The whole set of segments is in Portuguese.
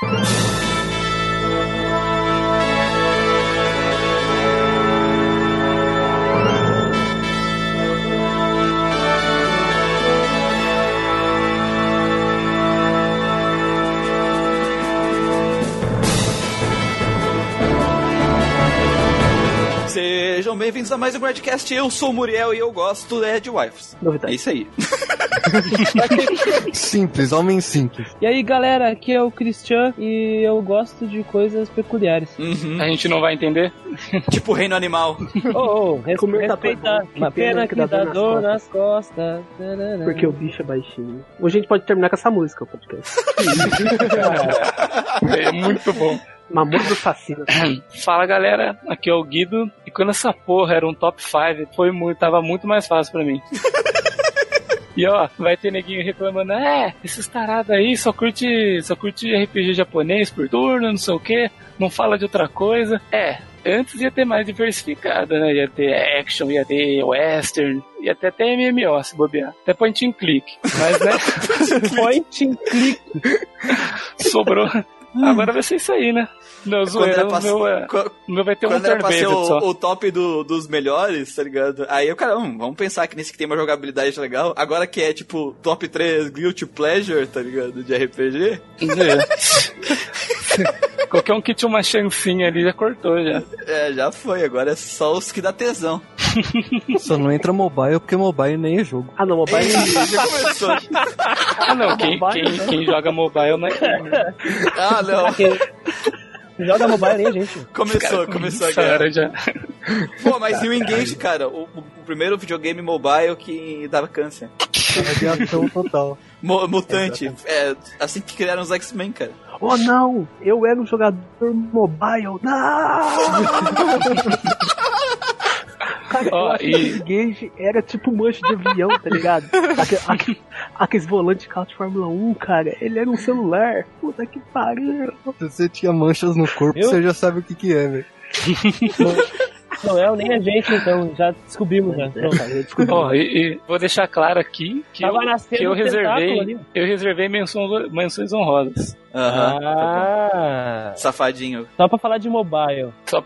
Sejam bem-vindos a mais um Gradcast. Eu sou o Muriel e eu gosto de Wifes. Novidade. É isso aí. Simples, homem simples. E aí, galera, aqui é o Christian e eu gosto de coisas peculiares. Uhum. A gente não vai entender? Tipo reino animal. Respeita uma pena que dá dor nas costas. Porque o bicho é baixinho. Hoje a gente pode terminar com essa música, o podcast. É muito bom. Mamor do Fascino. Fala, galera, aqui é o Guido. E quando essa porra era um top 5, tava muito mais fácil pra mim. E ó, vai ter neguinho reclamando, esses tarados aí só curte RPG japonês por turno, não sei o que, não fala de outra coisa. Antes ia ter mais diversificada, né? Ia ter action, ia ter western, ia ter até MMO, se bobear. Até point and click. Mas, né? Point and click. Sobrou. Agora vai ser isso aí, né? Não, zoeira, o meu vai ter um quando era pra ser só. o top dos melhores, tá ligado? Aí o cara, vamos pensar que nesse que tem uma jogabilidade legal. Agora que é tipo top 3 Guilty Pleasure, tá ligado? De RPG. Qualquer um que tinha uma chancinha ali já cortou já. Já foi, agora é só os que dá tesão. Só não entra mobile porque mobile nem é jogo. Ah, não, mobile já começou. Ah, não, quem joga mobile não é gamer. Ah, não. Quem joga mobile nem a gente. Começou a guerra. Já. Pô, mas e o Engage, cara? O primeiro videogame mobile que dava câncer. Radiação total. Mutante. Assim que criaram os X-Men, cara. Oh, não! Eu era um jogador mobile. Não! Cara, eu acho que o Engage era tipo manche de avião, tá ligado? Aqueles volantes de carro de Fórmula 1, cara. Ele era um celular. Puta que pariu. Se você tinha manchas no corpo, você já sabe o que é, velho. Não é nem a gente, então, já descobrimos, né? E vou deixar claro aqui que eu reservei menções honrosas. Tá safadinho. Só pra falar de mobile.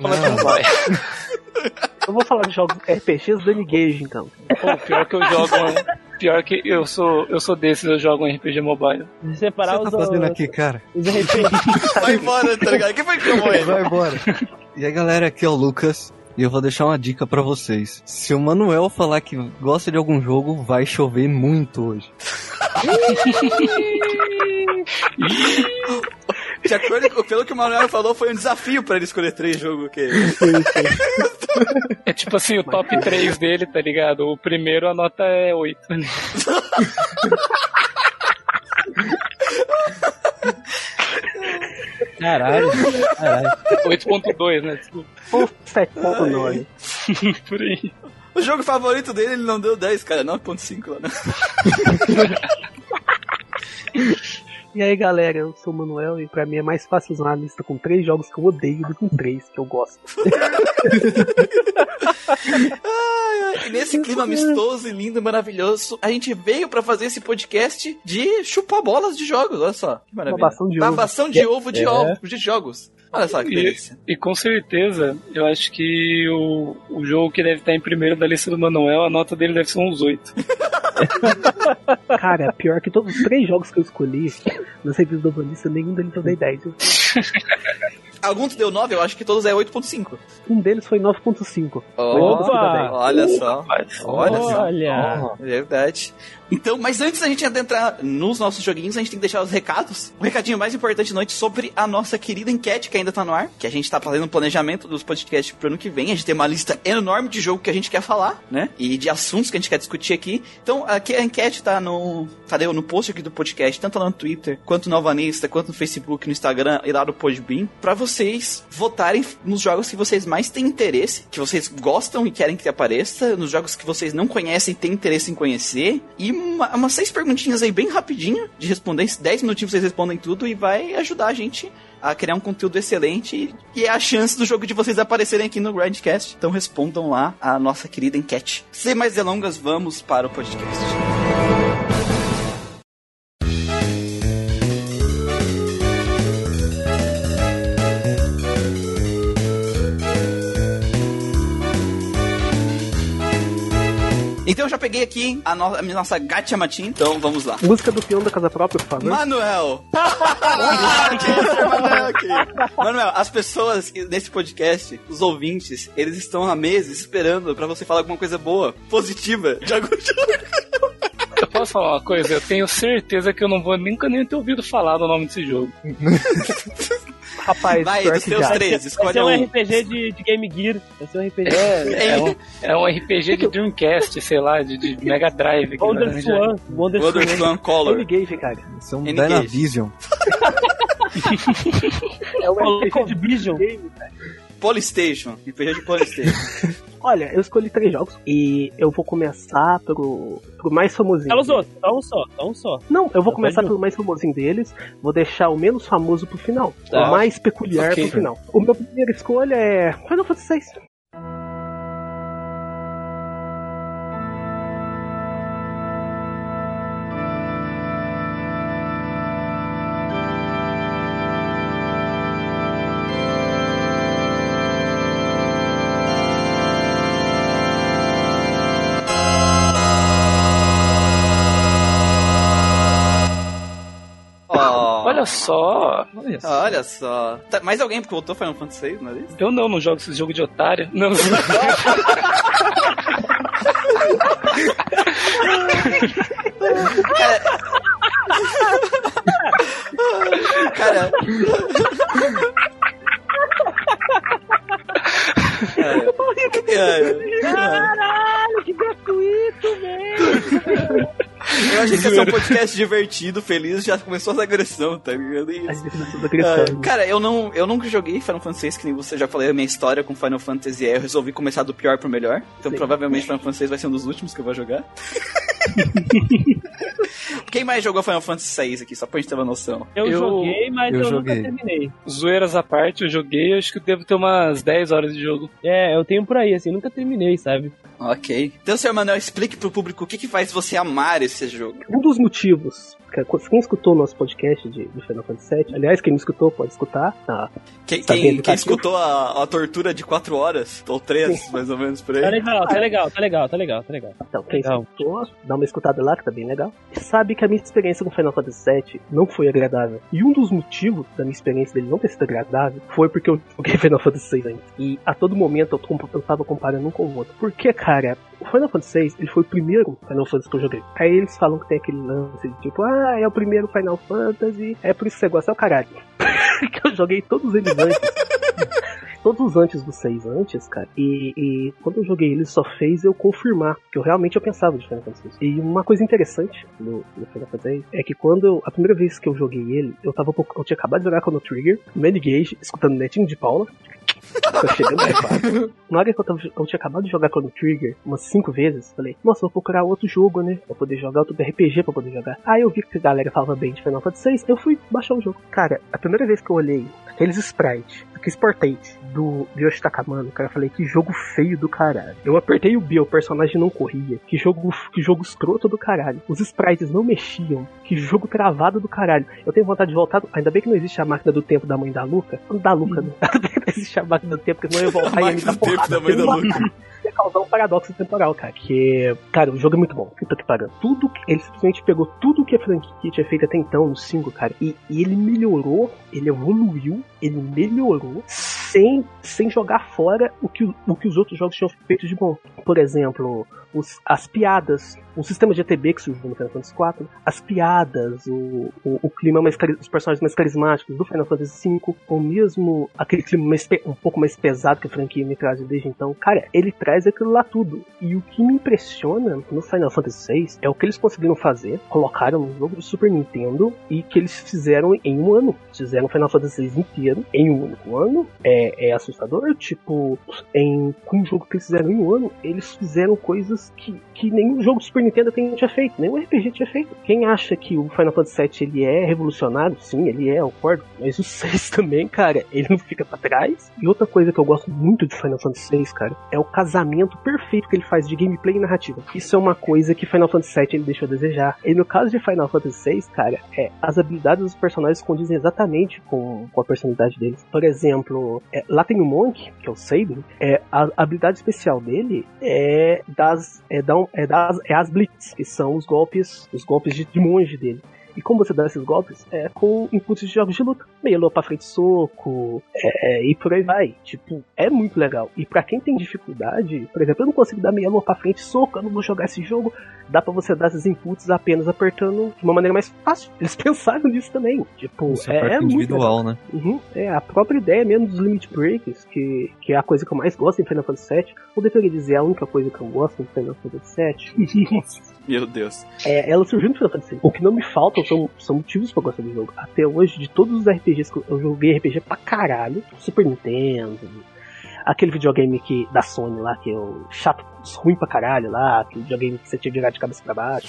Eu vou falar de jogos RPGs do Engage, então. Pô, pior que eu sou desses, eu jogo um RPG mobile. Separar o que você tá fazendo aqui, cara? Os RPGs. Vai embora, tá ligado? Quem foi que chamou ele? Vai embora. E aí, galera, aqui é o Lucas. E eu vou deixar uma dica pra vocês. Se o Manuel falar que gosta de algum jogo, vai chover muito hoje. De acordo pelo que o Manuel falou, foi um desafio pra ele escolher 3 jogos que é tipo assim, o top 3 dele, tá ligado? O primeiro a nota é 8. Caralho. 8.2, né? Desculpa. 7.9. Por aí. O jogo favorito dele, ele não deu 10, cara. 9.5 lá, né? E aí, galera, eu sou o Manuel e pra mim é mais fácil usar uma lista com 3 jogos que eu odeio do que com 3 que eu gosto. E nesse clima amistoso e lindo e maravilhoso, a gente veio pra fazer esse podcast de chupar bolas de jogos, olha só. Que maravilha. Babação de ovo de jogos. Olha só que delícia. E com certeza, eu acho que o jogo que deve estar em primeiro da lista do Manuel, a nota dele deve ser uns 8. Cara, pior que todos os 3 jogos que eu escolhi nas revistas da lista, nenhum deles eu dei 10. Alguns deu 9, eu acho que todos é 8.5. Um deles foi 9.5. Olha só. Olha. Verdade. Então, mas antes da gente adentrar nos nossos joguinhos, a gente tem que deixar os recados. O recadinho mais importante da noite sobre a nossa querida enquete que ainda tá no ar, que a gente tá fazendo um planejamento dos podcasts pro ano que vem. A gente tem uma lista enorme de jogo que a gente quer falar, né? E de assuntos que a gente quer discutir aqui. Então, aqui a enquete tá no post aqui do podcast, tanto lá no Twitter, quanto no Alvanista, quanto no Facebook, no Instagram e lá no Podbean, pra vocês votarem nos jogos que vocês mais têm interesse, que vocês gostam e querem que apareça, nos jogos que vocês não conhecem e têm interesse em conhecer, e umas 6 perguntinhas aí bem rapidinho de responder, 10 minutinhos vocês respondem tudo e vai ajudar a gente a criar um conteúdo excelente e é a chance do jogo de vocês aparecerem aqui no Grindcast. Então respondam lá a nossa querida enquete. Sem mais delongas, vamos para o podcast. Então eu já peguei aqui a nossa Gacha Matin, então vamos lá. Música do peão da casa própria, por favor. Manuel! Manuel, as pessoas nesse podcast, os ouvintes, eles estão há meses esperando pra você falar alguma coisa boa, positiva, de algum jogo. Eu posso falar uma coisa? Eu tenho certeza que eu não vou nunca nem ter ouvido falar do nome desse jogo. Rapaz, vai, dos teus 3, escolhe um. Vai ser um RPG de Game Gear. Vai ser um RPG. É um RPG de Dreamcast, sei lá, de Mega Drive. WonderSwan Color. N-Gage, cara. Isso é um Dynavision. É um RPG de Vision. Polystation. RPG de Polystation. Olha, eu escolhi 3 jogos e eu vou começar pro mais famosinho. Fala os outros, dá um só. Não, eu vou começar pelo mais famosinho deles, vou deixar o menos famoso pro final, o mais peculiar pro final. O meu primeira escolha é Final Fantasy VI. Olha só. Tá, mais alguém que voltou Final Fantasy VI na lista? Eu não jogo esse jogo de otário. Não. Cara. Caralho, que gratuito, velho. Eu achei que ia ser um podcast divertido, feliz, já começou essa agressão, tá ligado? Cara, eu nunca joguei Final Fantasy VI, que nem você já falei a minha história com Final Fantasy eu resolvi começar do pior pro melhor. Então provavelmente Final Fantasy VI vai ser um dos últimos que eu vou jogar. Quem mais jogou Final Fantasy VI aqui, só pra gente ter uma noção? Eu joguei, mas eu nunca terminei. Zoeiras à parte, eu joguei, acho que devo ter umas 10 horas de jogo. Eu tenho por aí, assim, nunca terminei, sabe? Ok. Então, Sr. Manuel, explique pro público o que faz você amar esse jogo. Um dos motivos, quem escutou o nosso podcast de Final Fantasy VII, aliás, quem não escutou, pode escutar. Quem escutou a tortura de 4 horas, ou 3, mais ou menos, por aí. Tá legal. Então, quem escutou, dá uma escutada lá, que tá bem legal. Sabe que a minha experiência com Final Fantasy VII não foi agradável. E um dos motivos da minha experiência dele não ter sido agradável foi porque eu joguei Final Fantasy VI antes. E a todo momento eu tava comparando um com o outro. Porque, cara, o Final Fantasy VI, ele foi o primeiro Final Fantasy que eu joguei. Aí eles falam que tem aquele lance de tipo, é o primeiro Final Fantasy, é por isso que você gosta, é o caralho. Que eu joguei todos eles antes. Todos antes dos 6 antes, cara. E quando eu joguei ele, só fez eu confirmar que eu realmente pensava de Final Fantasy VI. E uma coisa interessante no Final Fantasy é que a primeira vez que eu joguei ele, eu tinha acabado de jogar com o Trigger, no N-Gage, escutando o netinho de Paula. Tô chegando mais fácil. Na hora que eu tinha acabado de jogar Chrono Trigger umas 5 vezes, falei, nossa, vou procurar outro jogo, né? Pra poder jogar outro RPG pra poder jogar. Aí eu vi que a galera falava bem de Final Fantasy VI, eu fui baixar o jogo. Cara, a primeira vez que eu olhei aqueles sprites, aqueles portates do Yoshi Takamano, cara, eu falei, que jogo feio do caralho. Eu apertei o B, o personagem não corria. Que jogo escroto do caralho. Os sprites não mexiam. Que jogo travado do caralho. Eu tenho vontade de voltar. Ainda bem que não existe a máquina do tempo da mãe da Luca. Da Luca, né? Não existe a máquina do tempo, porque senão eu ia voltar e ia me dar porrada. Da mãe da Luca. Ia causar um paradoxo temporal, cara. Que, cara, o jogo é muito bom. Puta que pariu. Ele simplesmente pegou tudo que a franquia tinha feito até então, no 5, cara. E ele melhorou, ele evoluiu, ele melhorou sem jogar fora o que os outros jogos tinham feito de bom. Por exemplo, as piadas, o sistema de ETB que surgiu no Final Fantasy IV, as piadas, o clima os personagens mais carismáticos do Final Fantasy V, ou mesmo aquele clima um pouco mais pesado que a franquia me traz desde então. Cara, ele traz aquilo lá tudo. E o que me impressiona no Final Fantasy VI é o que eles conseguiram fazer, colocaram no jogo do Super Nintendo e que eles fizeram em um ano. Fizeram o Final Fantasy VI inteiro em um único ano. É assustador, tipo, com um jogo que eles fizeram em um ano, eles fizeram coisas que nenhum jogo do Super Nintendo tinha feito, nenhum RPG tinha feito. Quem acha que o Final Fantasy VII ele é revolucionário, sim, ele é, eu concordo, mas o 6 também, cara, ele não fica pra trás. E outra coisa que eu gosto muito de Final Fantasy VI, cara, é o casamento perfeito que ele faz de gameplay e narrativa. Isso é uma coisa que Final Fantasy VII ele deixou a desejar. E no caso de Final Fantasy VI, cara, as habilidades dos personagens condizem exatamente com a personalidade deles. Por exemplo, lá tem o Monk, que é o Sabin, a habilidade especial dele é das as Blitz, que são os golpes de monge dele. E como você dá esses golpes? É com inputs de jogos de luta. Meia lua pra frente, soco, e por aí vai. Tipo, é muito legal. E pra quem tem dificuldade, por exemplo, eu não consigo dar meia lua pra frente, soco, eu não vou jogar esse jogo. Dá pra você dar esses inputs apenas apertando de uma maneira mais fácil. Eles pensaram nisso também. Tipo, é muito individual, legal, né? Uhum. É a própria ideia mesmo dos Limit Breakers, que é a coisa que eu mais gosto em Final Fantasy VII. Ou deveria dizer a única coisa que eu gosto em Final Fantasy VII. Meu Deus. Ela surgiu no Final Fantasy VI. O que não me falta são motivos pra gostar do jogo. Até hoje, de todos os RPGs que eu joguei RPG pra caralho, Super Nintendo, aquele videogame da Sony lá, que é o chato, ruim pra caralho lá, aquele videogame que você tinha que virar de cabeça pra baixo.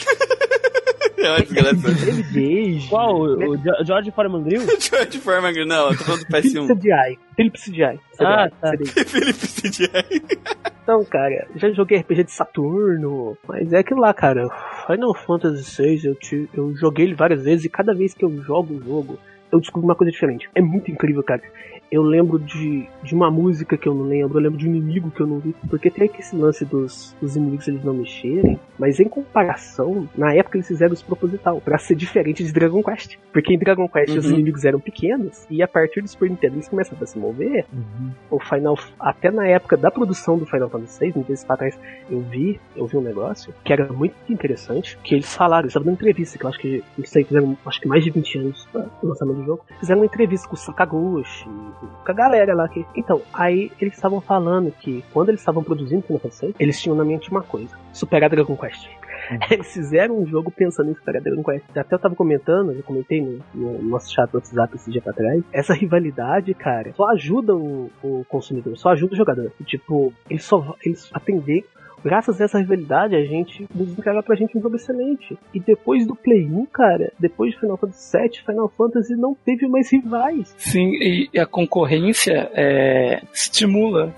Qual? O George Foreman Grill? George Foreman Grill, não, eu tô falando do PS1. Philips CDI. Tá. Philips CDI. Então, cara, já joguei RPG de Saturno, mas é aquilo lá, cara. Final Fantasy VI, eu joguei ele várias vezes e cada vez que eu jogo o jogo, eu descubro uma coisa diferente. É muito incrível, cara. Eu lembro de uma música que eu não lembro, eu lembro de um inimigo que eu não vi, porque tem aqui esse lance dos inimigos eles não mexerem, mas em comparação, na época eles fizeram isso proposital, pra ser diferente de Dragon Quest. Porque em Dragon Quest os inimigos eram pequenos, e a partir do Super Nintendo eles começaram a se mover. O até na época da produção do Final Fantasy VI, meses pra trás, eu vi um negócio que era muito interessante, que eles falaram, eles estavam dando entrevista, que eu acho que eles fizeram mais de 20 anos do lançamento do jogo, fizeram uma entrevista com o Sakaguchi, com a galera lá que... Então, aí eles estavam falando que quando eles estavam produzindo Final Fantasy VI, eles tinham na mente uma coisa: superar Dragon Quest. Eles fizeram um jogo pensando em superar Dragon Quest. Até eu comentei no nosso chat do WhatsApp esse dia pra trás. Essa rivalidade, cara, só ajuda o consumidor, só ajuda o jogador. Tipo, eles atender. Graças a essa rivalidade, a gente nos entrega pra gente um jogo excelente. E depois do Play 1, cara, depois de Final Fantasy VII, Final Fantasy não teve mais rivais. Sim, e a concorrência estimula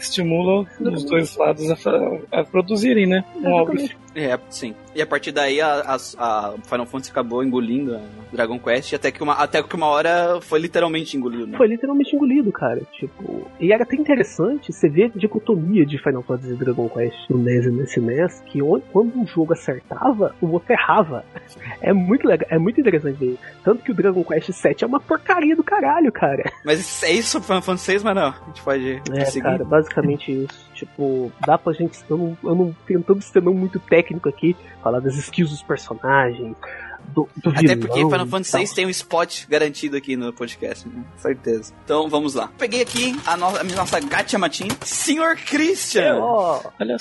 os dois lados a produzirem, né? Um algo. Sim. E a partir daí a Final Fantasy acabou engolindo a Dragon Quest até que uma hora foi literalmente engolido, né? Foi literalmente engolido, cara. Tipo, e era até interessante você ver a dicotomia de Final Fantasy e Dragon Quest no NES e no SNES, que quando um jogo acertava, o outro errava. É muito legal, é muito interessante ver. Tanto que o Dragon Quest VII é uma porcaria do caralho, cara. Mas é isso sobre Final Fantasy VI, mas não. A gente pode seguir. Cara, basicamente isso. Tipo, dá pra gente... Eu não tentando ser não muito técnico aqui, falar das skills dos personagens, do até vilão, porque Final Fantasy VI tem um spot garantido aqui no podcast, né? Certeza. Então, vamos lá. Peguei aqui a nossa Gacha Matin, Sr. Christian. Olha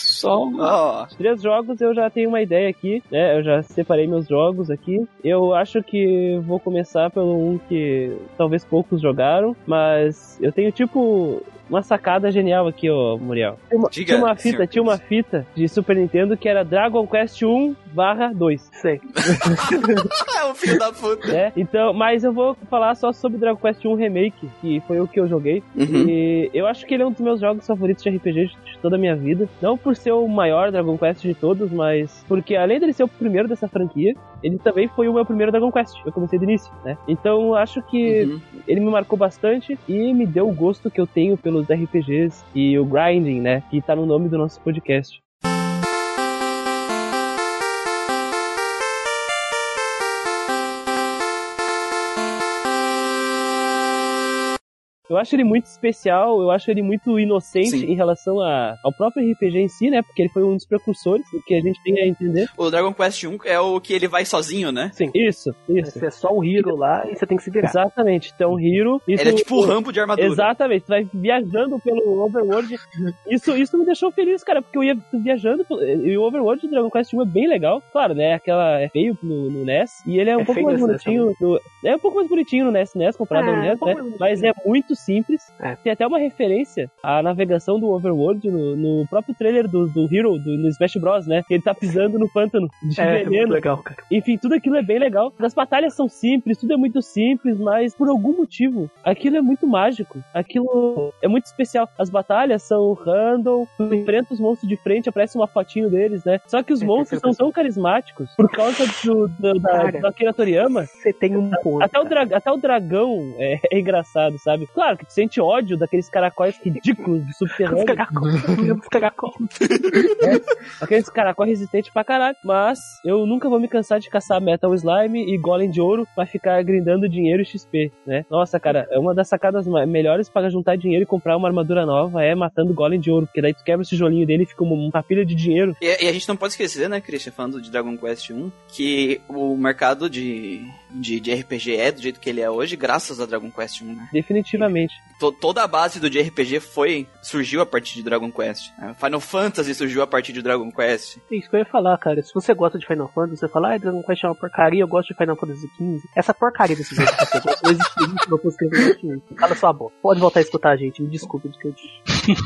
só. Os 3 jogos eu já tenho uma ideia aqui, né? Eu já separei meus jogos aqui. Eu acho que vou começar pelo um que talvez poucos jogaram, mas eu tenho uma sacada genial aqui, ó, Muriel. Tinha uma fita de Super Nintendo que era Dragon Quest 1/2. Sei. É o filho da puta. Então, mas eu vou falar só sobre Dragon Quest 1 Remake, que foi o que eu joguei. E eu acho que ele é um dos meus jogos favoritos de RPG de toda a minha vida. Não por ser o maior Dragon Quest de todos, mas porque além dele ser o primeiro dessa franquia, ele também foi o meu primeiro Dragon Quest. Eu comecei do início, né? Então, acho que ele me marcou bastante e me deu o gosto que eu tenho pelos RPGs e o grinding, né? Que tá no nome do nosso podcast. Eu acho ele muito especial, eu acho ele muito inocente em relação ao próprio RPG em si, né? Porque ele foi um dos precursores do que a gente tem a entender. O Dragon Quest 1 é o que ele vai sozinho, né? Sim. Isso. Você é só um hero lá e você tem que se virar. Exatamente. Então, o hero... Ele é tipo o Rambo de armadura. Exatamente. Você vai viajando pelo Overworld. Isso me deixou feliz, cara, porque eu ia viajando e o Overworld do Dragon Quest 1 é bem legal. Claro, né? É feio no NES. E ele é um pouco mais bonitinho. É um pouco mais bonitinho no NES comparado ao NES, né? Mas é muito simples. Tem até uma referência à navegação do Overworld no próprio trailer do Hero, no Smash Bros, né? Que ele tá pisando no pântano de veneno. Muito legal, cara. Enfim, tudo aquilo é bem legal. As batalhas são simples, tudo é muito simples, mas por algum motivo, aquilo é muito mágico. Aquilo é muito especial. As batalhas são random, tu enfrenta os monstros de frente, aparece uma fotinho deles, né? Só que os monstros são tão carismáticos por causa do Akira Toriyama. Você tem um ponto. Até o dragão é engraçado, sabe? Claro, claro, que tu sente ódio daqueles caracóis ridículos de subterrâneo. Aqueles caracóis resistentes pra caralho. Mas eu nunca vou me cansar de caçar Metal Slime e Golem de Ouro pra ficar grindando dinheiro e XP, né? Nossa, cara, é uma das sacadas melhores para juntar dinheiro e comprar uma armadura nova é matando Golem de Ouro, porque daí tu quebra o tijolinho dele e fica uma pilha de dinheiro. E a gente não pode esquecer, né, Christian, falando de Dragon Quest 1, que o mercado de RPG é do jeito que ele é hoje, graças a Dragon Quest 1, né? Definitivamente. Toda a base do de RPG surgiu a partir de Dragon Quest. Final Fantasy surgiu a partir de Dragon Quest. É isso que eu ia falar, cara. Se você gosta de Final Fantasy, você fala, Dragon Quest é uma porcaria, eu gosto de Final Fantasy XV. Essa porcaria desse jogo que você gosta, não existe isso, não fosse escrever. Cala sua boca. Pode voltar a escutar a gente, me desculpa do que eu disse.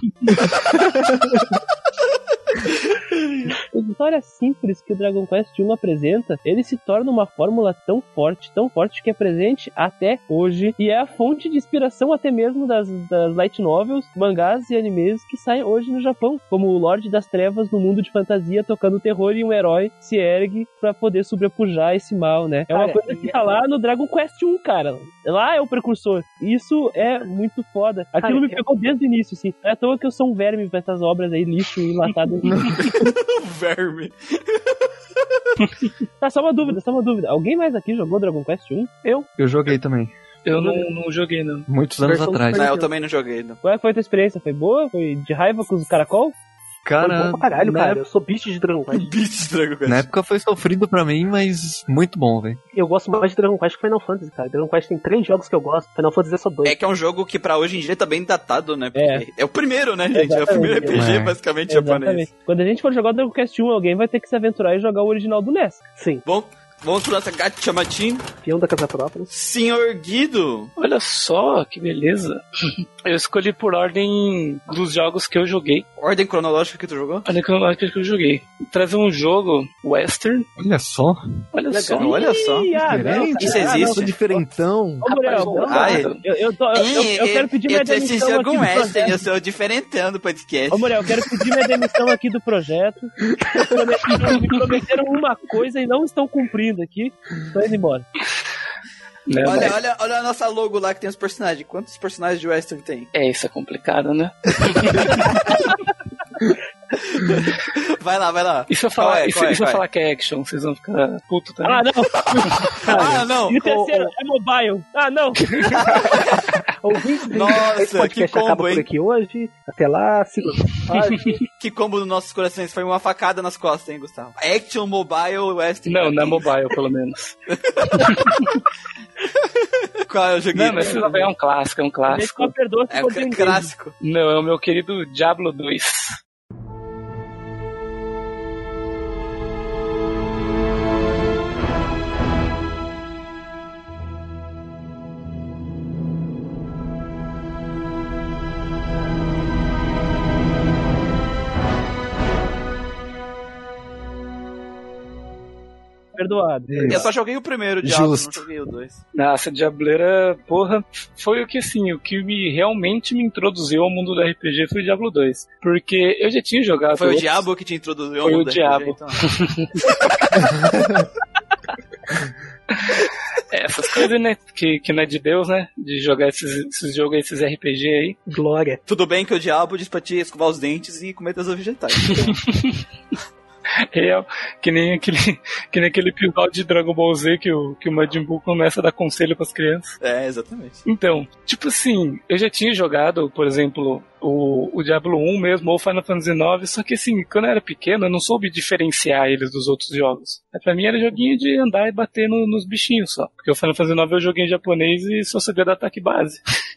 A história simples que o Dragon Quest 1 apresenta, ele se torna uma fórmula tão forte que é presente até hoje e é a fonte de inspiração até mesmo das light novels, mangás e animes que saem hoje no Japão, como o Lorde das Trevas no mundo de fantasia tocando terror e um herói se ergue pra poder sobrepujar esse mal, né? É uma coisa que tá lá no Dragon Quest 1, cara. Lá é o precursor. Isso é muito foda. Aquilo me pegou desde o início, assim. Não é à toa que eu sou um verme pra essas obras aí, lixo e enlatado. Verme. Tá, só uma dúvida. Alguém mais aqui jogou Dragon Quest 1? Eu joguei também. Eu não joguei, não. Muitos anos atrás. Eu também não joguei, não. Qual foi a tua experiência? Foi boa? Foi de raiva com os caracol? Cara, foi bom pra caralho, cara. Eu sou bicho de Dragon Quest. Bicho de Dragon Quest. Na época foi sofrido pra mim, mas muito bom, velho. Eu gosto mais de Dragon Quest que Final Fantasy, cara. Dragon Quest tem 3 jogos que eu gosto, Final Fantasy é só 2. É que é um jogo que pra hoje em dia tá bem datado, né? Porque é o primeiro, né, gente? É o primeiro RPG basicamente japonês. Quando a gente for jogar o Dragon Quest 1, alguém vai ter que se aventurar e jogar o original do NES. Sim. Bom, vamos pro nosso Gacha Machine. Peão da Casa Própolis. Senhor Guido. Olha só, que beleza. Eu escolhi por ordem dos jogos que eu joguei. Ordem cronológica que tu jogou? Ordem cronológica que eu joguei. Trazer um jogo western. Olha só. Olha só. Olha só. Diferente. Isso existe. diferentão. Ô, Muriel, eu quero pedir minha demissão aqui do projeto. Eu sou diferentão do podcast. Ô, Muriel, eu quero pedir minha demissão aqui do projeto. Me prometeram uma coisa e não estão cumprindo aqui. Tô indo embora. Né, olha a nossa logo lá que tem os personagens. Quantos personagens de Western tem? Isso é complicado, né? Vai lá. E se eu falar, falar que é action, vocês vão ficar puto também? Ah, não! E o terceiro é mobile. Ah, não! Nossa, que combo, hein? Por aqui hoje. Até lá, Que combo nos nossos corações. Foi uma facada nas costas, hein, Gustavo? Action, mobile, Western. Não é mobile, pelo menos. Qual é o joguinho? Não, mas é um clássico, É um clássico. Não, é o meu querido Diablo 2. Perdoado. Eu só joguei o primeiro Diablo, não joguei o 2. Nossa, Diableira, porra, foi o que realmente me introduziu ao mundo do RPG foi o Diablo 2. Porque eu já tinha jogado. Foi o Diabo que te introduziu ao mundo do RPG? Foi o Diabo. Então. Essas coisas, né? Que não é de Deus, né? De jogar esses jogos, esses RPG aí. Glória. Tudo bem que o Diabo diz pra te escovar os dentes e comer das vegetais. Real, que nem aquele episódio de Dragon Ball Z que o Majin Buu começa a dar conselho pras crianças. É, exatamente. Então, tipo assim, eu já tinha jogado, por exemplo, o Diablo 1 mesmo, ou Final Fantasy IX, só que assim, quando eu era pequeno, eu não soube diferenciar eles dos outros jogos. Pra mim era joguinho de andar e bater nos bichinhos só. Porque o Final Fantasy IX eu joguei em japonês e só sabia dar ataque base.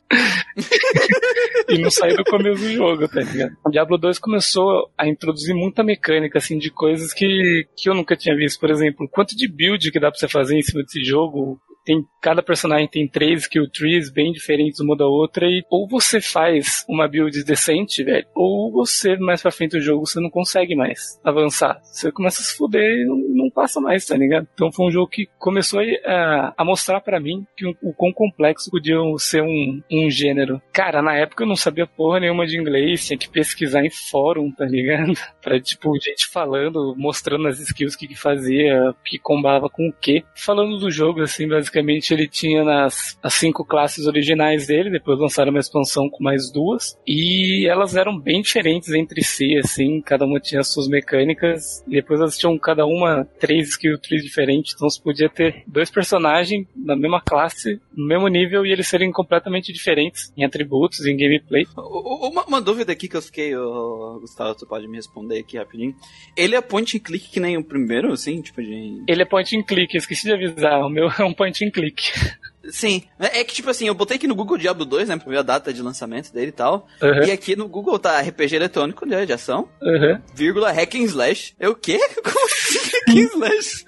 E não saí do começo do jogo, tá ligado? O Diablo 2 começou a introduzir muita mecânica, assim, de coisas que eu nunca tinha visto. Por exemplo, quanto de build que dá pra você fazer em cima desse jogo. Cada personagem tem 3 skill trees bem diferentes uma da outra, e ou você faz uma build decente, velho, ou você, mais pra frente do jogo, você não consegue mais avançar. Você começa a se fuder e não passa mais, tá ligado? Então foi um jogo que começou a mostrar pra mim que o quão complexo podia ser um gênero. Cara, na época eu não sabia porra nenhuma de inglês, tinha que pesquisar em fórum, tá ligado? Pra, tipo, gente falando, mostrando as skills, o que fazia, que combava com o quê. Falando do jogo, assim, basicamente, basicamente ele tinha as 5 classes originais dele, depois lançaram uma expansão com mais 2, e elas eram bem diferentes entre si, assim, cada uma tinha suas mecânicas, e depois elas tinham cada uma 3 skill trees diferentes, então você podia ter 2 personagens da mesma classe, no mesmo nível, e eles serem completamente diferentes em atributos, em gameplay. Uma dúvida aqui que eu fiquei, Gustavo, tu pode me responder aqui rapidinho. Ele é point and click que nem o primeiro, assim, tipo de... Ele é point and click, eu esqueci de avisar, o meu é um point and click. Sim, é que tipo assim, eu botei aqui no Google Diablo 2, né, pra ver a data de lançamento dele e tal, e aqui no Google tá RPG eletrônico de ação, vírgula hack and slash. É o quê? Como assim hack and slash?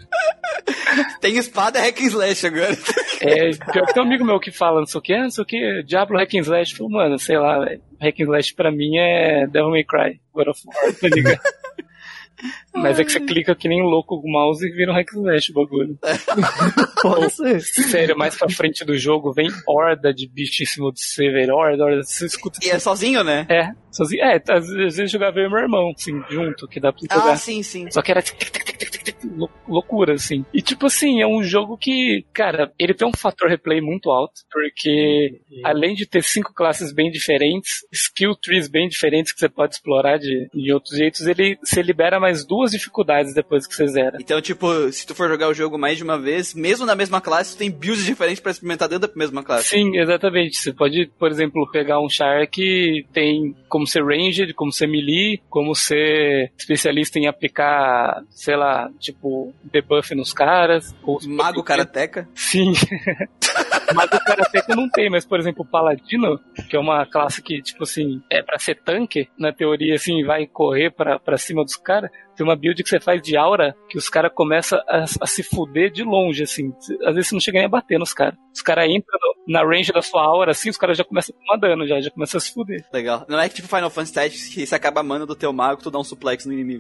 Tem espada hack and slash agora. Tem um amigo meu que fala, não sei o que, Diablo hack and slash, eu falo, mano, sei lá, véio, hack and slash pra mim é Devil May Cry, God of War, tá ligado? Mas é que você clica que nem louco com o mouse e vira um hack and slash o bagulho. Pode ser. Sério, mais pra frente do jogo vem horda de bicho em cima de você, velho. Horda, você escuta. E é sozinho, né? É, sozinho. Às vezes jogava eu e meu irmão, assim, junto, que dá pra jogar. Sim. Só que era loucura, assim. E tipo assim, é um jogo que, cara, ele tem um fator replay muito alto, porque além de ter 5 classes bem diferentes, skill trees bem diferentes que você pode explorar de outros jeitos, você libera mais 2 dificuldades depois que você zera. Então, tipo, se tu for jogar o jogo mais de uma vez, mesmo na mesma classe, tu tem builds diferentes pra experimentar dentro da mesma classe. Sim, exatamente. Você pode, por exemplo, pegar um char que tem como ser ranged, como ser melee, como ser especialista em aplicar, sei lá, tipo, debuff nos caras. Ou Mago Karateka? Sim. Mago Karateka não tem, mas, por exemplo, o Paladino, que é uma classe que, tipo assim, é pra ser tanque, na teoria, assim, vai correr pra cima dos caras. Tem uma build que você faz de aura que os caras começam a se fuder de longe, assim. Às vezes você não chega nem a bater nos caras. Os caras entram na range da sua aura, assim, os caras já começam a tomar dano, já começam a se fuder. Legal. Não é que tipo Final Fantasy Tactics que você acaba a mana do teu mago, tu dá um suplex no inimigo.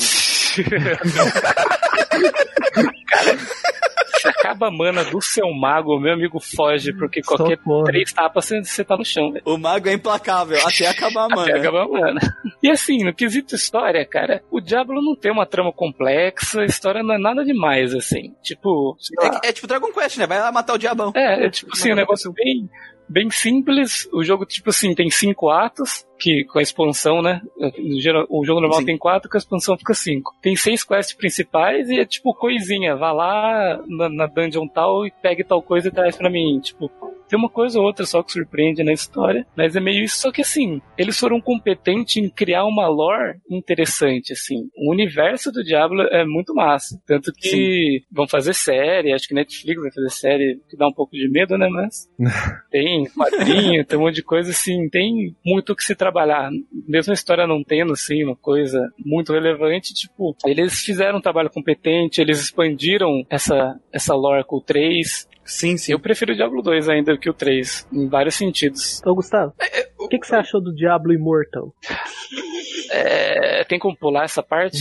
Cara, se acaba a mana do seu mago, meu amigo foge, porque qualquer 3 tapas você tá no chão, velho. O mago é implacável, até acabar a mana. Até acabar a mana. E assim, no quesito história, cara, o Diablo não tem uma trama complexa, a história não é nada demais, assim. Tipo... É tipo Dragon Quest, né? Vai lá matar o diabão. É tipo assim, um negócio bem simples. O jogo, tipo assim, tem 5 atos, que com a expansão, né? O jogo normal tem 4, com a expansão fica 5. Tem 6 quests principais e é tipo coisinha. Vá lá na dungeon tal e pegue tal coisa e traz pra mim. Tipo, tem uma coisa ou outra só que surpreende na história, mas é meio isso. Só que assim, eles foram competentes em criar uma lore interessante, assim. O universo do Diablo é muito massa. Tanto que vão fazer série, acho que Netflix vai fazer série, que dá um pouco de medo, né? Mas tem quadrinho, tem um monte de coisa, assim, tem muito o que se trabalhar. Mesmo a história não tendo, assim, uma coisa muito relevante, tipo, eles fizeram um trabalho competente, eles expandiram essa lore com o 3. Sim. Eu prefiro o Diablo 2 ainda que o 3, em vários sentidos. Então, Gustavo, o que você achou do Diablo Immortal? Tem como pular essa parte?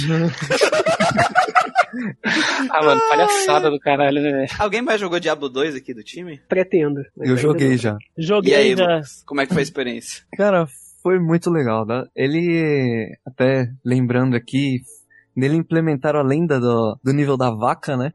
Mano, palhaçada do caralho, né? Alguém mais jogou Diablo 2 aqui do time? Pretendo. Eu joguei já. Joguei e aí, já. Lucas, como é que foi a experiência? Cara, foi muito legal, né? Ele, até lembrando aqui, nele implementaram a lenda do nível da vaca, né?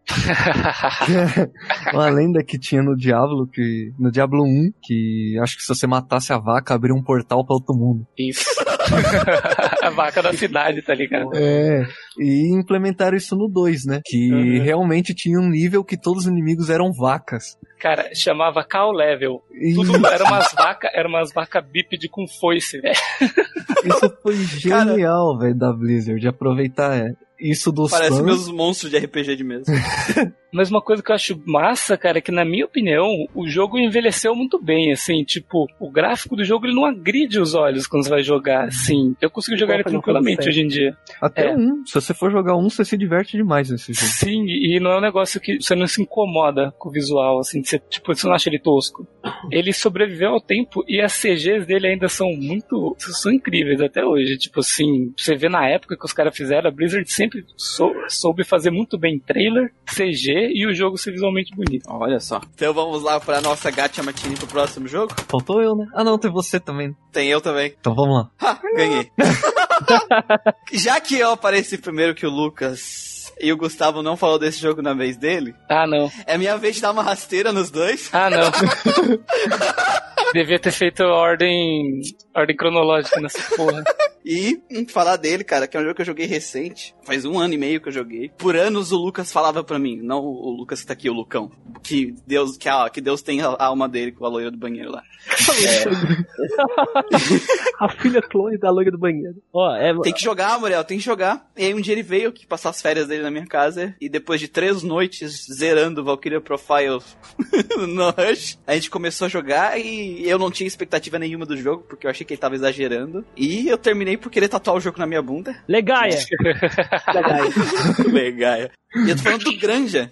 Uma lenda que tinha no Diablo 1, que acho que se você matasse a vaca, abria um portal pra outro mundo. Isso. A vaca da cidade, tá ligado? E implementaram isso no 2, né? Que realmente tinha um nível que todos os inimigos eram vacas. Cara, chamava Cow Level. Tudo era umas vacas bípede com foice, velho. Isso foi genial, velho, da Blizzard, de aproveitar isso dos Parece fãs. meus monstros de RPG de mesa. Mas uma coisa que eu acho massa, cara, é que na minha opinião, o jogo envelheceu muito bem, assim, tipo, o gráfico do jogo, ele não agride os olhos quando você vai jogar, assim. Eu consigo jogar ele tranquilamente hoje em dia. Até se você for jogar você se diverte demais nesse jogo. Sim, e não é um negócio que você não se incomoda com o visual, assim, você não acha ele tosco. Ele sobreviveu ao tempo e as CGs dele ainda são incríveis até hoje, tipo assim, você vê na época que os caras fizeram, a Blizzard sempre soube fazer muito bem trailer, CG e o jogo ser visualmente bonito. Olha só. Então vamos lá pra nossa Gacha Matine pro próximo jogo? Faltou eu, né? Ah não, tem você também. Tem eu também. Então vamos lá. Ganhei. Já que eu apareci primeiro que o Lucas, e o Gustavo não falou desse jogo na vez dele. Ah, não. É minha vez de dar uma rasteira nos dois. Ah, não. Devia ter feito ordem cronológica nessa porra. E falar dele, cara, que é um jogo que eu joguei recente. Faz 1 ano e meio que eu joguei. Por anos o Lucas falava pra mim, não o Lucas que tá aqui, o Lucão, que Deus tem a alma dele com a loira do banheiro lá. A filha clone da loira do banheiro. Tem que jogar, Muriel, tem que jogar. E aí um dia ele veio aqui passar as férias dele na minha casa. E depois de 3 noites zerando Valkyria Profile no Rush, a gente começou a jogar e eu não tinha expectativa nenhuma do jogo, porque eu achei que ele tava exagerando. E eu terminei por querer tatuar o jogo na minha bunda. Legaia! Legaia. E eu tô falando do Granja.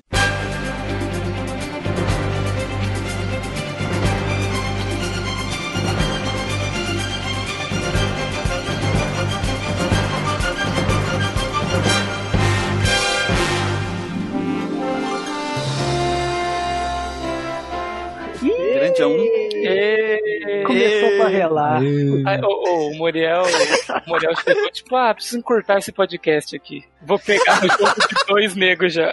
Grande 1. Começou pra relar. O Muriel chegou tipo, preciso encurtar esse podcast aqui. Vou pegar o jogo de 2 negros já.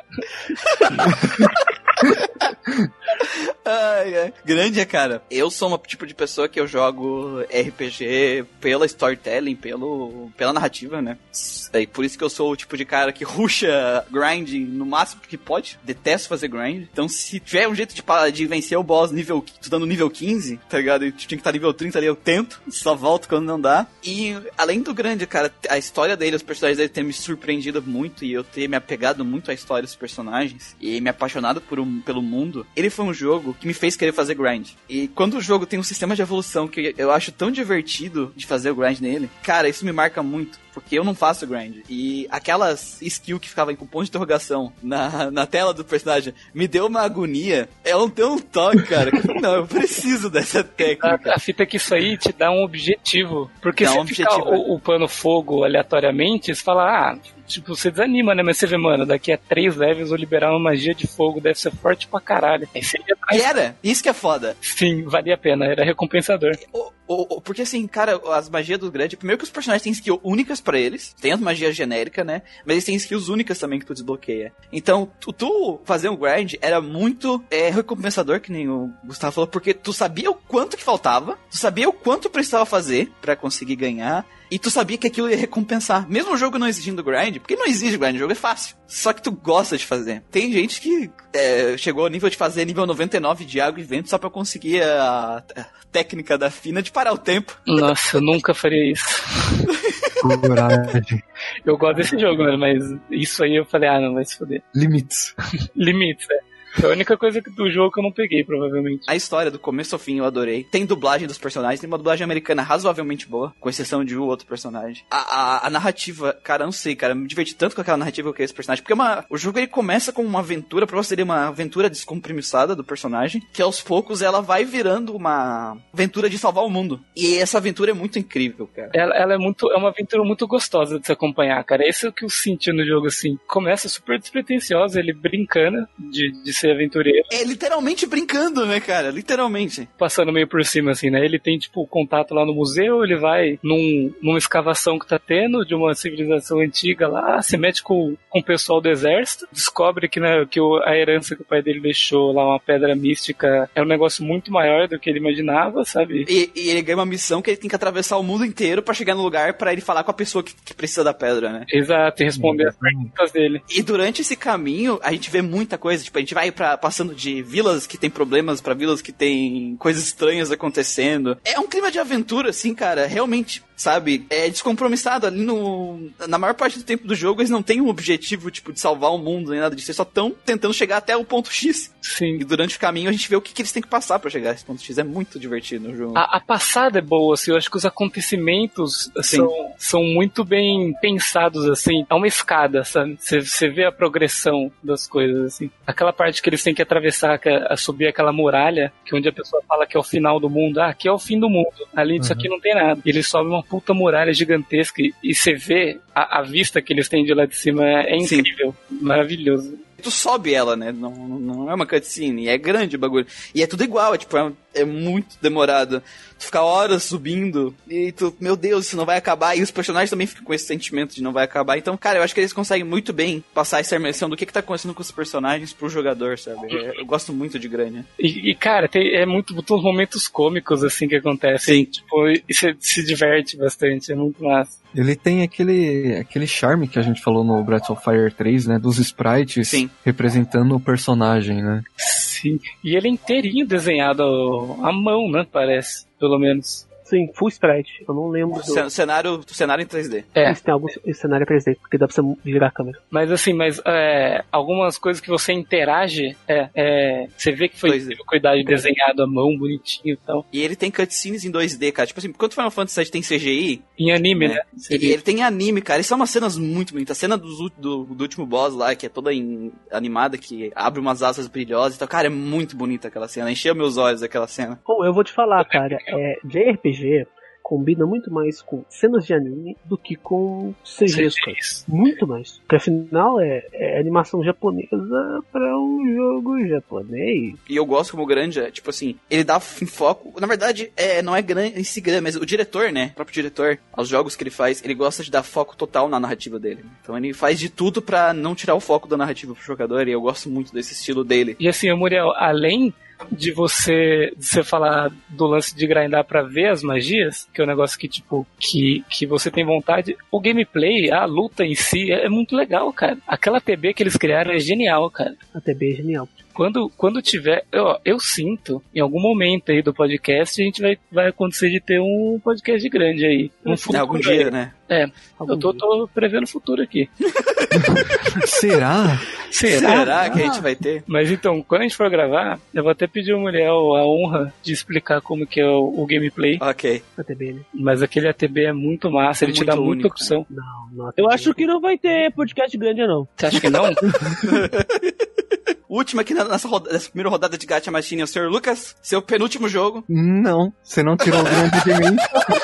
Grande, cara. Eu sou uma tipo de pessoa que eu jogo RPG pela storytelling, pela narrativa, né? E por isso que eu sou o tipo de cara que rusha grind no máximo que pode. Detesto fazer grind. Então, se tiver um jeito de vencer o boss nível, tô dando nível 15, tá ligado? E tinha que estar nível 30 ali, eu tento. Só volto quando não dá. E além do grande, cara, a história dele, os personagens dele ter me surpreendido muito e eu ter me apegado muito à história dos personagens e me apaixonado pelo mundo, ele foi um jogo que me fez querer fazer grind. E quando o jogo tem um sistema de evolução que eu acho tão divertido de fazer o grind nele, cara, isso me marca muito, porque eu não faço grind. E aquelas skill que ficava com ponto de interrogação na tela do personagem me deu uma agonia. Ela deu um toque, cara. Não, eu preciso dessa técnica. A fita é que isso aí te dá um objetivo. Porque se ficar upando fogo aleatoriamente, você fala, tipo, você desanima, né? Mas você vê, mano, daqui a 3 levels eu liberar uma magia de fogo, deve ser forte pra caralho. Aí você ia atrás. E era? Isso que é foda. Sim, valia a pena, era recompensador. Porque assim, cara, as magias do grande, primeiro que os personagens têm skills únicas pra eles, tem as magias genéricas, né? Mas eles têm skills únicas também que tu desbloqueia. Então, tu fazer um grind era muito recompensador, que nem o Gustavo falou, porque tu sabia o quanto que faltava, tu sabia o quanto precisava fazer pra conseguir ganhar, e tu sabia que aquilo ia recompensar. Mesmo o jogo não exigindo grind, porque não exige grind, o jogo é fácil. Só que tu gosta de fazer. Tem gente que chegou ao nível de fazer nível 99 de água e vento só pra conseguir a técnica da Fina de parar o tempo. Nossa, eu nunca faria isso. Coragem. Eu gosto desse jogo, mas isso aí eu falei, não, vai se foder. Limites. Limites, Foi a única coisa do jogo que eu não peguei, provavelmente. A história, do começo ao fim, eu adorei. Tem dublagem dos personagens, tem uma dublagem americana razoavelmente boa, com exceção de um outro personagem. A narrativa, cara, eu não sei, cara, eu me diverti tanto com aquela narrativa que eu esse personagem, porque o jogo ele começa com uma aventura, pra você seria uma aventura descompromissada do personagem, que aos poucos ela vai virando uma aventura de salvar o mundo. E essa aventura é muito incrível, cara. Ela é uma aventura muito gostosa de se acompanhar, cara. Esse é o que eu senti no jogo, assim. Começa super despretensiosa, ele brincando de ser aventureiro. É literalmente brincando, né, cara? Literalmente. Passando meio por cima, assim, né? Ele tem, tipo, contato lá no museu, ele vai numa escavação que tá tendo de uma civilização antiga lá, se mete com o pessoal do exército, descobre que a herança que o pai dele deixou lá, uma pedra mística, é um negócio muito maior do que ele imaginava, sabe? E ele ganha uma missão que ele tem que atravessar o mundo inteiro pra chegar no lugar pra ele falar com a pessoa que precisa da pedra, né? Exato, e responder as perguntas dele. E durante esse caminho, a gente vê muita coisa, tipo, a gente vai passando de vilas que tem problemas pra vilas que tem coisas estranhas acontecendo. É um clima de aventura, assim, cara, realmente, sabe? É descompromissado ali na maior parte do tempo do jogo, eles não têm um objetivo, tipo, de salvar o mundo, nem nada disso, eles só estão tentando chegar até o ponto X. Sim. E durante o caminho a gente vê o que eles têm que passar pra chegar a esse ponto X. É muito divertido no jogo. A passada é boa, assim, eu acho que os acontecimentos são muito bem pensados, assim. É uma escada, sabe? Você vê a progressão das coisas, assim. Aquela parte que eles têm que atravessar, subir aquela muralha, que onde a pessoa fala que é o final do mundo. Aqui é o fim do mundo. Ali disso aqui não tem nada. E eles sobem uma puta muralha gigantesca e você vê a vista que eles têm de lá de cima é incrível. Sim. Maravilhoso. Tu sobe ela, né? Não é uma cutscene, é grande o bagulho. E é tudo igual, é muito demorado. Tu fica horas subindo e tu, meu Deus, isso não vai acabar. E os personagens também ficam com esse sentimento de não vai acabar. Então, cara, eu acho que eles conseguem muito bem passar essa imersão do que tá acontecendo com os personagens pro jogador, sabe? Eu gosto muito de Grania. E cara, tem uns momentos cômicos, assim, que acontecem. Sim. Tipo, e você se diverte bastante, é muito massa. Ele tem aquele charme que a gente falou no Breath of Fire 3, né? Dos sprites representando o personagem, né? Sim, e ele é inteirinho desenhado à mão, né? Parece, pelo menos. Sim, full sprite. Eu não lembro do... Cenário em 3D. É. Tem algum cenário 3D, porque dá pra você virar a câmera. Mas assim, algumas coisas que você interage, você vê que foi cuidado de desenhado à mão, bonitinho e tal. E ele tem cutscenes em 2D, cara. Tipo assim, enquanto Final Fantasy VII tem CGI... Em anime, né? Ele tem anime, cara. E são umas cenas muito bonitas. A cena do último boss lá, que é toda animada, que abre umas asas brilhosas e tal. Cara, é muito bonita aquela cena. Encheu meus olhos aquela cena. Bom, eu vou te falar, cara. JRPG combina muito mais com cenas de anime do que com CGs, cara. Muito mais. Porque afinal é animação japonesa pra um jogo japonês. E eu gosto como Granja, tipo assim, ele dá foco. Na verdade, não é grande em si grande, mas o diretor, né? O próprio diretor, aos jogos que ele faz, ele gosta de dar foco total na narrativa dele. Então ele faz de tudo pra não tirar o foco da narrativa pro jogador, e eu gosto muito desse estilo dele. E assim, Muriel, além de você falar do lance de grindar pra ver as magias, que é um negócio que, tipo, que você tem vontade, o gameplay, a luta em si, é muito legal, cara. Aquela TB que eles criaram é genial, cara. A TB é genial. Quando tiver, eu sinto, em algum momento aí do podcast, a gente vai acontecer de ter um podcast grande aí. Algum dia, né? Eu tô prevendo o futuro aqui. Será? Será que a gente vai ter? Mas então, quando a gente for gravar, eu vou até pedir ao Muriel a honra de explicar como que é o gameplay. Ok. ATB, né? Mas aquele ATB é muito massa, ele te dá muita único, opção. Não, eu acho que não vai ter podcast grande, não. Você acha que não? O último aqui nessa primeira rodada de Gacha Machine é o Sr. Lucas, seu penúltimo jogo. Não, você não tirou o grande de mim.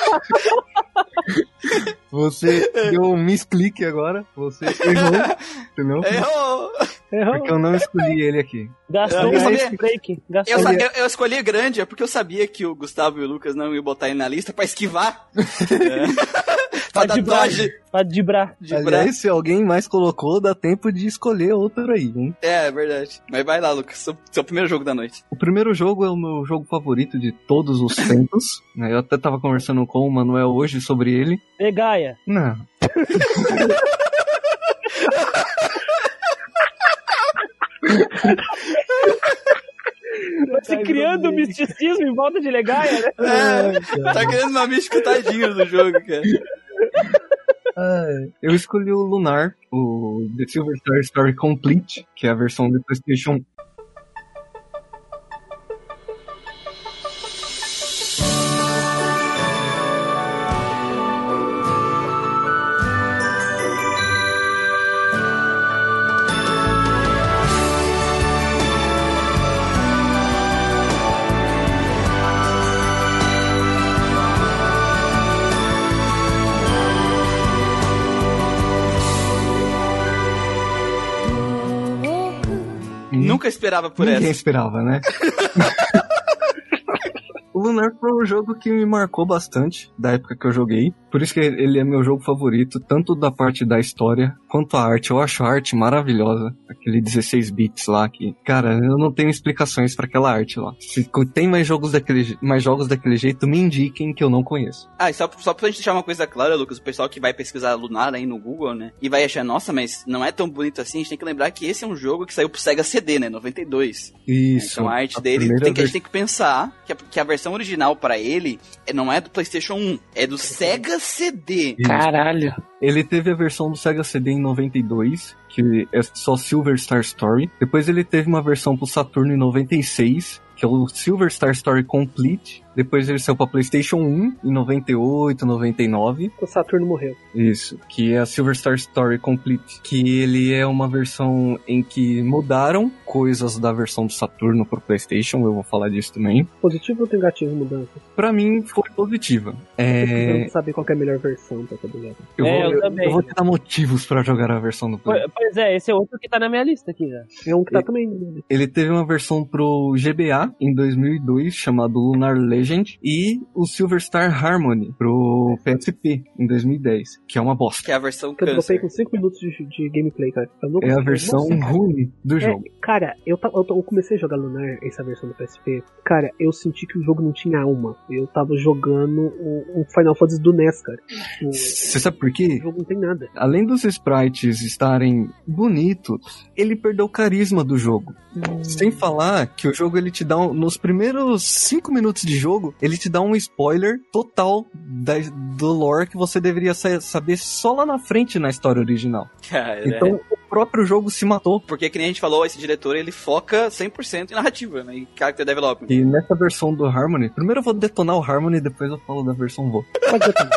Você deu um misclick agora. Você errou, entendeu? Errou! Porque eu não escolhi ele aqui. Gastou um break. Eu escolhi Grande porque eu sabia que o Gustavo e o Lucas não iam botar ele na lista pra esquivar. Pra dar dodge. Pra dibrar. Aliás, se alguém mais colocou, dá tempo de escolher outro aí, hein? É verdade. Mas vai lá, Lucas. Seu primeiro jogo da noite. O primeiro jogo é o meu jogo favorito de todos os tempos. Eu até tava conversando com o Manuel hoje sobre ele. Gaia. Não. Tá se criando misticismo em volta de Legaia, né? Tá criando uma mística tadinha do jogo, cara. Eu escolhi o Lunar, o The Silver Star Story Complete, que é a versão do PlayStation. Nunca esperava por essa. Ninguém esperava, né? O Lunar foi um jogo que me marcou bastante da época que eu joguei. Por isso que ele é meu jogo favorito, tanto da parte da história quanto a arte. Eu acho a arte maravilhosa. Aquele 16 bits lá que... Cara, eu não tenho explicações pra aquela arte lá. Se tem mais jogos daquele jeito, me indiquem que eu não conheço. E só pra gente deixar uma coisa clara, Lucas, o pessoal que vai pesquisar Lunar aí no Google, né? E vai achar, nossa, mas não é tão bonito assim. A gente tem que lembrar que esse é um jogo que saiu pro Sega CD, né? 92. Isso. Então a arte dele, a gente tem que pensar que a versão original pra ele não é do PlayStation 1, é do Sega CD. Caralho. Ele teve a versão do Sega CD em 92, que é só Silver Star Story. Depois ele teve uma versão pro Saturno em 96, que é o Silver Star Story Complete. Depois ele saiu pra PlayStation 1 em 98, 99. O Saturno morreu. Isso, que é a Silver Star Story Complete, que ele é uma versão em que mudaram coisas da versão do Saturno pro PlayStation, eu vou falar disso também. Positivo ou negativo mudança? Pra mim foi positiva. Eu saber qual que é a melhor versão pra poder jogar. Eu vou te dar motivos pra jogar a versão do Play. Pois é, esse é outro que tá na minha lista aqui já. É um que tá também. Ele teve uma versão pro GBA em 2002, chamado Lunar Legend, e o Silver Star Harmony pro PSP em 2010, que é uma bosta. Que é a versão que eu dropei com 5 minutos de gameplay, cara. É a versão ruim do jogo. Cara, eu comecei a jogar Lunar, essa versão do PSP. Cara, eu senti que o jogo não tinha alma. Eu tava jogando o Final Fantasy do NES, cara. Você sabe por quê? O jogo não tem nada. Além dos sprites estarem bonitos, ele perdeu o carisma do jogo. Sem falar que o jogo, ele te dá, nos primeiros 5 minutos de jogo, ele te dá um spoiler total do lore que você deveria saber só lá na frente na história original. Cara, então, o próprio jogo se matou. Porque, que nem a gente falou, esse diretor, ele foca 100% em narrativa, né? Em character development. E nessa versão do Harmony, primeiro eu vou detonar o Harmony, depois eu falo da versão Vô. Pode detonar.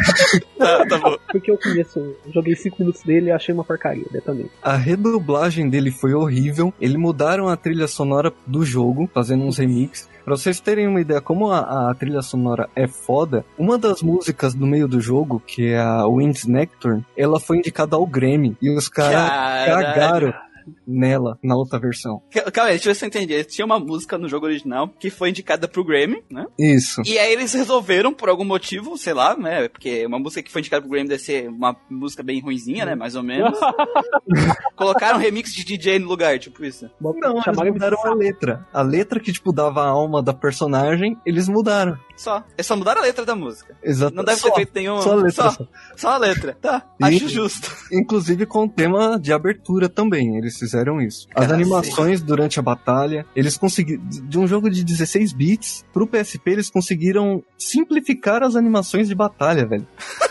Tá bom. Porque eu joguei 5 minutos dele e achei uma porcaria, detonei. A redublagem dele foi horrível. Eles mudaram a trilha sonora do jogo, fazendo uns remixes. Pra vocês terem uma ideia como a trilha sonora é foda, uma das músicas do meio do jogo, que é a Wind's Nectar, ela foi indicada ao Grammy. E os caras cagaram nela, na outra versão. Calma aí, deixa eu ver se eu entendi. Tinha uma música no jogo original que foi indicada pro Grammy, né? Isso. E aí eles resolveram, por algum motivo, sei lá, né? Porque uma música que foi indicada pro Grammy deve ser uma música bem ruinzinha, né? Mais ou menos. Colocaram um remix de DJ no lugar, tipo isso. Não, eles mudaram a letra. A letra que, tipo, dava a alma da personagem, eles mudaram. Só. Eles só mudaram a letra da música. Exato. Não deve ter feito nenhuma. Só a letra. Só a letra. Tá, acho justo. Inclusive com o tema de abertura também, eles fizeram isso. As animações durante a batalha, eles conseguiram, de um jogo de 16 bits, pro PSP eles conseguiram simplificar as animações de batalha, velho.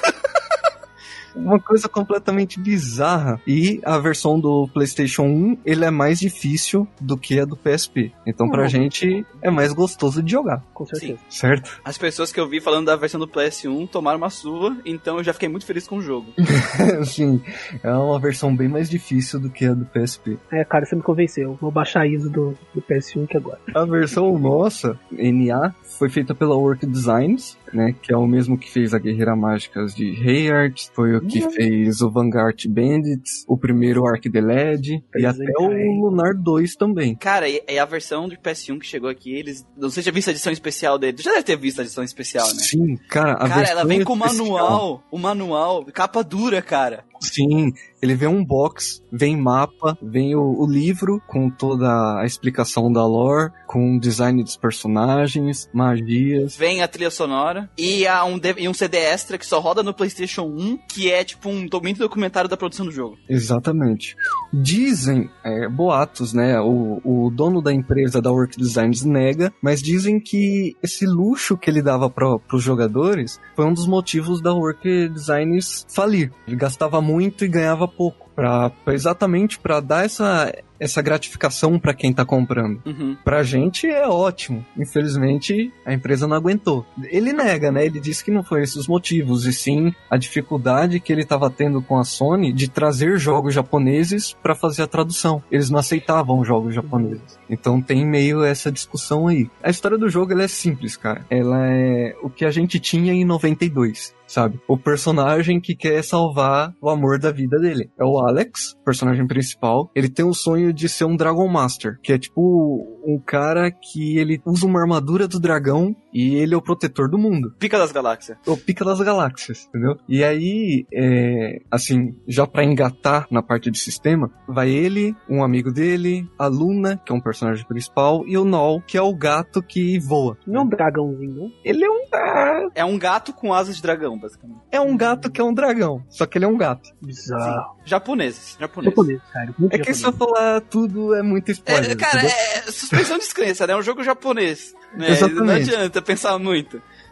Uma coisa completamente bizarra. E a versão do PlayStation 1, ele é mais difícil do que a do PSP. Então pra gente é mais gostoso de jogar. Com certeza. Sim. Certo? As pessoas que eu vi falando da versão do PS1 tomaram uma surra, então eu já fiquei muito feliz com o jogo. Sim, é uma versão bem mais difícil do que a do PSP. Cara, você me convenceu. Vou baixar a ISO do PS1 que agora. A versão nossa, NA, foi feita pela Orc Designs, né, que é o mesmo que fez a Guerreira Mágicas de Heart, foi o que fez o Vanguard Bandits, o primeiro Arc the Led, e até o Lunar 2 também. Cara, e a versão do PS1 que chegou aqui, eles... Não sei se já viu a edição especial dele. Já deve ter visto a edição especial, né? Sim, cara, ela vem com o manual, capa dura, cara. Sim, ele vem um box, vem mapa, vem o livro com toda a explicação da lore, com o design dos personagens, magias. Vem a trilha sonora e um CD extra que só roda no PlayStation 1, que é tipo um documentário da produção do jogo. Exatamente. Dizem, boatos, né, o dono da empresa da Orc Designs nega, mas dizem que esse luxo que ele dava pros jogadores foi um dos motivos da Orc Designs falir. Ele gastava muito e ganhava pouco, exatamente para dar essa gratificação para quem tá comprando. Pra gente é ótimo. Infelizmente, a empresa não aguentou. Ele nega, né? Ele disse que não foi esses os motivos, e sim a dificuldade que ele tava tendo com a Sony de trazer jogos japoneses para fazer a tradução. Eles não aceitavam jogos japoneses. Então tem meio essa discussão aí. A história do jogo, ela é simples, cara. Ela é o que a gente tinha em 92. Sabe? O personagem que quer salvar o amor da vida dele. É o Alex, personagem principal. Ele tem o sonho de ser um Dragon Master, que é tipo um cara que ele usa uma armadura do dragão e ele é o protetor do mundo. Pica das galáxias. O pica das galáxias, entendeu? E aí, assim, já pra engatar na parte de sistema, vai ele, um amigo dele, a Luna, que é um personagem principal, e o Null, que é o gato que voa. Não é um dragãozinho, não? Ele é um... É um gato com asas de dragão, basicamente. É um gato que é um dragão, só que ele é um gato. Bizarro. Japoneses, cara. Muito que se eu falar tudo é muito spoiler. Cara, suspensão de descrença, né? É um jogo japonês. Né? Exatamente. Não adianta pensar muito.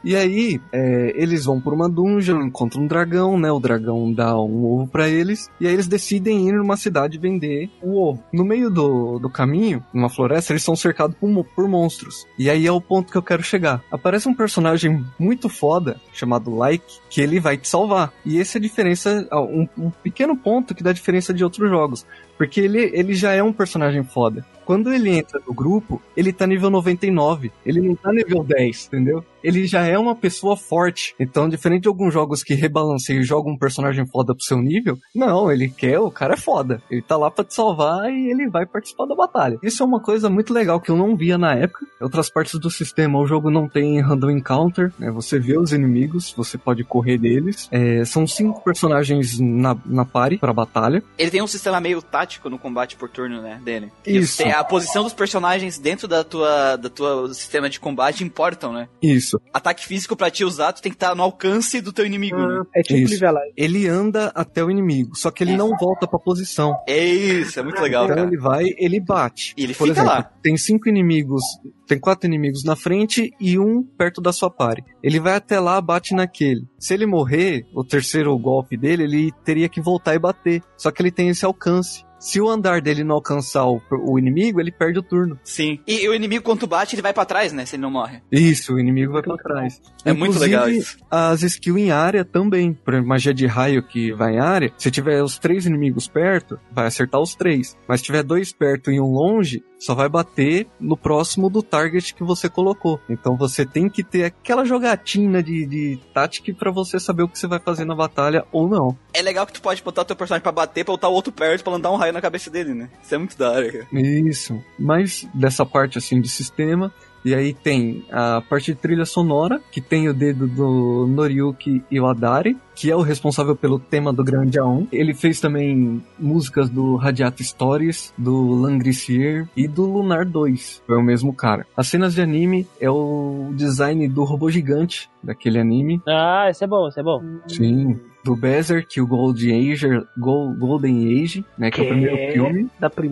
E aí, eles vão por uma dungeon, encontram um dragão, né? O dragão dá um ovo pra eles, e aí eles decidem ir numa cidade vender o ovo. No meio do caminho, numa floresta, eles são cercados por monstros. E aí é o ponto que eu quero chegar. Aparece um personagem muito foda, chamado Like, que ele vai te salvar. E essa é a diferença, um pequeno ponto que dá diferença de outros jogos. Porque ele já é um personagem foda. Quando ele entra no grupo, ele tá nível 99. Ele não tá nível 10, entendeu? Ele já é uma pessoa forte. Então, diferente de alguns jogos que rebalanceiam e jogam um personagem foda pro seu nível, não, o cara é foda. Ele tá lá pra te salvar e ele vai participar da batalha. Isso é uma coisa muito legal que eu não via na época. Em outras partes do sistema, o jogo não tem random encounter, né? Você vê os inimigos, você pode correr deles. São 5 personagens na party pra batalha. Ele tem um sistema meio tático no combate por turno, né, dele. Isso. Tem a posição dos personagens dentro da tua sistema de combate importam, né? Isso. Ataque físico pra te usar, tu tem que estar no alcance do teu inimigo, né? É tipo nivelagem. Ele anda até o inimigo, só que ele não volta pra posição. É isso, é muito legal, então cara. Ele bate. E ele Por fica exemplo, lá. Tem 5 inimigos, tem 4 inimigos na frente e um perto da sua party. Ele vai até lá, bate naquele. Se ele morrer, o terceiro golpe dele, ele teria que voltar e bater. Só que ele tem esse alcance. Se o andar dele não alcançar o inimigo, ele perde o turno. Sim. E o inimigo, quando tu bate, ele vai pra trás, né? Se ele não morre. Isso, o inimigo vai pra trás. É muito legal isso. As skills em área também. Por exemplo, magia de raio que vai em área. Se tiver os 3 inimigos perto, vai acertar os 3. Mas se tiver 2 perto e um longe, só vai bater no próximo do target que você colocou. Então você tem que ter aquela jogatina de tática pra você saber o que você vai fazer na batalha ou não. É legal que tu pode botar o teu personagem pra bater, pra botar o outro perto, pra lançar um raio na cabeça dele, né? Isso é muito da hora, cara. Isso. Mas dessa parte assim de sistema... E aí tem a parte de trilha sonora, que tem o dedo do Noriyuki Iwadare, que é o responsável pelo tema do Grande A1. Ele fez também músicas do Radiato Stories, do Langrisser e do Lunar 2. Foi o mesmo cara. As cenas de anime é o design do robô gigante daquele anime. Ah, esse é bom, esse é bom. Sim. Do Berserk, o Golden Age, né, que é o primeiro filme.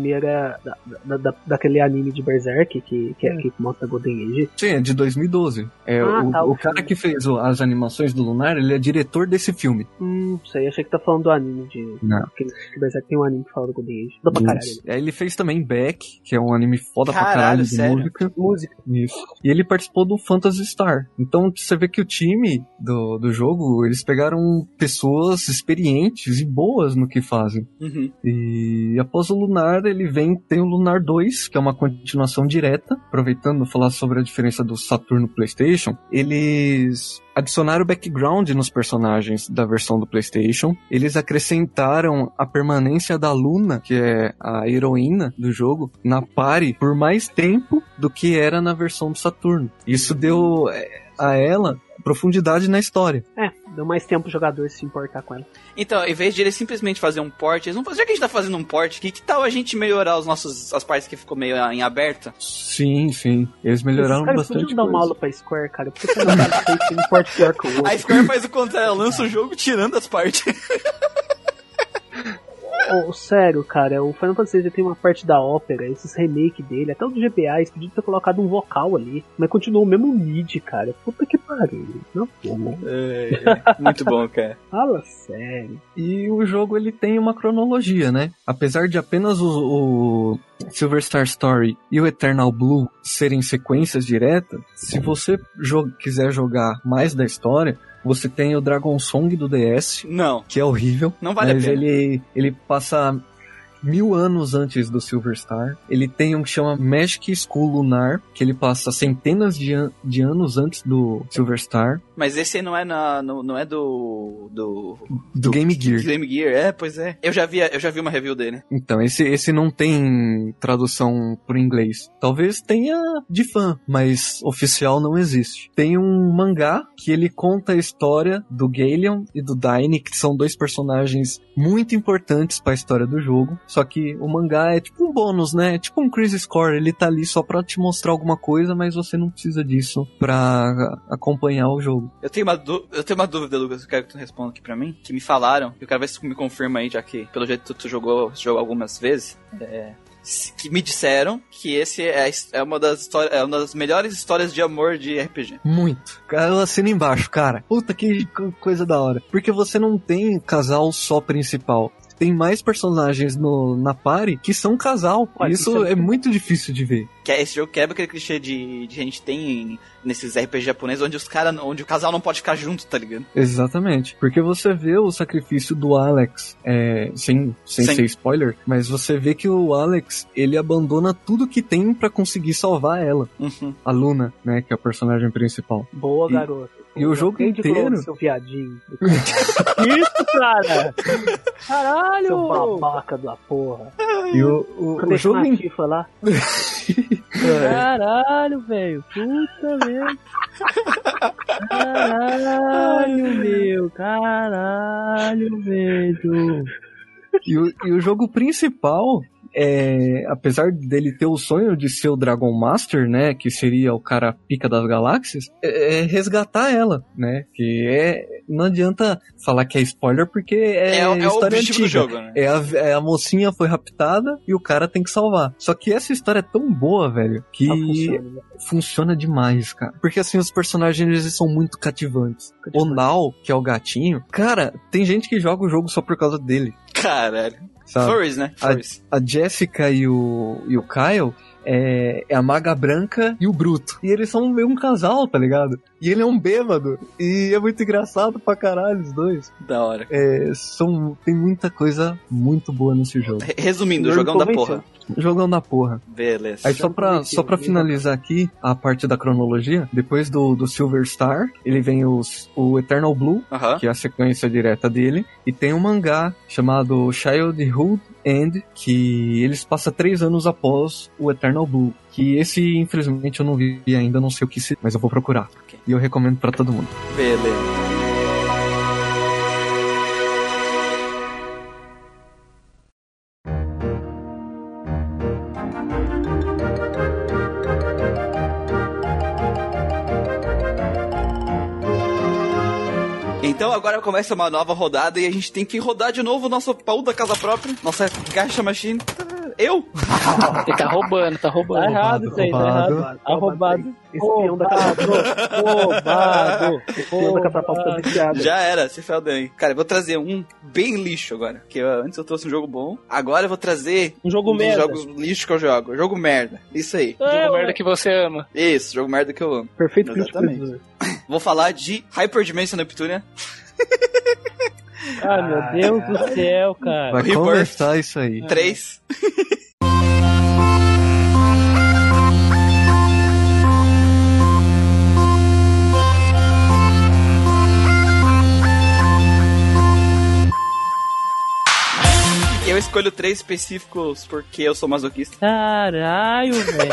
Daquele anime de Berserk que mostra Golden Age. Sim, é de 2012. O cara que fez as animações do Lunar, ele é diretor desse filme. Sei, achei que tá falando do anime de... Não. Que Berserk tem um anime que fala do Golden Age. Dá pra caralho. Aí ele fez também Beck, que é um anime foda pra caralho de música. Isso. E ele participou do Phantasy Star. Então você vê que o time do jogo, eles pegaram pessoas experientes e boas no que fazem. Uhum. E após o Lunar, tem o Lunar 2, que é uma continuação direta. Aproveitando falar sobre a diferença do Saturno PlayStation, eles adicionaram background nos personagens da versão do PlayStation. Eles acrescentaram a permanência da Luna, que é a heroína do jogo, na party por mais tempo do que era na versão do Saturno. Isso deu a ela profundidade na história. Deu mais tempo o jogador se importar com ela. Então, em vez de eles simplesmente fazer um port, eles vão fazer, já que a gente tá fazendo um port, que tal a gente melhorar as partes que ficou meio em aberta? Sim. Eles melhoraram bastante coisa. Dar uma aula pra Square, cara. Por que você não fez um port pior que o outro? A Square faz o contrário, ela lança o jogo tirando as partes. Sério, cara, o Final Fantasy já tem uma parte da ópera, esses remake dele, até o do GBA, eles podiam ter colocado um vocal ali, mas continuou o mesmo mid, cara. Puta que pariu. Não, muito bom, cara. Fala sério. E o jogo, ele tem uma cronologia, né? Apesar de apenas o Silver Star Story e o Eternal Blue serem sequências diretas, se você quiser jogar mais da história, você tem o Dragon Song do DS. Não. Que é horrível. Não vale a pena. Mas ele passa 1000 anos antes do Silver Star. Ele tem um que chama Magic School Lunar, que ele passa centenas de anos antes do Silver Star. Mas esse não é não é do Game Gear. Game Gear, pois é. Eu já vi uma review dele. Então, esse não tem tradução por inglês. Talvez tenha de fã, mas oficial não existe. Tem um mangá que ele conta a história do Galeon e do Daini, que são 2 personagens muito importantes para a história do jogo. Só que o mangá é tipo um bônus, né? É tipo um Crisis Core. Ele tá ali só pra te mostrar alguma coisa, mas você não precisa disso pra acompanhar o jogo. Eu tenho uma dúvida, Lucas, eu quero que tu responda aqui pra mim. Que me falaram, eu quero ver se tu me confirma aí, já que pelo jeito tu jogou algumas vezes. que me disseram que esse é uma das melhores histórias de amor de RPG. Muito. Eu assino embaixo, cara. Puta, que coisa da hora. Porque você não tem casal só principal. Tem mais personagens na party que são casal. Olha, isso é muito difícil de ver. Esse jogo quebra aquele clichê de a gente tem nesses RPG japoneses onde o casal não pode ficar junto, tá ligado? Exatamente. Porque você vê o sacrifício do Alex, sem ser spoiler, mas você vê que o Alex, ele abandona tudo que tem pra conseguir salvar ela. Uhum. A Luna, né, que é a personagem principal. Boa, garoto. E o jogo inteiro... Seu viadinho. Isso, cara! Caralho! Seu babaca da porra. E o jogo inteiro lá. Caralho, velho. Puta merda. Caralho, velho. E o jogo principal... apesar dele ter o sonho de ser o Dragon Master, né, que seria o cara pica das galáxias, é resgatar ela, né, não adianta falar que é spoiler porque é história antiga. Do jogo, né? A mocinha foi raptada e o cara tem que salvar. Só que essa história é tão boa, velho, que funciona demais, cara. Porque assim, os personagens eles são muito cativantes. O Nao, que é o gatinho, cara, tem gente que joga o jogo só por causa dele. Caralho. Furries, né? Furries. A Jessica e o Kyle é a maga branca e o bruto. E eles são meio um casal, tá ligado? E ele é um bêbado. E é muito engraçado pra caralho os dois. Da hora. Tem muita coisa muito boa nesse jogo. Resumindo, jogão da porra. Jogão da porra. Beleza. Aí só pra finalizar aqui a parte da cronologia, depois do Silver Star, ele vem o Eternal Blue, que é a sequência direta dele, e tem um mangá chamado Childhood End, que eles passam 3 anos após o Eternal Blue. Que esse, infelizmente, eu não vi ainda, não sei o que se... mas eu vou procurar. Okay. E eu recomendo pra todo mundo. Beleza. Então agora começa uma nova rodada e a gente tem que rodar de novo o nosso baú da casa própria, nossa Gacha Machine. Eu? Ele tá roubando. Tá errado isso aí, tá errado. Tá roubado. Espião da roubado. Espião da catapulta viciada. Já era, se fodeu aí. Cara, eu vou trazer um bem lixo agora. Porque antes eu trouxe um jogo bom. Agora eu vou trazer um jogo merda. Jogos lixo que eu jogo. Jogo merda. Isso aí. Jogo merda que você ama. Isso, jogo merda que eu amo. Perfeito. Exatamente. Vou falar de Hyperdimension Neptunia. Ah, meu Deus do céu, cara. Vai começar isso aí. 3. Eu escolho 3 específicos porque eu sou masoquista. Caralho, velho.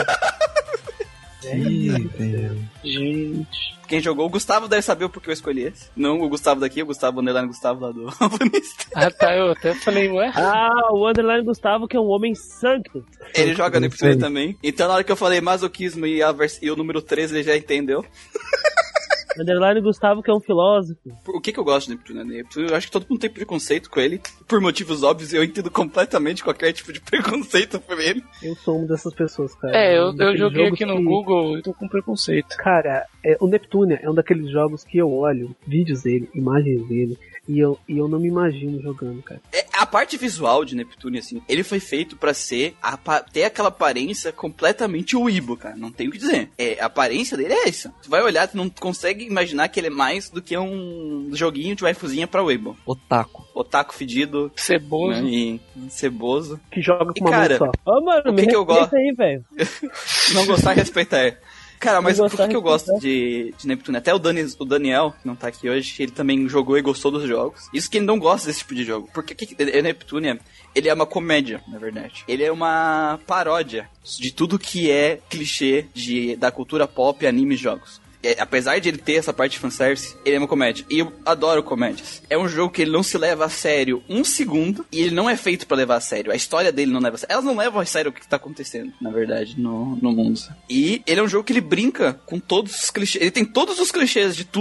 Gente. Quem jogou, o Gustavo deve saber o porquê eu escolhi esse. Não o Gustavo daqui, o Gustavo Underline Gustavo lá do Alvanista. Ah, tá, eu até falei, ué? Ah, o Underline Gustavo, que é um homem santo. Ele joga Neptunia também. Então na hora que eu falei masoquismo e o número 3, ele já entendeu. Underline Gustavo, que é um filósofo. O que eu gosto de Neptunia? Eu acho que todo mundo tem preconceito com ele. Por motivos óbvios, eu entendo completamente qualquer tipo de preconceito por ele. Eu sou uma dessas pessoas, cara. Eu joguei aqui no Google e tô com preconceito. Cara, o Neptunia é um daqueles jogos que eu olho vídeos dele, imagens dele, e eu não me imagino jogando, cara. A parte visual de Neptunia, assim, ele foi feito pra ter aquela aparência completamente Weibo, cara. Não tem o que dizer. A aparência dele é essa. Tu vai olhar, tu não consegue imaginar que ele é mais do que um joguinho de waifuzinha pra Weibo. Otaku fedido. Ceboso. Né, e ceboso. Que joga com uma mão só. Ô, mano, o que eu gosto aí, velho. Não gostar e respeitar. Cara, mas por que eu gosto de Neptunia? Até o Daniel, que não tá aqui hoje, ele também jogou e gostou dos jogos. Isso que ele não gosta desse tipo de jogo. Porque Neptunia, ele é uma comédia, na verdade. Ele é uma paródia de tudo que é clichê da cultura pop, anime e jogos. Apesar de ele ter essa parte de fanservice, ele é uma comédia. E eu adoro comédias. É um jogo que ele não se leva a sério um segundo. E ele não é feito pra levar a sério. A história dele não leva a sério. Elas não levam a sério o que tá acontecendo, na verdade, no mundo. E ele é um jogo que ele brinca com todos os clichês. Ele tem todos os clichês de tudo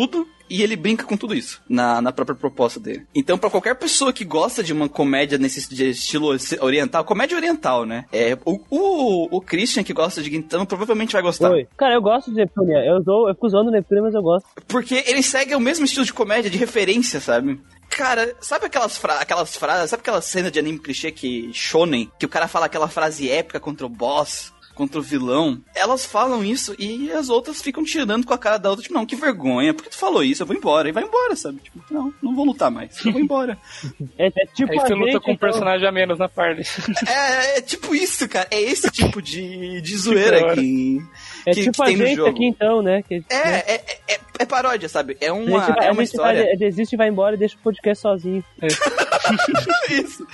E ele brinca com tudo isso na própria proposta dele. Então, pra qualquer pessoa que gosta de uma comédia nesse estilo oriental, comédia oriental, né? O Christian, que gosta de Gintama, provavelmente vai gostar. Oi. Cara, eu gosto de Neptunia. Eu fico usando Neptunia, mas eu gosto. Porque ele segue o mesmo estilo de comédia, de referência, sabe? Cara, sabe aquelas frases, sabe aquela cena de anime clichê que shonen, que o cara fala aquela frase épica contra o boss, contra o vilão? Elas falam isso e as outras ficam tirando com a cara da outra, tipo, não, que vergonha, por que tu falou isso? Eu vou embora. E vai embora, sabe? Tipo, não vou lutar mais, eu vou embora. Tipo aí você luta com um personagem a menos na party. É tipo isso, cara. É esse tipo de zoeira que tipo a gente aqui então, né? É paródia, sabe? É uma história. Desiste e vai embora e deixa o podcast sozinho. Isso.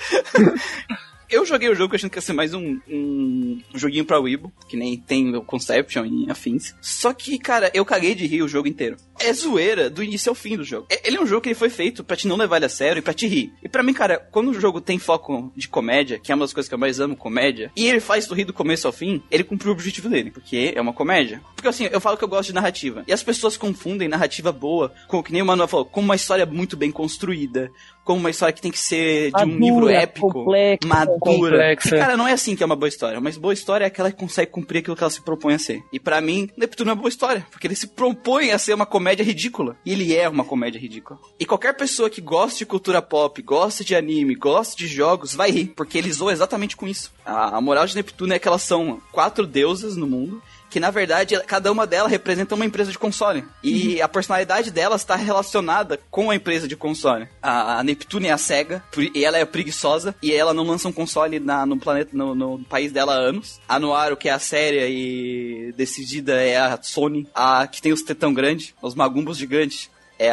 Eu joguei o jogo achando que ia ser mais um joguinho pra Weibo, que nem tem o Conception e afins. Só que, cara, eu caguei de rir o jogo inteiro. É zoeira do início ao fim do jogo. Ele é um jogo que ele foi feito pra te não levar ele a sério e pra te rir. E pra mim, cara, quando o jogo tem foco de comédia, que é uma das coisas que eu mais amo, comédia, e ele faz tu rir do começo ao fim, ele cumpriu o objetivo dele, porque é uma comédia. Porque assim, eu falo que eu gosto de narrativa. E as pessoas confundem narrativa boa com, que nem o Manuel falou, com uma história muito bem construída, como uma história que tem que ser de um livro épico, madura. Cara, não é assim que é uma boa história. Uma boa história é aquela que consegue cumprir aquilo que ela se propõe a ser. E pra mim, Neptuno é uma boa história, porque ele se propõe a ser uma comédia ridícula. E ele é uma comédia ridícula. E qualquer pessoa que gosta de cultura pop, gosta de anime, gosta de jogos, vai rir, porque ele zoa exatamente com isso. A moral de Neptuno é que elas são 4 deusas no mundo, que na verdade cada uma delas representa uma empresa de console. E a personalidade delas está relacionada com a empresa de console. A Neptune é a SEGA, e ela é preguiçosa, e ela não lança um console no planeta, no país dela há anos. A Noaro, que é a séria e decidida, é a Sony. A que tem os tetão grandes, os magumbos gigantes, é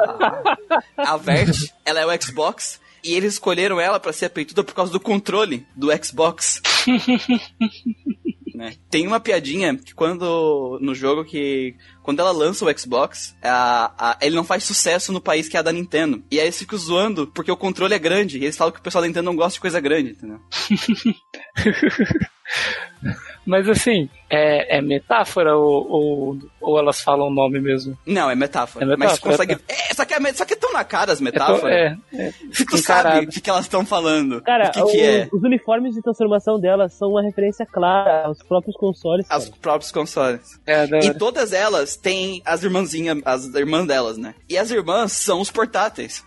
a Vert. Ela é o Xbox. E eles escolheram ela pra ser a peituda por causa do controle do Xbox. Né? Tem uma piadinha que no jogo que quando ela lança o Xbox, ele não faz sucesso no país que é a da Nintendo. E aí eles ficam zoando porque o controle é grande. E eles falam que o pessoal da Nintendo não gosta de coisa grande, entendeu? Mas assim, é metáfora ou elas falam o nome mesmo? Não, é metáfora. Mas você consegue... Só que é tão na cara as metáforas. Tu sabe o que elas estão falando. Cara, o que é. Os uniformes de transformação delas são uma referência clara aos próprios consoles. Aos próprios consoles. E todas elas têm as irmãs delas, né? E as irmãs são os portáteis.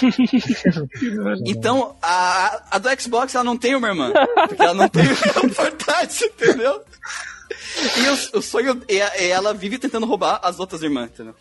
Então, a do Xbox, ela não tem uma irmã. Porque ela não tem um portátil, entendeu? E o sonho... ela vive tentando roubar as outras irmãs, entendeu?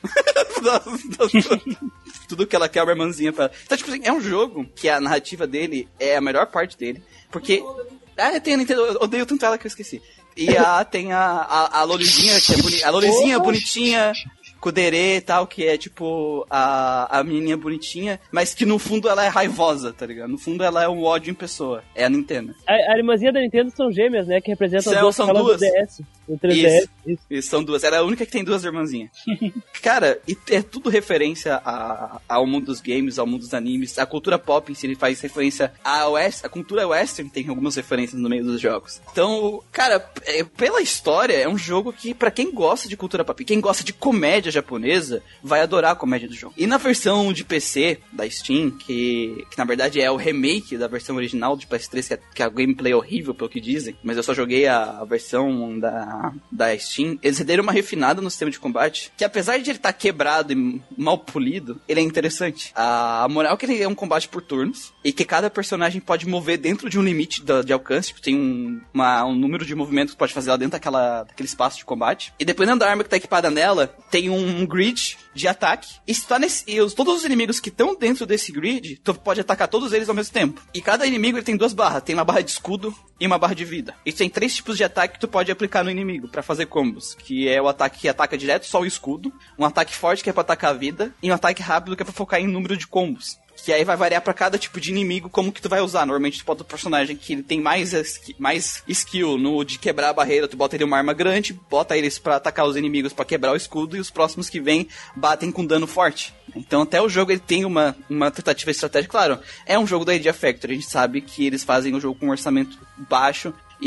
Tudo que ela quer é uma irmãzinha pra ela. Então, tipo assim, é um jogo que a narrativa dele é a melhor parte dele. Porque... tem a Nintendo... Eu odeio tanto ela que eu esqueci. E tem a Lolizinha, que é bonita. A Lolizinha bonitinha... Kudere e tal, que é tipo a menininha bonitinha, mas que no fundo ela é raivosa, tá ligado? No fundo ela é um ódio em pessoa. É a Nintendo. A irmãzinha da Nintendo são gêmeas, né? Que representam são duas. Do DS. O 3DS. Isso, são duas. Ela é a única que tem duas irmãzinhas. Cara, e é tudo referência ao mundo dos games, ao mundo dos animes. A cultura pop em si, ele faz referência a cultura western, tem algumas referências no meio dos jogos. Então, cara, pela história, é um jogo que, pra quem gosta de cultura pop, quem gosta de comédia japonesa, vai adorar a comédia do jogo. E na versão de PC da Steam, que na verdade é o remake da versão original de PS3, que a gameplay é horrível, pelo que dizem, mas eu só joguei a versão da Steam, eles deram uma refinada no sistema de combate, que apesar de ele estar quebrado e mal polido, ele é interessante. A moral é que ele é um combate por turnos, e que cada personagem pode mover dentro de um limite de alcance, tipo, tem um número de movimentos que pode fazer lá dentro daquele espaço de combate, e dependendo da arma que tá equipada nela, tem um grid de ataque. E todos os inimigos que estão dentro desse grid, tu pode atacar todos eles ao mesmo tempo. E cada inimigo ele tem 2 barras. Tem uma barra de escudo e uma barra de vida. E tem 3 tipos de ataque que tu pode aplicar no inimigo pra fazer combos. Que é o ataque que ataca direto só o escudo, um ataque forte que é pra atacar a vida, e um ataque rápido que é pra focar em número de combos. Que aí vai variar pra cada tipo de inimigo como que tu vai usar. Normalmente tu bota o personagem que ele tem mais skill no de quebrar a barreira, tu bota ele uma arma grande, bota eles pra atacar os inimigos pra quebrar o escudo, e os próximos que vêm batem com dano forte. Então até o jogo ele tem uma tentativa estratégica. Claro, é um jogo da Idea Factory, a gente sabe que eles fazem o jogo com um orçamento baixo e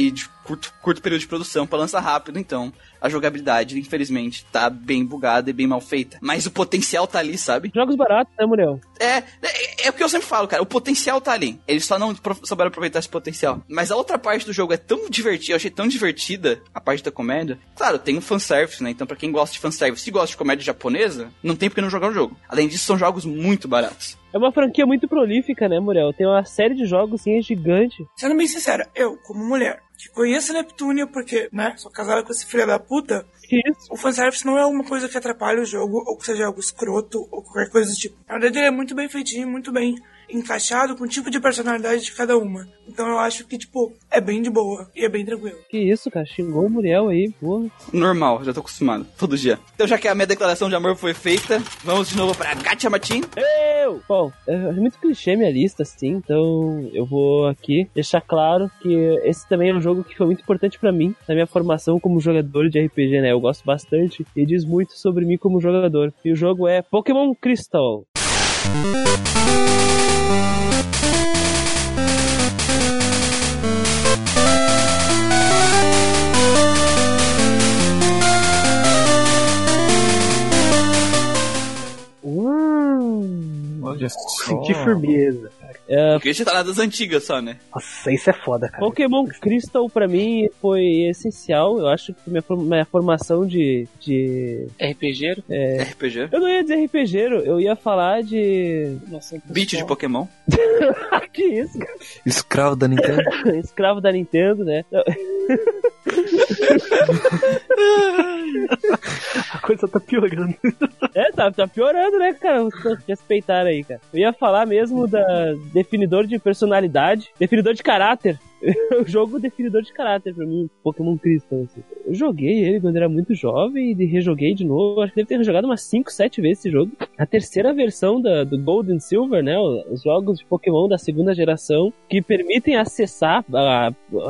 curto período de produção pra lançar rápido, então a jogabilidade, infelizmente, tá bem bugada e bem mal feita. Mas o potencial tá ali, sabe? Jogos baratos, né, Muriel? É o que eu sempre falo, cara. O potencial tá ali. Eles só não souberam aproveitar esse potencial. Mas a outra parte do jogo é tão divertida, eu achei tão divertida, a parte da comédia. Claro, tem um fanservice, né? Então pra quem gosta de fanservice e gosta de comédia japonesa, não tem porque não jogar o jogo. Além disso, são jogos muito baratos. É uma franquia muito prolífica, né, Muriel? Tem uma série de jogos, assim, gigante. Sendo bem sincero, eu, como mulher, que conheço a Neptunia porque, né, sou casada com esse filho da puta, isso. O fanservice não é uma coisa que atrapalha o jogo, ou que seja algo escroto, ou qualquer coisa do tipo. Na verdade, ele é muito bem feitinho, muito bem encaixado com o tipo de personalidade de cada uma. Então eu acho que, tipo, é bem de boa e é bem tranquilo. Que isso, cara? Xingou o Muriel aí, porra. Normal, já tô acostumado. Todo dia. Então, já que a minha declaração de amor foi feita, vamos de novo pra Gacha Matin. Bom, é muito clichê minha lista, assim, então eu vou aqui deixar claro que esse também é um jogo que foi muito importante pra mim, na minha formação como jogador de RPG, né? Eu gosto bastante e diz muito sobre mim como jogador. E o jogo é Pokémon Crystal. Olha só. Senti firmeza, cara. Porque você tá lá das antigas só, né? Nossa, isso é foda, cara. Pokémon Crystal pra mim foi essencial. Eu acho que minha formação de RPGero? RPG? Eu não ia dizer RPGero, eu ia falar de... Nossa, Beat de Pokémon? Que isso, cara? Escravo da Nintendo. Escravo da Nintendo, né? A coisa tá piorando. Tá piorando, né, cara? Respeitar aí, cara. Eu ia falar mesmo da definidor de personalidade, definidor de caráter. O jogo definidor de caráter pra mim, Pokémon Crystal, assim. Eu joguei ele quando era muito jovem e rejoguei de novo. Acho que deve ter jogado umas 5, 7 vezes esse jogo. A terceira versão do Gold and Silver, né? Os jogos de Pokémon da segunda geração que permitem acessar a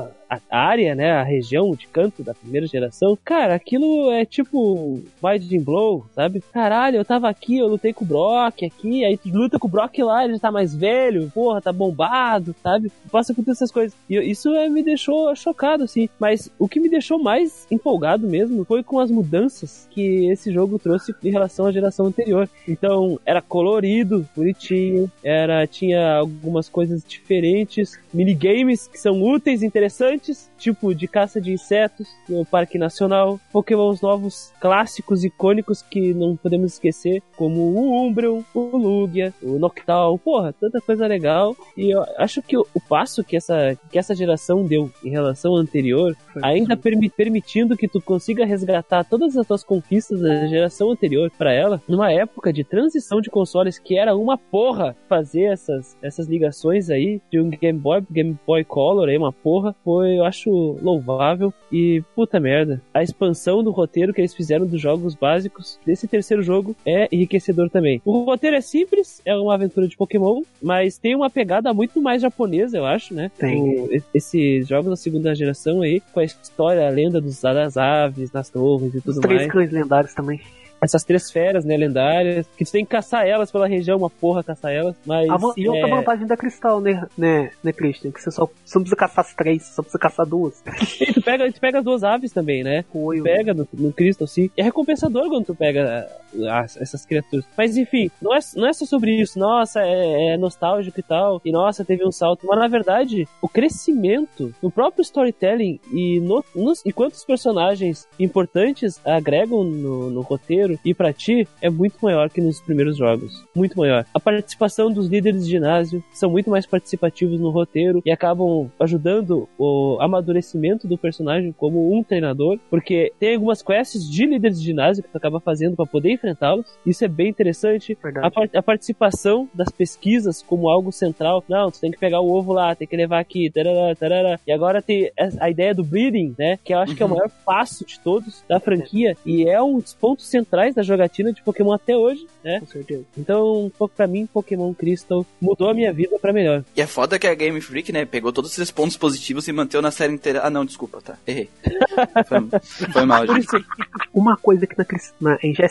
área, né, a região de canto da primeira geração, cara, aquilo é tipo Mind Blow, sabe? Caralho, eu tava aqui, eu lutei com o Brock aqui, aí tu luta com o Brock lá, ele tá mais velho, porra, tá bombado, sabe? Passa por todas essas coisas. E isso me deixou chocado, assim. Mas o que me deixou mais empolgado mesmo foi com as mudanças que esse jogo trouxe em relação à geração anterior. Então, era colorido, bonitinho, tinha algumas coisas diferentes, minigames que são úteis, interessantes, tipo de caça de insetos no Parque Nacional, Pokémons novos clássicos, icônicos que não podemos esquecer, como o Umbreon, o Lugia, o Noctowl, porra, tanta coisa legal. E eu acho que o passo que essa geração deu em relação à anterior, ainda permitindo que tu consiga resgatar todas as tuas conquistas da geração anterior pra ela, numa época de transição de consoles que era uma porra fazer essas ligações aí de um Game Boy Color aí, uma porra, eu acho louvável. E puta merda, a expansão do roteiro que eles fizeram dos jogos básicos desse terceiro jogo é enriquecedor também. O roteiro é simples, é uma aventura de Pokémon, mas tem uma pegada muito mais japonesa, eu acho, né? Tem. Esses jogos da segunda geração aí, com a história, a lenda das aves, das torres e tudo mais. Os 3 cães lendários também. Essas 3 feras, né, lendárias, que tu tem que caçar elas pela região, uma porra caçar elas, mas... E outra vantagem da Cristal, né, Christian? Que você só não precisa caçar as 3, só precisa caçar 2. E tu pega as 2 aves também, né? Tu pega no Crystal, sim. E é recompensador quando tu pega essas criaturas. Mas enfim, não é só sobre isso. Nossa, é nostálgico e tal. E nossa, teve um salto. Mas na verdade, o crescimento no próprio storytelling e quantos personagens importantes agregam no roteiro e pra ti é muito maior que nos primeiros jogos. Muito maior. A participação dos líderes de ginásio são muito mais participativos no roteiro e acabam ajudando o amadurecimento do personagem como um treinador, porque tem algumas quests de líderes de ginásio que tu acaba fazendo pra poder enfrentá-los. Isso é bem interessante. A participação das pesquisas como algo central. Não, tu tem que pegar o ovo lá, tem que levar aqui, tarará, tarará. E agora tem a ideia do breeding, né, que eu acho que é o maior passo de todos da franquia e é um dos pontos centrais da jogatina de Pokémon até hoje, né? Com certeza. Então, pra mim, Pokémon Crystal mudou a minha vida pra melhor. E é foda que a Game Freak, né, pegou todos esses pontos positivos e manteve na série inteira. Ah, não, desculpa, tá. Errei. Foi mal, gente. Uma coisa que em GSC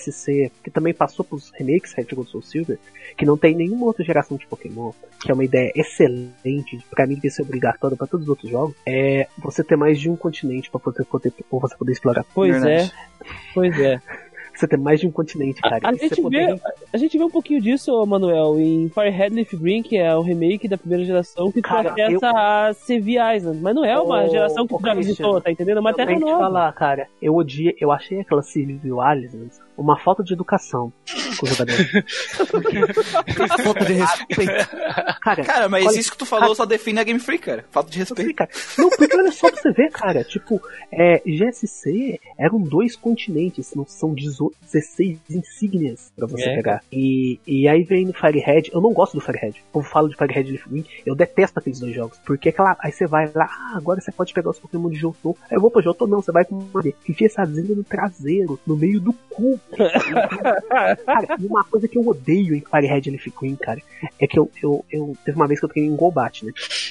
ideia, que também passou pros remakes Red Gold Soul Silver, que não tem nenhuma outra geração de Pokémon, que é uma ideia excelente, pra mim devia ser obrigatória pra todos os outros jogos, é você ter mais de um continente pra você poder explorar. Pois é. Você ter mais de um continente, cara. A gente vê um pouquinho disso, Manuel, em Firehead Leaf Green, que é o remake da primeira geração, que começa a Seville Island. Mas não é uma geração que tu já visitou, tá entendendo? É uma terra nova. Falar, cara, eu achei aquela Seville Island uma falta de educação com o jogador. Falta de respeito. Cara, mas olha, isso que tu falou só define a Game Freak, cara. Falta de respeito. Cara. Não, porque olha só pra você ver, cara. Tipo, GSC eram 2 continentes, não são 16 insígnias pra você pegar. E aí vem no Firehead. Eu não gosto do Firehead. O povo fala de Firehead Leaf Green. Eu detesto aqueles 2 jogos. Porque aí você vai lá, agora você pode pegar os Pokémon de Johto. Aí eu vou pra Johto, não, você vai com uma enfia essa zinha no traseiro, no meio do cu. Cara, e uma coisa que eu odeio em Firehead Leaf Green, cara, é que eu teve uma vez que eu treinei em Golbat, né?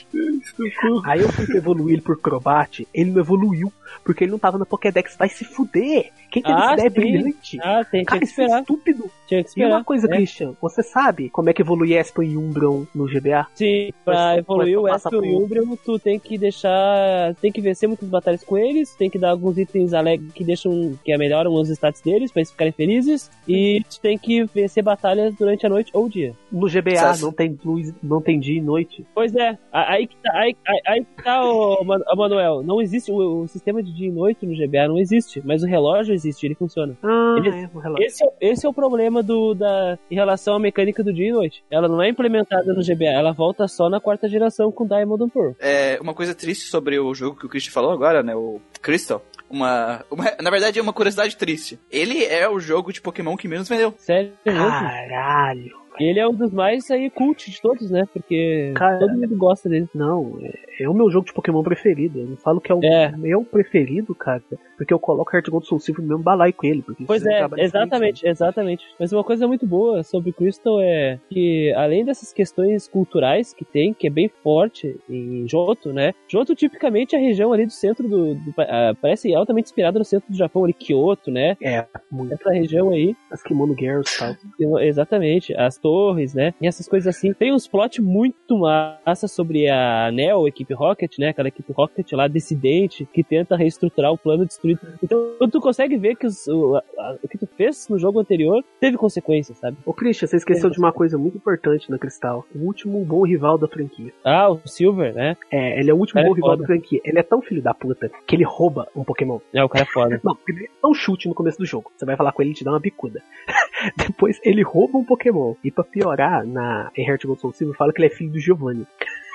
Aí eu fui evoluir ele por Crobat, ele não evoluiu, porque ele não tava na Pokédex. Vai se fuder! Quem teve essa ideia brilhante? Cara, isso é estúpido. E uma coisa, Christian, você sabe como é que evolui Espon e Umbreon no GBA? Sim, pra evoluir o Espon e Umbreon, tu tem que vencer muitas batalhas com eles, tem que dar alguns itens que melhoram os stats deles, pra eles ficarem felizes, e tu tem que vencer batalhas durante a noite ou o dia. No GBA não tem luz, não tem dia e noite. Pois é, aí que tá, Manuel, não existe o sistema de dia e noite no GBA, não existe, mas o relógio existe, ele funciona. O relógio. Esse é o problema em relação à mecânica do dia e noite. Ela não é implementada no GBA, ela volta só na 4ª geração com Diamond and Pearl. Uma coisa triste sobre o jogo que o Christian falou agora, né, o Crystal. Na verdade é uma curiosidade triste. Ele é o jogo de Pokémon que menos vendeu. Sério? Caralho. Ele é um dos mais cult de todos, né? Porque todo mundo gosta dele. Não, é o meu jogo de Pokémon preferido. Eu não falo que é o meu preferido, cara, porque eu coloco Heart Gold Soul Silver no mesmo balaio com ele. Pois é, exatamente. Mas uma coisa muito boa sobre Crystal é que, além dessas questões culturais que tem, que é bem forte em Johto, né? Johto, tipicamente, é a região ali do centro parece altamente inspirada no centro do Japão, ali, Kyoto, né? Muito. Essa região aí. As Kimono Girls e tal. Exatamente. As torres, né? E essas coisas assim. Tem uns plot muito massa sobre a Neo, equipe Rocket, né? Aquela equipe Rocket lá, dissidente, que tenta reestruturar o plano destruído. Então, tu consegue ver que o que tu fez no jogo anterior teve consequências, sabe? Ô, Christian, você esqueceu de uma coisa muito importante na Cristal. O último bom rival da franquia. O Silver, né? Ele é o último bom rival da franquia. Ele é tão filho da puta que ele rouba um Pokémon. O cara é foda. Não, ele dá um chute no começo do jogo. Você vai falar com ele e te dá uma bicuda. Depois ele rouba um Pokémon. E pra piorar, em Heart Gold Soul Silver, fala que ele é filho do Giovanni.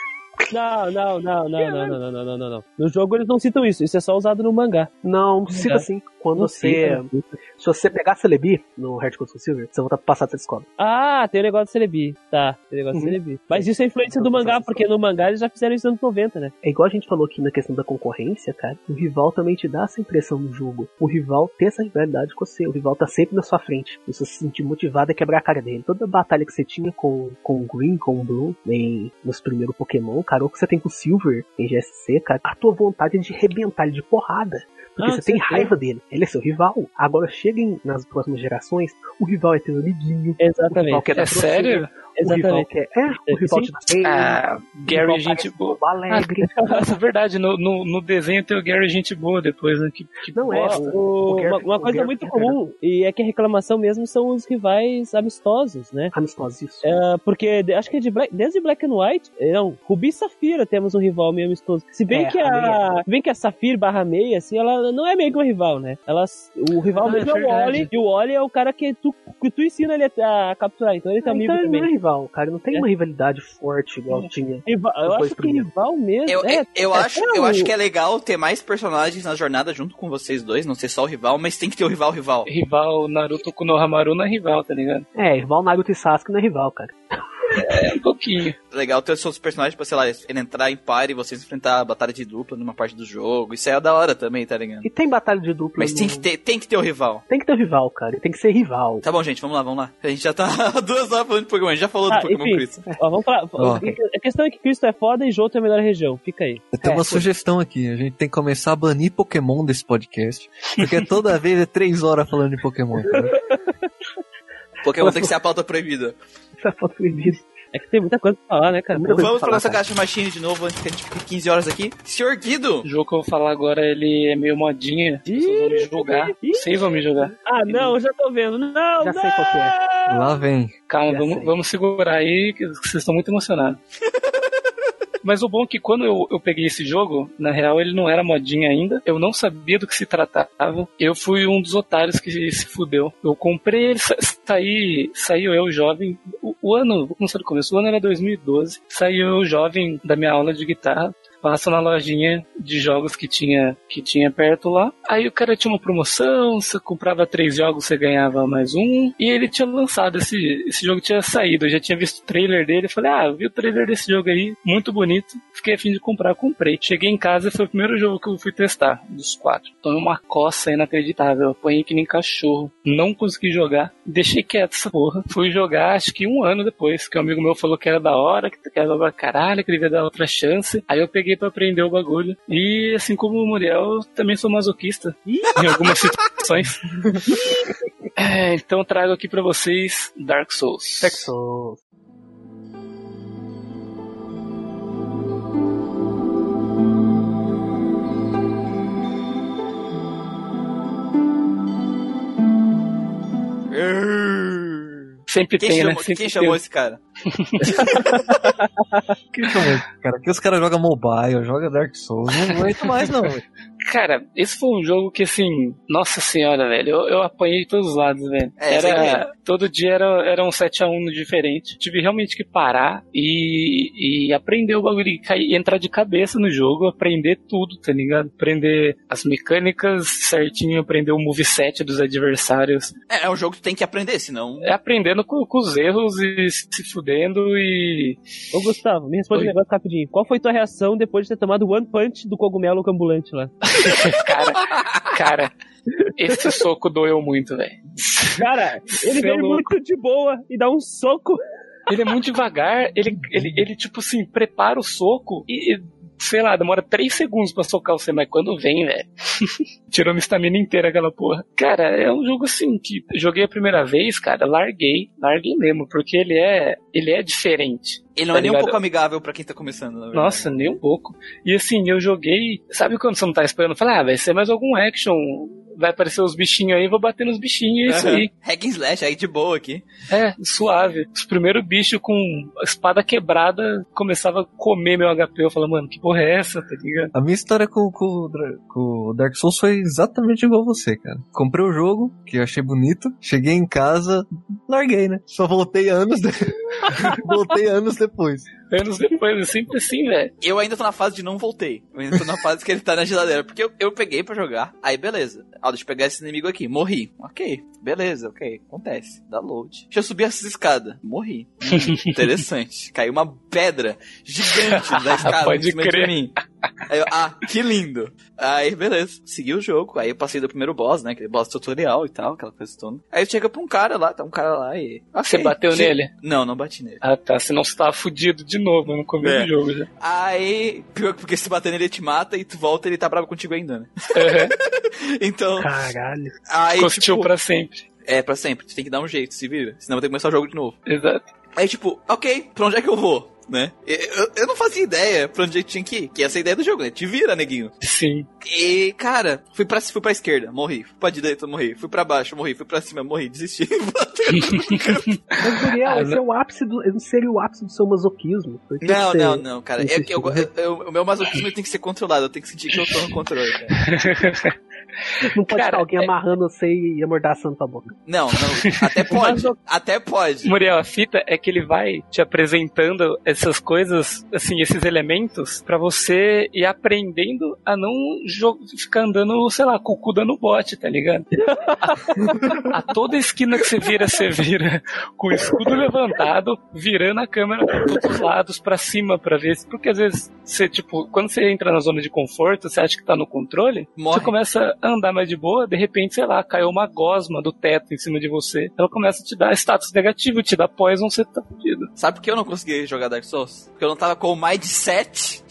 Não. No jogo eles não citam isso. Isso é só usado no mangá. Não, cita assim. Quando se você pegar Celebi no Heart Gold Soul Silver, você voltar pro passado, você descobre. Tem o negócio de Celebi. Tá, tem o negócio de Celebi. Mas isso é influência do mangá, porque no mangá eles já fizeram isso nos anos 90, né? É igual a gente falou aqui na questão da concorrência, cara. O rival também te dá essa impressão no jogo. O rival tem essa rivalidade com você. O rival tá sempre na sua frente. E você se sentir motivado a quebrar a cara dele. Toda batalha que você tinha com o Green, com o Blue, nos primeiros Pokémon, cara, ou que você tem com o Silver em GSC, cara, a tua vontade é de arrebentar ele de porrada. Porque você tem raiva dele. Ele é seu rival. Agora, cheguem nas próximas gerações, o rival é teu amiguinho. Exatamente. O rival quer sério? O rival quer... o rival te dá Gary, gente boa. Alegre. É verdade, no desenho tem o Gary, gente boa depois, né? Não é. Uma coisa muito comum, e é que a reclamação mesmo são os rivais amistosos, né? Amistosos, isso. Porque acho que desde Black and White, Ruby e Safira temos um rival meio amistoso. Se bem que a Safira /Mei, assim, ela não é meio que uma rival, né? O rival mesmo é o Wally, e o Wally é o cara que tu ensina ele a capturar, então ele tá amigo também. Não é rival, cara, não tem uma rivalidade forte igual tinha. Eu acho que rival mesmo. Eu acho que é legal ter mais personagens na jornada junto com vocês dois, não ser só o rival, mas tem que ter o rival. Rival Naruto com Nohamaru não é rival, tá ligado? Rival Naruto e Sasuke não é rival, cara. Um pouquinho. Legal ter os seus personagens pra, sei lá, ele entrar em par e vocês enfrentar a batalha de dupla numa parte do jogo. Isso é da hora também, tá ligado? E tem batalha de dupla. Mas tem que ter o rival. Tem que ter o rival, cara. Tem que ser rival. Tá bom, gente, vamos lá. A gente já tá 2 horas falando de Pokémon. A gente já falou do Pokémon Crystal. Vamos falar. A questão é que Crystal é foda e Johto é a melhor região. Fica aí. Eu tenho uma sugestão aqui. A gente tem que começar a banir Pokémon desse podcast. Porque toda vez é 3 horas falando de Pokémon. Cara. Pokémon tem que ser a pauta proibida. Essa pauta proibida. É que tem muita coisa pra falar, né, cara? Vamos pra nossa caixa machine de novo antes que a gente fique 15 horas aqui. Senhor Guido! O jogo que eu vou falar agora, ele é meio modinha. Vocês vão me julgar. Vocês vão me julgar. Ah, não, eu já tô vendo. Não, já sei qual que é. Lá vem. Calma, vamos segurar aí, que vocês estão muito emocionados. Mas o bom é que quando eu peguei esse jogo, na real ele não era modinha ainda, eu não sabia do que se tratava, eu fui um dos otários que se fudeu. Eu comprei ele, saiu eu jovem, o ano, vou começar do começo, o ano era 2012, saiu eu jovem da minha aula de guitarra, passo na lojinha de jogos que tinha perto lá. Aí o cara tinha uma promoção, você comprava 3 jogos, você ganhava mais um. E ele tinha lançado, esse jogo tinha saído. Eu já tinha visto o trailer dele. Falei, vi o trailer desse jogo aí, muito bonito. Fiquei a fim de comprar, comprei. Cheguei em casa e foi o primeiro jogo que eu fui testar, dos 4. Tomei uma coça inacreditável. Eu apanhei que nem cachorro. Não consegui jogar. Deixei quieto essa porra. Fui jogar, acho que 1 ano depois, que um amigo meu falou que era da hora, que era da caralho, que ele devia dar outra chance. Aí eu peguei pra aprender o bagulho. E assim como o Muriel, também sou masoquista em algumas situações. Então trago aqui pra vocês Dark Souls. Dark Souls. Sempre quem tem, chamou, né? Sempre quem chamou esse cara? Quem chamou esse cara? Que os caras jogam mobile, jogam Dark Souls. Não aguento mais, não. Cara, esse foi um jogo que, assim, nossa senhora, velho, eu apanhei de todos os lados, velho. Todo dia era um 7-1 diferente. Tive realmente que parar e aprender o bagulho, entrar de cabeça no jogo, aprender tudo, tá ligado? Aprender as mecânicas certinho, aprender o moveset dos adversários. É um jogo que tu tem que aprender, senão... É aprendendo com os erros e se fudendo e... Ô, Gustavo, me responde um negócio rapidinho. Qual foi tua reação depois de ter tomado o One Punch do cogumelo ambulante lá? Cara, esse soco doeu muito, velho. Cara, ele veio muito de boa e dá um soco. Ele é muito devagar, ele tipo assim, prepara o soco e sei lá, demora 3 segundos pra socar você, mas quando vem, velho, tirou minha estamina inteira aquela porra. Cara, é um jogo assim, que joguei a primeira vez, cara, larguei mesmo, porque ele é diferente. Ele não é nem um pouco amigável pra quem tá começando, na verdade. Nossa, nem um pouco. E assim, eu joguei, sabe quando você não tá esperando? Falei, vai ser mais algum action, vai aparecer os bichinhos aí, vou bater nos bichinhos, é isso aí. Hack and slash, aí de boa aqui. Suave. Os primeiros bichos com a espada quebrada começava a comer meu HP. Eu falei, mano, que porra é essa, tá ligado? A minha história com o Dark Souls foi exatamente igual você, cara. Comprei o jogo, que eu achei bonito, cheguei em casa, larguei, né? Só voltei anos depois. Anos depois, é sempre assim, velho. Eu ainda tô na fase de não voltei. Eu ainda tô na fase que ele tá na geladeira. Porque eu peguei pra jogar, aí beleza. Deixa eu pegar esse inimigo aqui. Morri. Ok, beleza, ok. Acontece. Dá load. Deixa eu subir essas escadas. Morri. Interessante. Caiu uma pedra gigante da escada. Pode crer. De mim. Aí eu, que lindo. Aí, beleza. Segui o jogo. Aí eu passei do primeiro boss, né? Aquele boss tutorial e tal, aquela coisa toda. Aí chega pra um cara lá, tá um cara lá e... Okay, você bateu nele? Não bati nele. Ah, tá. Senão você tava fudido de novo no começo do jogo já. Aí, porque se bater nele ele te mata e tu volta e ele tá bravo contigo ainda, né? Então... Caralho. Aí, Costiu pra sempre. Pra sempre. Tu tem que dar um jeito, se vira. Senão vai ter que começar o jogo de novo. Exato. Aí, ok, pra onde é que eu vou? Né? Eu não fazia ideia pra onde eu tinha que ir. Que essa é a ideia do jogo, né? Te vira, neguinho. Sim. E, cara, fui pra esquerda, morri. Fui pra direita, morri. Fui pra baixo, morri. Fui pra cima, morri. Desisti. Mas, Muriel, esse é o ápice não seria o ápice do seu masoquismo. Não, cara. O meu masoquismo tem que ser controlado. Eu tenho que sentir que eu tô no controle, cara. Não pode estar alguém amarrando você e amordaçando tua boca. Não. Até pode. Muriel, a fita é que ele vai te apresentando essas coisas, assim, esses elementos, pra você ir aprendendo a não ficar andando, sei lá, com o cu dando bote, tá ligado? A toda esquina que você vira com o escudo levantado, virando a câmera pra todos os lados, pra cima, pra ver. Porque às vezes, quando você entra na zona de conforto, você acha que tá no controle, você começa a andar mais de boa, de repente, sei lá, caiu uma gosma do teto em cima de você. Ela começa a te dar status negativo, te dá poison, você tá fudido. Sabe por que eu não consegui jogar Dark Souls? Porque eu não tava com o mindset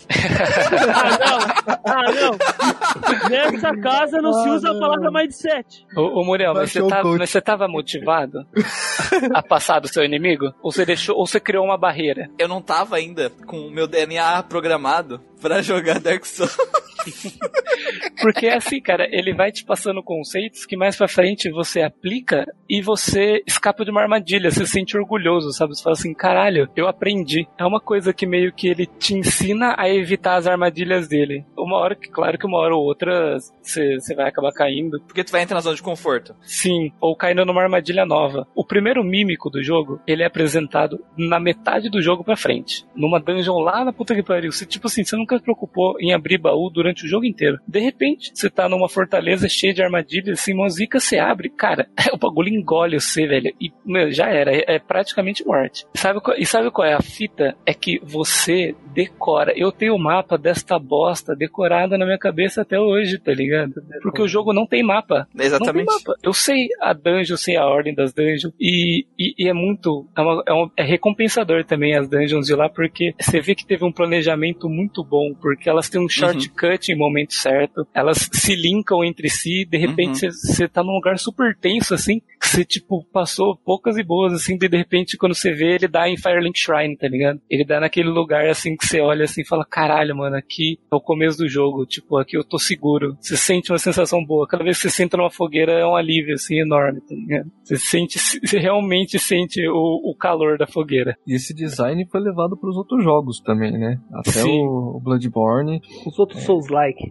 não. Nessa casa não se usa a palavra mindset. Ô Muriel, mas você tava motivado a passar do seu inimigo? Ou você criou uma barreira? Eu não tava ainda com o meu DNA programado pra jogar Dark Souls. Porque é assim, cara, ele vai te passando conceitos que mais pra frente você aplica e você escapa de uma armadilha, você se sente orgulhoso, sabe? Você fala assim, caralho, eu aprendi. É uma coisa que meio que ele te ensina a evitar as armadilhas dele. Claro que uma hora ou outra você vai acabar caindo. Porque tu vai entrar na zona de conforto. Sim, ou caindo numa armadilha nova. O primeiro mímico do jogo, ele é apresentado na metade do jogo pra frente. Numa dungeon lá na puta que pariu. Você nunca se preocupou em abrir baú durante o jogo inteiro. De repente, você tá numa fortaleza cheia de armadilhas, assim, uma zica você abre, cara, o bagulho engole você, velho, e, meu, já era, é praticamente morte. E sabe qual é a fita? É que você decora. Eu tenho o mapa desta bosta decorada na minha cabeça até hoje, tá ligado? Porque o jogo não tem mapa. Exatamente. Não tem mapa. Eu sei a dungeon, sei a ordem das dungeons, e é muito, é recompensador também as dungeons de lá, porque você vê que teve um planejamento muito bom, porque elas têm um shortcut em momento certo, elas se linkam entre si, de repente você tá num lugar super tenso, assim, que você, tipo, passou poucas e boas, assim, de repente, quando você vê, ele dá em Firelink Shrine, tá ligado? Ele dá naquele lugar, assim, que você olha, assim, e fala, caralho, mano, aqui é o começo do jogo, tipo, aqui eu tô seguro. Você sente uma sensação boa. Cada vez que você senta numa fogueira, é um alívio, assim, enorme, tá ligado? Você realmente sente o calor da fogueira. E esse design foi levado pros outros jogos também, né? Até o Bloodborne. Os outros Souls-like.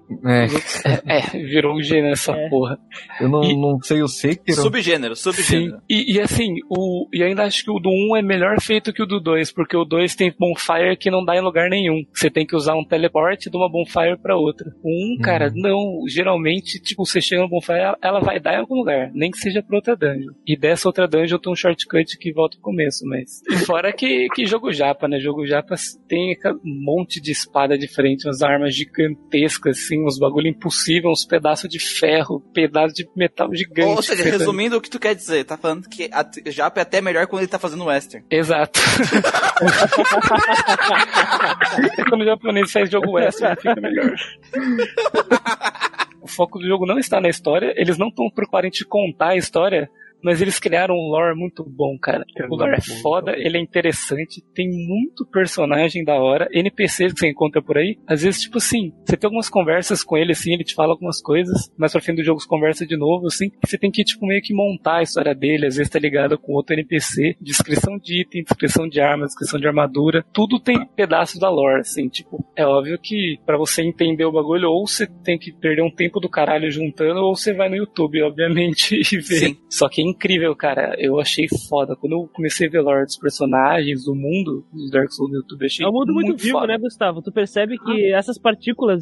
Virou um gênero essa porra. Eu não sei o Sekiro. Subgênero. Sim, e assim, e ainda acho que o do 1 é melhor feito que o do 2, porque o 2 tem bonfire que não dá em lugar nenhum. Você tem que usar um teleporte de uma bonfire pra outra. O 1, cara, não. Geralmente, tipo, você chega no bonfire, ela vai dar em algum lugar, nem que seja pra outra dungeon. E dessa outra dungeon tem um shortcut que volta ao começo, mas... E fora que jogo japa, né? Jogo japa tem um monte de espada diferente, umas armas gigantescas, assim, uns bagulho impossível, uns pedaços de ferro, pedaços de metal gigante. Ou seja, resumindo o que tu quer dizer, tá falando que a japa é até melhor quando ele tá fazendo western. Exato. Quando o japonês faz jogo western, fica melhor. O foco do jogo não está na história, eles não estão preocupados em te contar a história, mas eles criaram um lore muito bom, cara. O lore é foda, ele é interessante, tem muito personagem da hora, NPCs que você encontra por aí. Às vezes, tipo assim, você tem algumas conversas com ele, assim, ele te fala algumas coisas, mas pra fim do jogo você conversa de novo, assim, você tem que, tipo, meio que montar a história dele, às vezes tá ligado com outro NPC, descrição de item, descrição de arma, descrição de armadura, tudo tem pedaços da lore, assim, tipo, é óbvio que pra você entender o bagulho, ou você tem que perder um tempo do caralho juntando, ou você vai no YouTube, obviamente, e vê. Sim. Só que incrível, cara. Eu achei foda. Quando eu comecei a ver lore dos personagens, do mundo de Dark Souls no YouTube, achei é um mundo muito vivo, foda. né, Gustavo? Tu percebe que essas partículas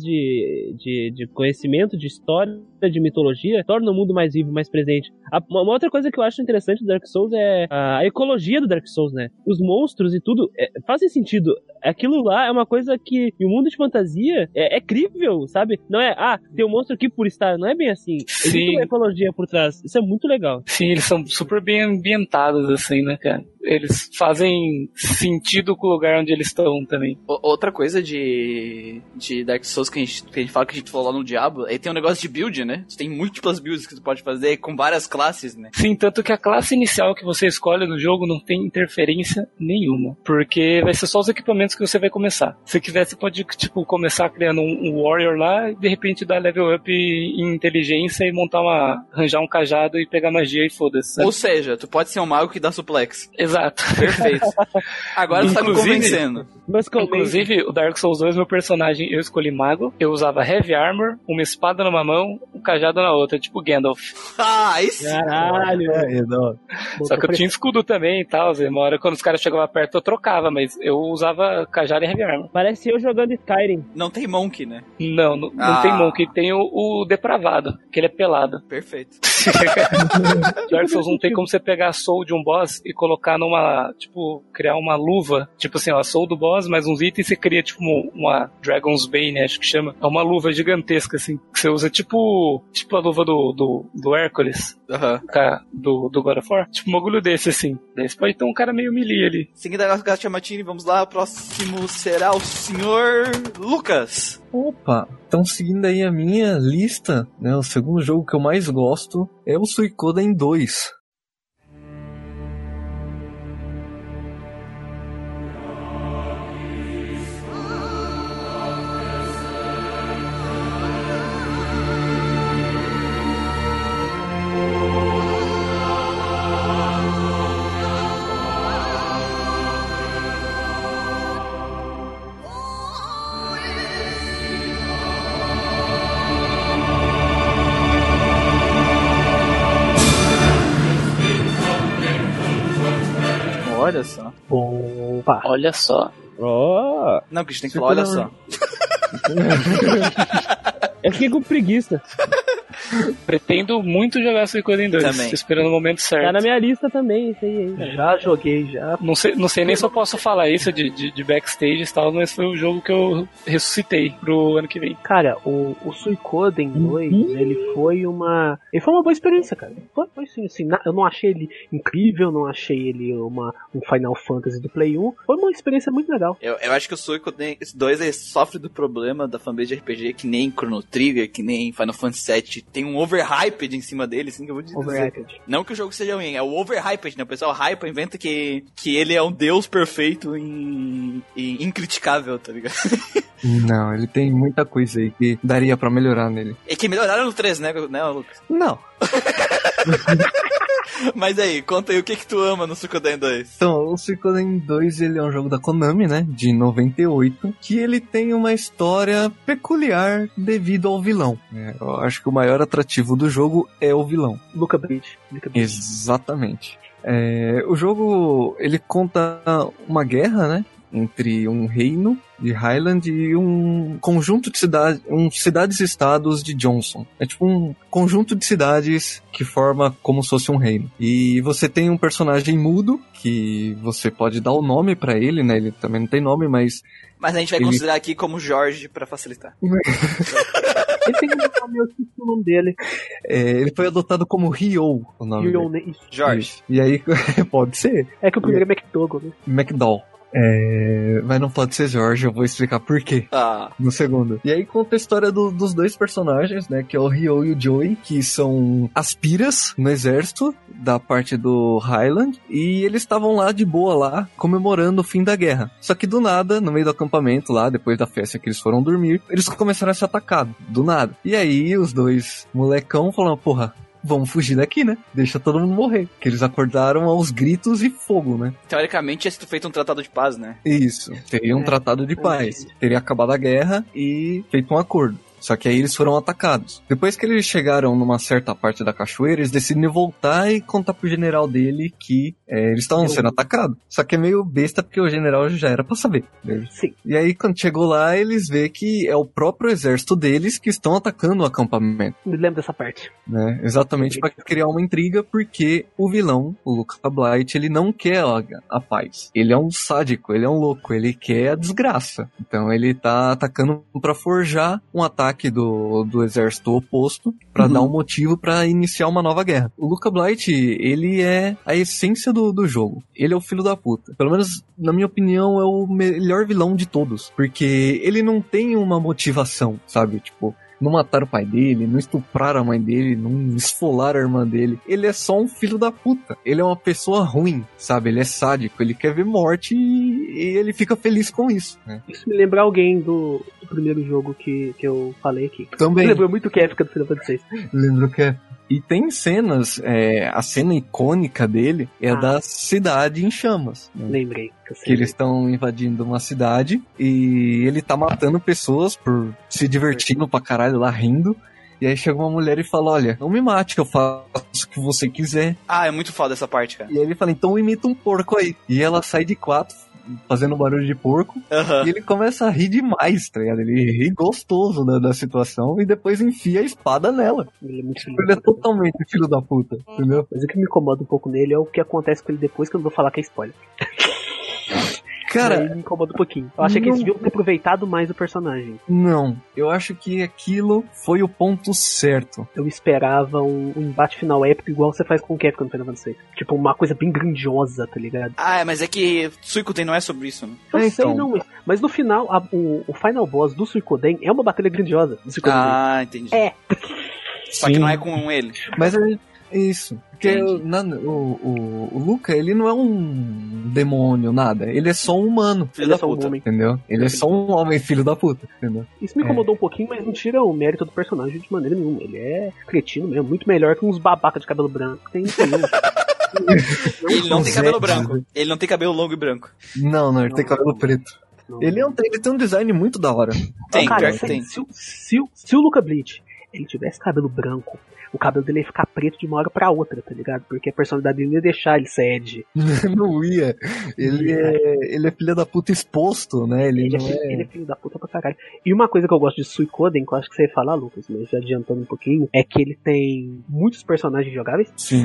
de conhecimento, de história, de mitologia, tornam o mundo mais vivo, mais presente. Uma outra coisa que eu acho interessante do Dark Souls é a ecologia do Dark Souls, né? Os monstros e tudo fazem sentido. Aquilo lá é uma coisa que, em um mundo de fantasia, é crível, sabe? Não é, tem um monstro aqui por estar. Não é bem assim. Existe uma ecologia por trás. Isso é muito legal. Sim, eles são super bem ambientados, assim, né, cara? Eles fazem sentido com o lugar onde eles estão também. Outra coisa de Dark Souls que a gente fala, que a gente falou lá no Diablo, aí tem um negócio de build, né? Você tem múltiplas builds que tu pode fazer com várias classes, né? Sim, tanto que a classe inicial que você escolhe no jogo não tem interferência nenhuma, porque vai ser só os equipamentos que você vai começar. Se quiser, você pode, tipo, começar criando um warrior lá e de repente dar level up em inteligência e arranjar um cajado e pegar magia e foda-se. Ou seja, tu pode ser um mago que dá suplex. Exato. Perfeito. Agora tu tá me convencendo. Inclusive, o Dark Souls 2, meu personagem, eu escolhi mago, eu usava heavy armor, uma espada numa mão, um cajado na outra, tipo Gandalf. Isso! Caralho! Só que eu tinha escudo também e tal, uma hora quando os caras chegavam perto eu trocava, mas eu usava cajado e heavy armor. Parece eu jogando Skyrim. Não tem Monk, né? Não tem Monk, tem o Depravado, que ele é pelado. Perfeito. Dark Souls não tem como você pegar a soul de um boss e colocar criar uma luva, tipo assim, a soul do boss, mais uns itens, você cria tipo uma Dragon's Bane, acho que chama. É uma luva gigantesca, assim, que você usa tipo tipo a luva do Hércules, do God of War. Tipo um bagulho desse, assim. Daí você pode ter um cara meio melee ali. Seguindo a Gacha Chamatini, vamos lá. O próximo será o senhor Lucas. Opa, então seguindo aí a minha lista, né, o segundo jogo que eu mais gosto é o Suikoden 2. Olha só. Opa. Olha só. Oh. Não, que a gente tem que falar, olha só. Eu fiquei com preguiça. Pretendo muito jogar Suikoden 2. Também. Tô esperando o momento certo. Tá na minha lista também, isso aí ainda. Já joguei, já. Não sei nem se eu posso falar isso de backstage e tal, mas foi o jogo que eu ressuscitei pro ano que vem. Cara, o Suikoden 2, ele foi uma boa experiência, cara. Foi sim, assim, eu não achei ele incrível, não achei ele um Final Fantasy do Play 1. Foi uma experiência muito legal. Eu acho que o Suikoden 2 ele sofre do problema da fanbase de RPG que nem Chrono Trigger, que nem Final Fantasy VII. Tem um overhyped em cima dele, assim, que eu vou dizer. Overhyped. Não que o jogo seja ruim, é o overhyped, né? O pessoal hypa, inventa que ele é um deus perfeito e incriticável, tá ligado? Não, ele tem muita coisa aí que daria pra melhorar nele. E que melhoraram no 3, né, Lucas? Não. Mas aí, conta aí o que tu ama no Suikoden 2. Então, o Suikoden 2 ele é um jogo da Konami, né, de 98, que ele tem uma história peculiar devido ao vilão. Eu acho que o maior atrativo do jogo é o vilão. Luca Bridge. Exatamente. O jogo, ele conta uma guerra, né, entre um reino de Highland e um conjunto de cidades-estados de Johnson. É tipo um conjunto de cidades que forma como se fosse um reino. E você tem um personagem mudo, que você pode dar o nome pra ele, né? Ele também não tem nome, mas a gente vai considerar aqui como Jorge pra facilitar. Ele tem um nome, eu esqueci o nome dele. Ele foi adotado como Ryo, o nome Ryo, dele. isso. Jorge. E aí, pode ser. É que o primeiro é McDougall, né? McDowell. Mas não pode ser Jorge, eu vou explicar por quê no segundo. E aí conta a história dos dois personagens, né, que é o Ryo e o Joey, que são aspiras no exército da parte do Highland, e eles estavam lá de boa lá, comemorando o fim da guerra. Só que do nada, no meio do acampamento lá, depois da festa que eles foram dormir, eles começaram a ser atacados, do nada. E aí os dois molecão falaram, porra, vamos fugir daqui, né? Deixa todo mundo morrer. Que eles acordaram aos gritos e fogo, né? Teoricamente, tinha sido feito um tratado de paz, né? Isso. Teria um tratado de paz. Teria acabado a guerra e feito um acordo. Só que aí eles foram atacados. Depois que eles chegaram numa certa parte da cachoeira, eles decidem voltar e contar pro general dele que eles estavam sendo atacados. Só que é meio besta porque o general já era pra saber. Sim. E aí quando chegou lá, eles vê que é o próprio exército deles que estão atacando o acampamento. Me lembro dessa parte. Né? Exatamente pra criar uma intriga, porque o vilão, o Luca Blight, ele não quer a paz. Ele é um sádico, ele é um louco, ele quer a desgraça. Então ele tá atacando pra forjar um ataque do exército oposto pra dar um motivo pra iniciar uma nova guerra. O Luca Blight, ele é a essência do jogo. Ele é o filho da puta. Pelo menos, na minha opinião, é o melhor vilão de todos. Porque ele não tem uma motivação, sabe? Tipo, não mataram o pai dele, não estupraram a mãe dele, não esfolaram a irmã dele. Ele é só um filho da puta. Ele é uma pessoa ruim, sabe? Ele é sádico, ele quer ver morte e ele fica feliz com isso, né? Isso me lembra alguém do primeiro jogo que eu falei aqui. Também. Me lembrou muito o Kefka do Final Fantasy VI. Lembro que é. E tem cenas, a cena icônica dele é da cidade em chamas. Né? Lembrei. Que eles estão invadindo uma cidade e ele tá matando pessoas por se divertindo pra caralho lá, rindo. E aí chega uma mulher e fala, olha, não me mate que eu faço o que você quiser. Ah, é muito foda essa parte, cara. E aí ele fala, então imita um porco aí. E ela sai de quatro, fazendo barulho de porco, e ele começa a rir demais, tá ligado? Ele ri gostoso da situação e depois enfia a espada nela. Ele é totalmente filho da puta, entendeu? Mas o que me incomoda um pouco nele é o que acontece com ele depois, que eu não vou falar que é spoiler. Cara, me incomoda um pouquinho. Eu achei que eles deviam ter aproveitado mais o personagem. Não, eu acho que aquilo foi o ponto certo. Eu esperava um embate final épico igual você faz com o Capcom no Final Fantasy VI. Tipo, uma coisa bem grandiosa, tá ligado? Mas é que Suikoden não é sobre isso, né? Eu sei, não, mas no final, o final boss do Suikoden é uma batalha grandiosa do Suikoden. Entendi. Só que não é com ele. Mas é isso. Porque o Luca, ele não é um demônio, nada. Ele é só um humano. Filho da puta. Entendeu? Ele é só um homem filho da puta, entendeu? Isso me incomodou um pouquinho, mas não tira o mérito do personagem de maneira nenhuma. Ele é cretino mesmo, muito melhor que uns babaca de cabelo branco que tem no filme. Ele não tem cabelo branco. Ele não tem cabelo longo e branco. Não, ele tem cabelo preto. Ele tem um design muito da hora. Tem, cara, tem. Se o Luca Bleach ele tivesse cabelo branco, o cabelo dele ia ficar preto de uma hora pra outra, tá ligado? Porque a personalidade dele não ia deixar ele ser Ed. Não ia. Ele é filho da puta exposto, né? Ele é filho da puta pra caralho. E uma coisa que eu gosto de Suikoden, que eu acho que você ia falar, Lucas, mas já adiantando um pouquinho, é que ele tem muitos personagens jogáveis. Sim.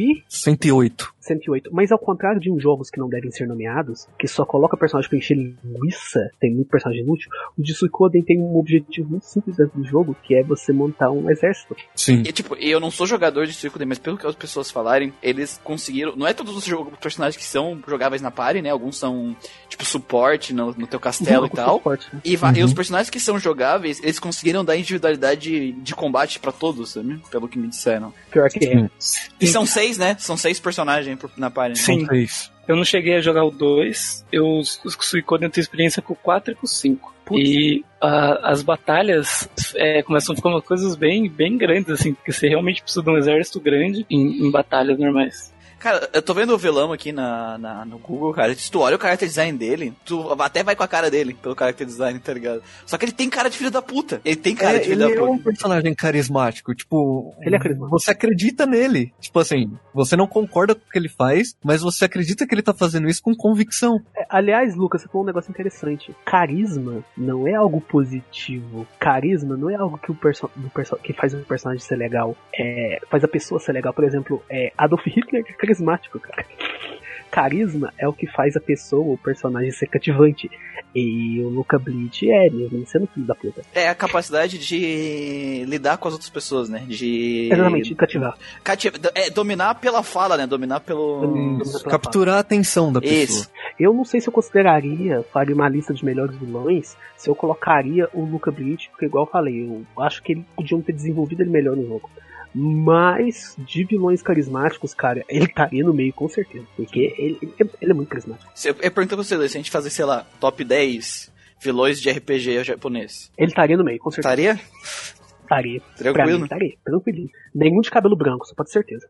108. Mas ao contrário de uns jogos que não devem ser nomeados, que só coloca personagem pra encher linguiça, tem muito personagem inútil, o de Suikoden tem um objetivo muito simples dentro do jogo, que é você montar um exército. Sim. E eu não sou jogador de Suikoden, mas pelo que as pessoas falarem, eles conseguiram... Não é todos os personagens que são jogáveis na party, né? Alguns são, tipo, suporte no teu castelo e tal. Suporte, né? E os personagens que são jogáveis, eles conseguiram dar individualidade de combate pra todos, sabe? Pelo que me disseram. Pior que é. E são 6, né? São 6 personagens na party. Sim. São 6. Eu não cheguei a jogar o 2. O Suikoden tem experiência com o 4 e com o 5. Putz. E as batalhas começam a ficar umas coisas bem, bem grandes, assim, porque você realmente precisa de um exército grande em batalhas normais. Cara, eu tô vendo o Velamo aqui no Google, cara. Se tu olha o character design dele, tu até vai com a cara dele, pelo character design, tá ligado? Só que ele tem cara de filho da puta. Ele tem cara de filho da puta. Ele é um personagem carismático, tipo... Ele é carismático. Você acredita nele. Tipo assim, você não concorda com o que ele faz, mas você acredita que ele tá fazendo isso com convicção. Aliás, Lucas, você falou um negócio interessante. Carisma não é algo positivo. Carisma não é algo que que faz um personagem ser legal. Faz a pessoa ser legal. Por exemplo, Adolf Hitler é carismático, cara. Carisma é o que faz a pessoa, o personagem, ser cativante. E o Luca Bleach mesmo sendo filho da puta. É a capacidade de lidar com as outras pessoas, né? Exatamente, de cativar. Dominar pela fala, né? Dominar pelo... Capturar a atenção da pessoa. Isso. Eu não sei se eu faria uma lista de melhores vilões, se eu colocaria o Luca Bleach, porque igual eu falei, eu acho que eles podiam ter desenvolvido ele melhor no jogo. Mas, de vilões carismáticos, cara, ele estaria no meio, com certeza. Porque ele é muito carismático. Eu pergunto pra você, Luiz, se a gente fazer, sei lá, top 10 vilões de RPG japonês. Ele estaria no meio, com certeza. Estaria? Estaria. Tranquilo? Estaria, tranquilinho. Nenhum de cabelo branco, só pode ter certeza.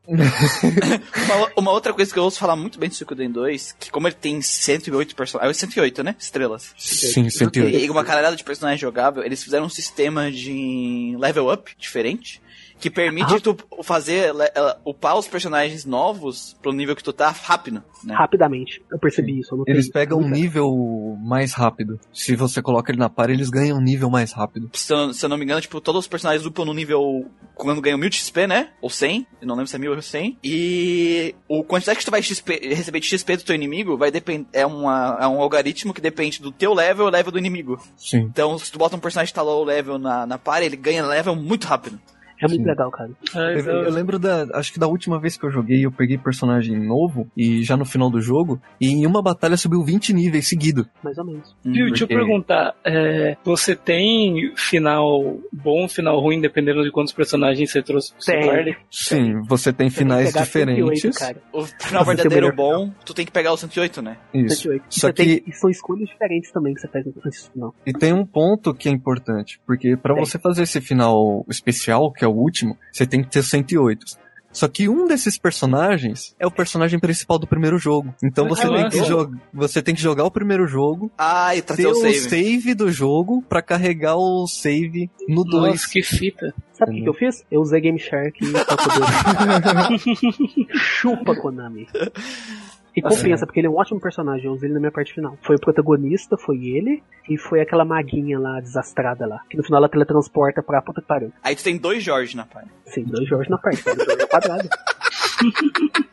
uma outra coisa que eu ouço falar muito bem do Suikoden 2, que como ele tem 108 personagens... 108, né? Estrelas. Sim, 108. E uma caralhada de personagem jogável, eles fizeram um sistema de level up diferente, que permite tu upar os personagens novos pro nível que tu tá rápido, né? Rapidamente. Eu percebi isso. Eles pegam um nível mais rápido. Se você coloca ele na par, eles ganham um nível mais rápido. Se eu não me engano, tipo, todos os personagens upam no nível quando ganham 1000 de XP, né? Ou 100. Eu não lembro se é 1000 ou 100. E a quantidade que tu vai receber de XP do teu inimigo vai depender. É um algoritmo que depende do teu level e level do inimigo. Sim. Então, se tu bota um personagem que tá low level na par, ele ganha level muito rápido. É muito legal, cara. Eu lembro acho que da última vez que eu joguei, eu peguei personagem novo, e já no final do jogo, e em uma batalha subiu 20 níveis seguido. Mais ou menos. Viu, deixa eu perguntar, você tem final bom, final ruim, dependendo de quantos personagens você trouxe pro seu party? Sim, você tem finais diferentes. 108, o final verdadeiro bom, tu tem que pegar o 108, né? Isso. 108. Só que são escolhas diferentes também que você faz nesse final. E tem um ponto que é importante, porque pra você fazer esse final especial, que é o último, você tem que ter 108. Só que um desses personagens é o personagem principal do primeiro jogo. Então você tem que jogar o primeiro jogo, e trazer ter o save do jogo pra carregar o save no 2. Nossa, que fita. Sabe o que eu fiz? Eu usei Game Shark pra poder... Chupa, Konami. E compensa, porque ele é um ótimo personagem, eu usei ele na minha parte final. Foi o protagonista, foi ele, e foi aquela maguinha lá, desastrada lá, que no final ela teletransporta pra puta que pariu. Aí tu tem 2 Jorge na parte. Sim, 2 Jorge na parte, 2 Jorge ao quadrado.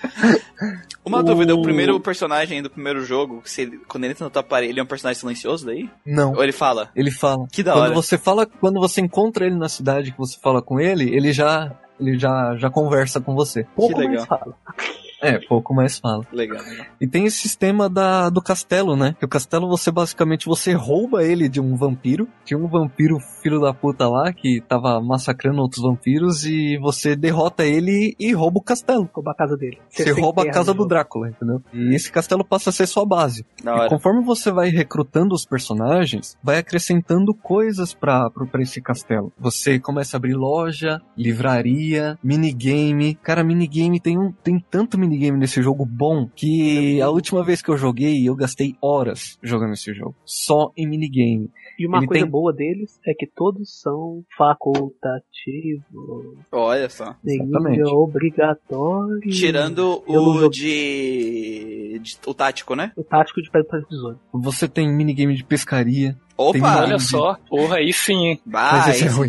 Uma dúvida, o primeiro personagem do primeiro jogo, quando ele entra no teu aparelho, ele é um personagem silencioso daí? Não. Ou ele fala? Ele fala. Que da hora. Quando você encontra ele na cidade, que você fala com ele, ele já conversa com você. Pouco legal. mais fala. Pouco mais fala. Legal. E tem esse sistema do castelo, né? Que o castelo você rouba ele de um vampiro. Tinha um vampiro filho da puta lá que tava massacrando outros vampiros e você derrota ele e rouba o castelo. Rouba a casa dele. Você rouba a casa do Drácula, entendeu? E esse castelo passa a ser sua base. Da hora. E conforme você vai recrutando os personagens, vai acrescentando coisas pra esse castelo. Você começa a abrir loja, livraria, minigame. Cara, minigame tem tanto minigame nesse jogo bom que a última vez que eu joguei, eu gastei horas jogando esse jogo. Só em minigame. E uma coisa boa deles é que todos são facultativos. Olha só. Exatamente. É obrigatório. Tirando o o tático, né? O tático de pedra para tesoura. Você tem minigame de pescaria. Opa! Olha só. Porra, aí sim, hein? Mas esse é ruim.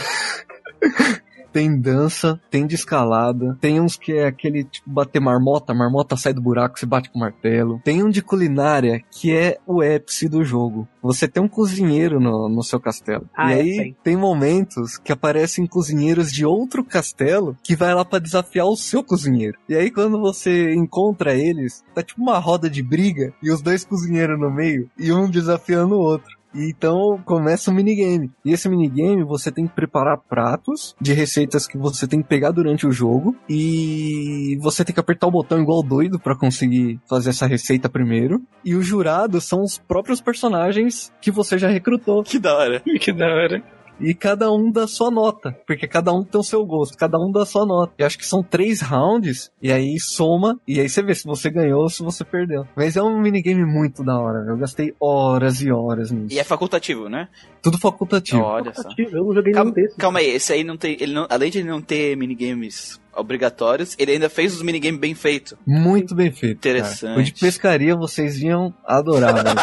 Tem dança, tem de escalada, tem uns que é aquele tipo bater marmota, a marmota sai do buraco, você bate com o martelo. Tem um de culinária que é o ápice do jogo. Você tem um cozinheiro no seu castelo. E aí tem momentos que aparecem cozinheiros de outro castelo que vai lá pra desafiar o seu cozinheiro. E aí quando você encontra eles, tá tipo uma roda de briga e os dois cozinheiros no meio e um desafiando o outro. E então começa o minigame. E esse minigame você tem que preparar pratos de receitas que você tem que pegar durante o jogo. E você tem que apertar o botão igual doido pra conseguir fazer essa receita primeiro. E os jurados são os próprios personagens que você já recrutou. Que da hora. Que da hora. E cada um dá sua nota, porque cada um tem o seu gosto, cada um dá sua nota. E acho que são 3 rounds, e aí soma, e aí você vê se você ganhou ou se você perdeu. Mas é um minigame muito da hora, eu gastei horas e horas nisso. E é facultativo, né? Tudo facultativo. Olha só. Eu não joguei nenhum desses. Calma aí, esse aí não tem... além de ele não ter minigames obrigatórios, ele ainda fez os minigames bem feitos. Muito bem feito. Interessante. Cara. O de pescaria vocês iam adorar, né?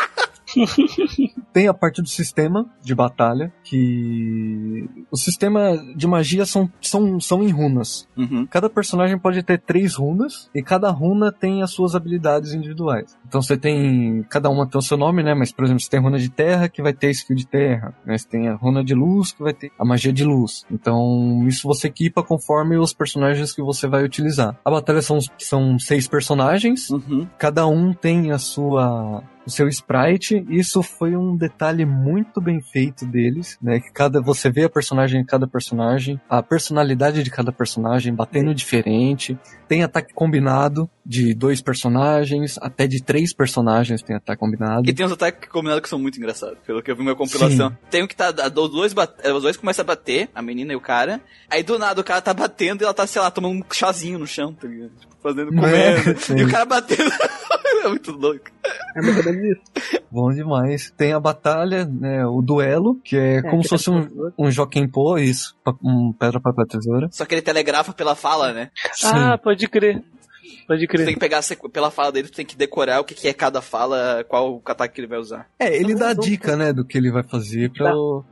Tem a parte do sistema de batalha, que o sistema de magia são em runas. Uhum. Cada personagem pode ter 3 runas, e cada runa tem as suas habilidades individuais. Então você tem, cada uma tem o seu nome, né? Mas, por exemplo, você tem runa de terra, que vai ter skill de terra, né? Você tem a runa de luz, que vai ter a magia de luz. Então isso você equipa conforme os personagens que você vai utilizar. A batalha são 6 personagens, cada um tem o seu sprite. Isso foi um detalhe muito bem feito deles, né? Que você vê a personalidade de cada personagem batendo diferente. Tem ataque combinado de 2 personagens, até de 3 personagens tem ataque combinado. E tem uns ataques combinados que são muito engraçados, pelo que eu vi na minha compilação. Sim. Tem um que os dois começam a bater, a menina e o cara, aí do nada o cara tá batendo e ela tá, sei lá, tomando um chazinho no chão, tá ligado? Tipo, comendo. E o cara batendo. É muito louco. É mais ou menos isso. Bom demais. Tem a batalha, né, o duelo, que é como se fosse um Jokenpô, isso, um pedra, papel, tesoura. Só que ele telegrafa pela fala, né? Sim. Ah, pode crer. Pode crer. Você tem que pegar pela fala dele, tu tem que decorar o que é cada fala, qual ataque que ele vai usar. Ele dá a dica, né, do que ele vai fazer pra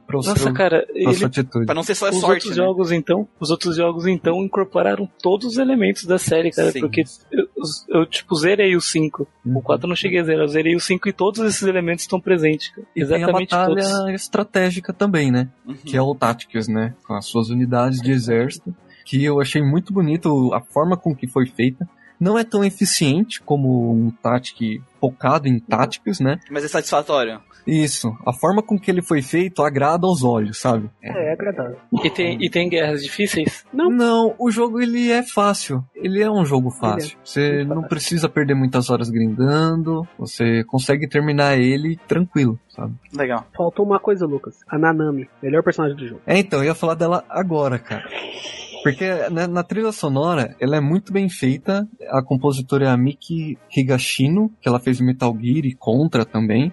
sua atitude. Pra não ser só sorte, Os outros jogos, então, incorporaram todos os elementos da série, cara. Sim. Porque eu zerei o 5. O 4 eu não cheguei a zerar, eu zerei o 5 e todos esses elementos estão presentes, cara. E exatamente tem a batalha estratégica também, né? Que é o Tactics, né? Com as suas unidades de exército. Que eu achei muito bonito a forma com que foi feita. Não é tão eficiente como um Tactic focado em táticas, né? Mas é satisfatório. Isso. A forma com que ele foi feito agrada aos olhos, sabe? É agradável. E tem guerras difíceis? Não, o jogo ele é fácil. Ele é um jogo fácil. Você não precisa perder muitas horas grindando. Você consegue terminar ele tranquilo, sabe? Legal. Faltou uma coisa, Lucas. A Nanami, melhor personagem do jogo. Então, eu ia falar dela agora, cara. Porque na trilha sonora, ela é muito bem feita. A compositora é a Miki Higashino, que ela fez Metal Gear e Contra também.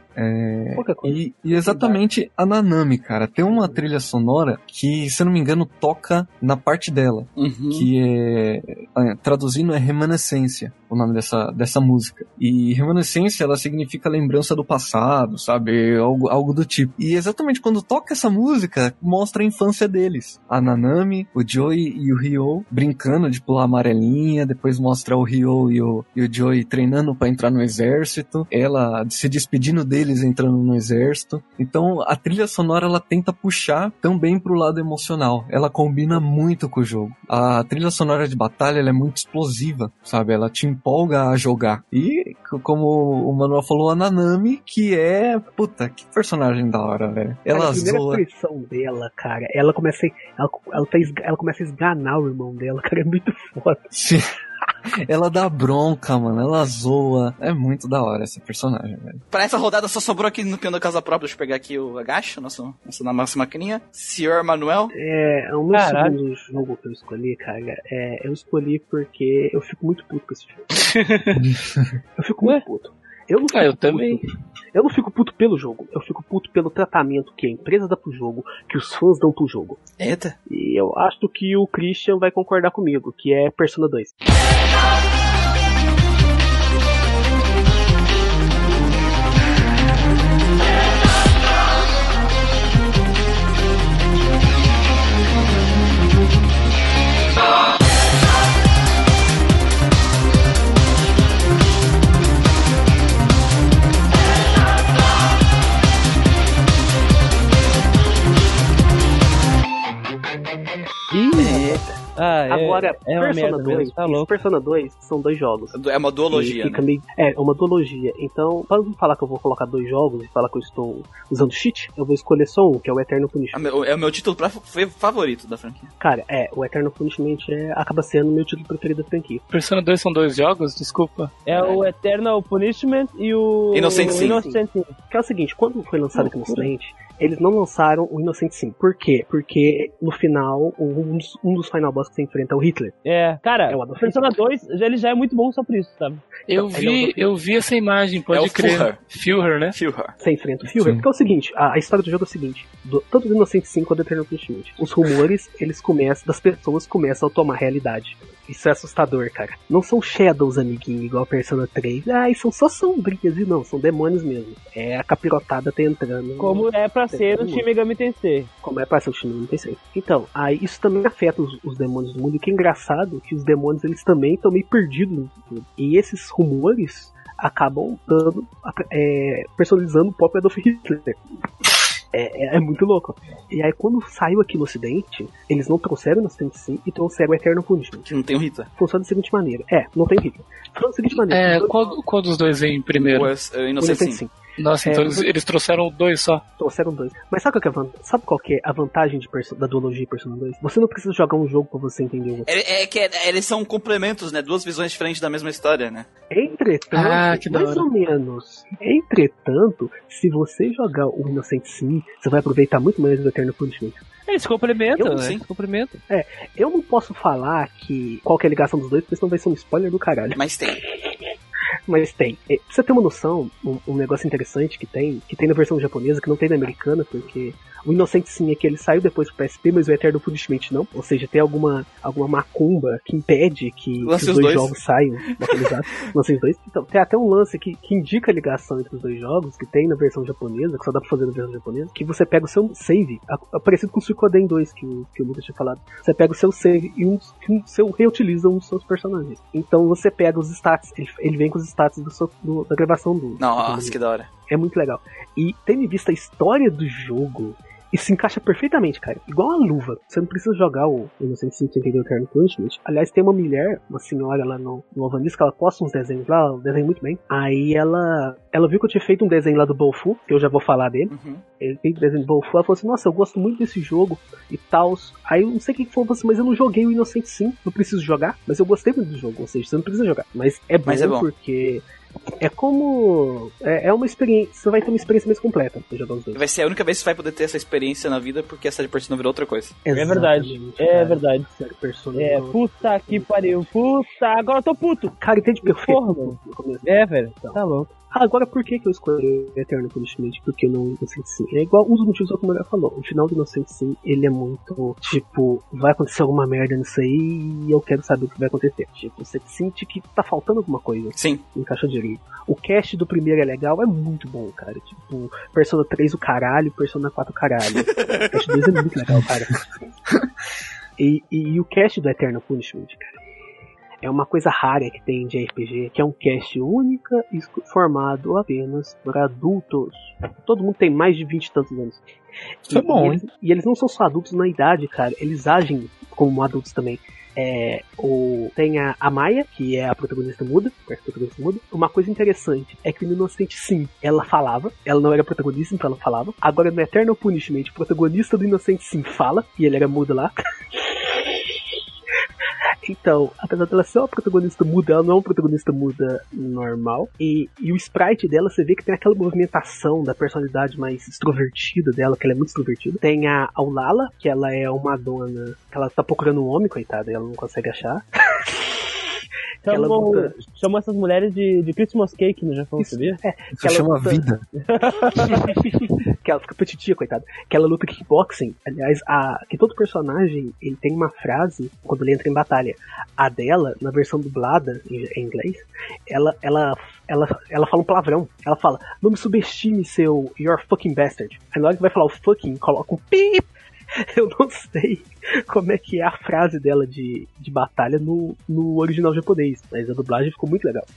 E exatamente a Nanami, cara. Tem uma trilha sonora que, se eu não me engano, toca na parte dela. Que traduzindo, é Remanescência, o nome dessa música. E Remanescência, ela significa lembrança do passado, sabe? Algo do tipo. E exatamente quando toca essa música, mostra a infância deles. A Nanami, o Joey e o Ryo brincando de pular amarelinha, depois mostra o Ryo e o Joey treinando pra entrar no exército, ela se despedindo deles entrando no exército. Então a trilha sonora ela tenta puxar também pro lado emocional, ela combina muito com o jogo. A trilha sonora de batalha ela é muito explosiva, sabe? Ela te empolga a jogar. E como o Manuel falou, a Nanami, que é... Puta, que personagem da hora, velho. Ela zoa. A primeira expressão dela, cara, ela começa a esganar o irmão dela, cara, é muito foda. Sim. Ela dá bronca, mano. Ela zoa. É muito da hora essa personagem, velho. Pra essa rodada só sobrou aqui no piano da casa própria. Deixa eu pegar aqui o Agacho, nossa nossa maquininha. Senhor Manuel. O meu segundo jogo que eu escolhi, cara, eu escolhi porque eu fico muito puto com esse jogo. Eu fico muito puto. Eu também. Eu não fico puto pelo jogo, eu fico puto pelo tratamento que a empresa dá pro jogo, que os fãs dão pro jogo. Eita. E eu acho que o Christian vai concordar comigo, que é Persona 2. Agora, Persona 2, tá louco. Persona 2 são 2 jogos. É uma duologia, né? É uma duologia. Então, para não falar que eu vou colocar 2 jogos e falar que eu estou usando cheat, eu vou escolher só um, que é o Eternal Punishment. É o meu título favorito da franquia. Cara, o Eternal Punishment acaba sendo o meu título preferido da franquia. Persona 2 são 2 jogos? Desculpa. É o Eternal Punishment e o Innocent Sin. Que é o seguinte, quando foi lançado aqui no Ocidente, eles não lançaram o Innocent Sin. Por quê? Porque no final, um dos final boss que você enfrenta é o Hitler. Cara, o Persona 2 ele já é muito bom só por isso, sabe? Eu vi essa imagem, pode crer. Führer, né? Führer. Você enfrenta o Führer. Porque é o seguinte, a história do jogo é o seguinte, tanto do Innocent Sin quanto do Eternal Punishment, os rumores, das pessoas começam a tomar realidade. Isso é assustador, cara. Não são shadows, amiguinho, igual a Persona 3. E são só sombrinhas, e não, são demônios mesmo. É a capirotada tá entrando. Como é pra ser o Shin Megami Tensei. Como é pra ser o Shin Megami Tensei. Então, isso também afeta os demônios do mundo. E que é engraçado que os demônios, eles também estão meio perdidos. E esses rumores acabam personalizando o próprio Adolf Hitler. É muito louco. E aí quando saiu aqui no Ocidente, eles não trouxeram o Innocent Sin e trouxeram o Eternal Punishment. Que não tem o Hitler. Funciona da seguinte maneira. Não tem o Hitler. Funciona da seguinte maneira. Qual dos dois vem primeiro? O Innocent Sin. Nossa, então eles trouxeram 2 só. Trouxeram 2. Mas sabe qual que é a vantagem da duologia Persona 2? Você não precisa jogar um jogo pra você entender o outro. Eles são complementos, né? 2 visões diferentes da mesma história, né? Entretanto, mais ou menos. Entretanto, se você jogar o Innocent Sin, você vai aproveitar muito mais do Eternal Punishment. Eles complementam, né? Eles complementam. Eu não posso falar qual que é a ligação dos dois, porque senão vai ser um spoiler do caralho. Mas tem. Mas tem. Pra você ter uma noção, um negócio interessante que tem na versão japonesa, que não tem na americana, porque o Innocent Sin é que ele saiu depois pro PSP, mas o Eternal Punishment não. Ou seja, tem alguma macumba que impede que os dois jogos saiam atualizados. Lance os dois. Então, tem até um lance que indica a ligação entre os dois jogos, que tem na versão japonesa, que só dá pra fazer na versão japonesa, que você pega o seu save, parecido com o Suikoden 2, que o Lucas tinha falado. Você pega o seu save e seu reutiliza um dos seus personagens. Então você pega os stats, ele vem com os stats da gravação do... Nossa, que da hora. É muito legal. E tendo em vista a história do jogo, isso se encaixa perfeitamente, cara. Igual a luva. Você não precisa jogar o Innocent Sin pra entender o Eternal Punishment. Aliás, tem uma senhora lá no Alvanis, que ela posta uns desenhos lá, um desenho muito bem. Aí ela viu que eu tinha feito um desenho lá do Bofu, que eu já vou falar dele. Ele fez o desenho do Bofu, ela falou assim, nossa, eu gosto muito desse jogo e tal. Aí eu não sei o que falou assim, mas eu não joguei o Innocent Sin, não preciso jogar, mas eu gostei muito do jogo. Ou seja, você não precisa jogar. Mas é bom porque... É uma experiência. Você vai ter uma experiência mais completa pra jogar os dois. Vai ser a única vez que você vai poder ter essa experiência na vida, porque essa de Persona virou outra coisa. Exatamente, é verdade. Puta que pariu. Agora eu tô puto. Cara, entende perfeito. Velho. Tá louco. Agora, por que eu escolhi o Eternal Punishment? Porque não Innocent Sin? É igual um dos motivos que o mulher falou. O final do Innocent Sin, ele é muito, tipo, vai acontecer alguma merda nisso aí e eu quero saber o que vai acontecer. Tipo, você sente que tá faltando alguma coisa. Sim. Encaixa direito. O cast do primeiro é legal, é muito bom, cara. Tipo, Persona 3 o caralho, Persona 4 o caralho. O cast 2 é muito legal, cara. E o cast do Eternal Punishment, cara, é uma coisa rara que tem de RPG, que é um cast única e formado apenas por adultos. Todo mundo tem mais de 20 e tantos anos. Isso é bom, hein? E eles não são só adultos na idade, cara, eles agem como adultos também. Tem a Maia, que é a protagonista muda. Uma coisa interessante é que no Inocente Sim, ela falava, ela não era protagonista, então ela falava. Agora no Eternal Punishment, o protagonista do Inocente Sim fala, e ele era mudo lá. Então, apesar dela ser uma protagonista muda, ela não é uma protagonista muda normal. E o sprite dela, você vê que tem aquela movimentação da personalidade mais extrovertida dela, que ela é muito extrovertida. Tem a Aulala, que ela é uma dona, que ela tá procurando um homem, coitada, ela não consegue achar. Chamam essas mulheres de Christmas Cake no Japão, sabia? Isso chama vida. Que ela fica petitia, coitada. Que ela luta kickboxing. Aliás, que todo personagem ele tem uma frase quando ele entra em batalha. A dela, na versão dublada em inglês, ela fala um palavrão. Ela fala, não me subestime, seu you're fucking bastard. Aí na hora que vai falar o fucking, coloca um pip. Eu não sei como é que é a frase dela de batalha no original japonês, mas a dublagem ficou muito legal.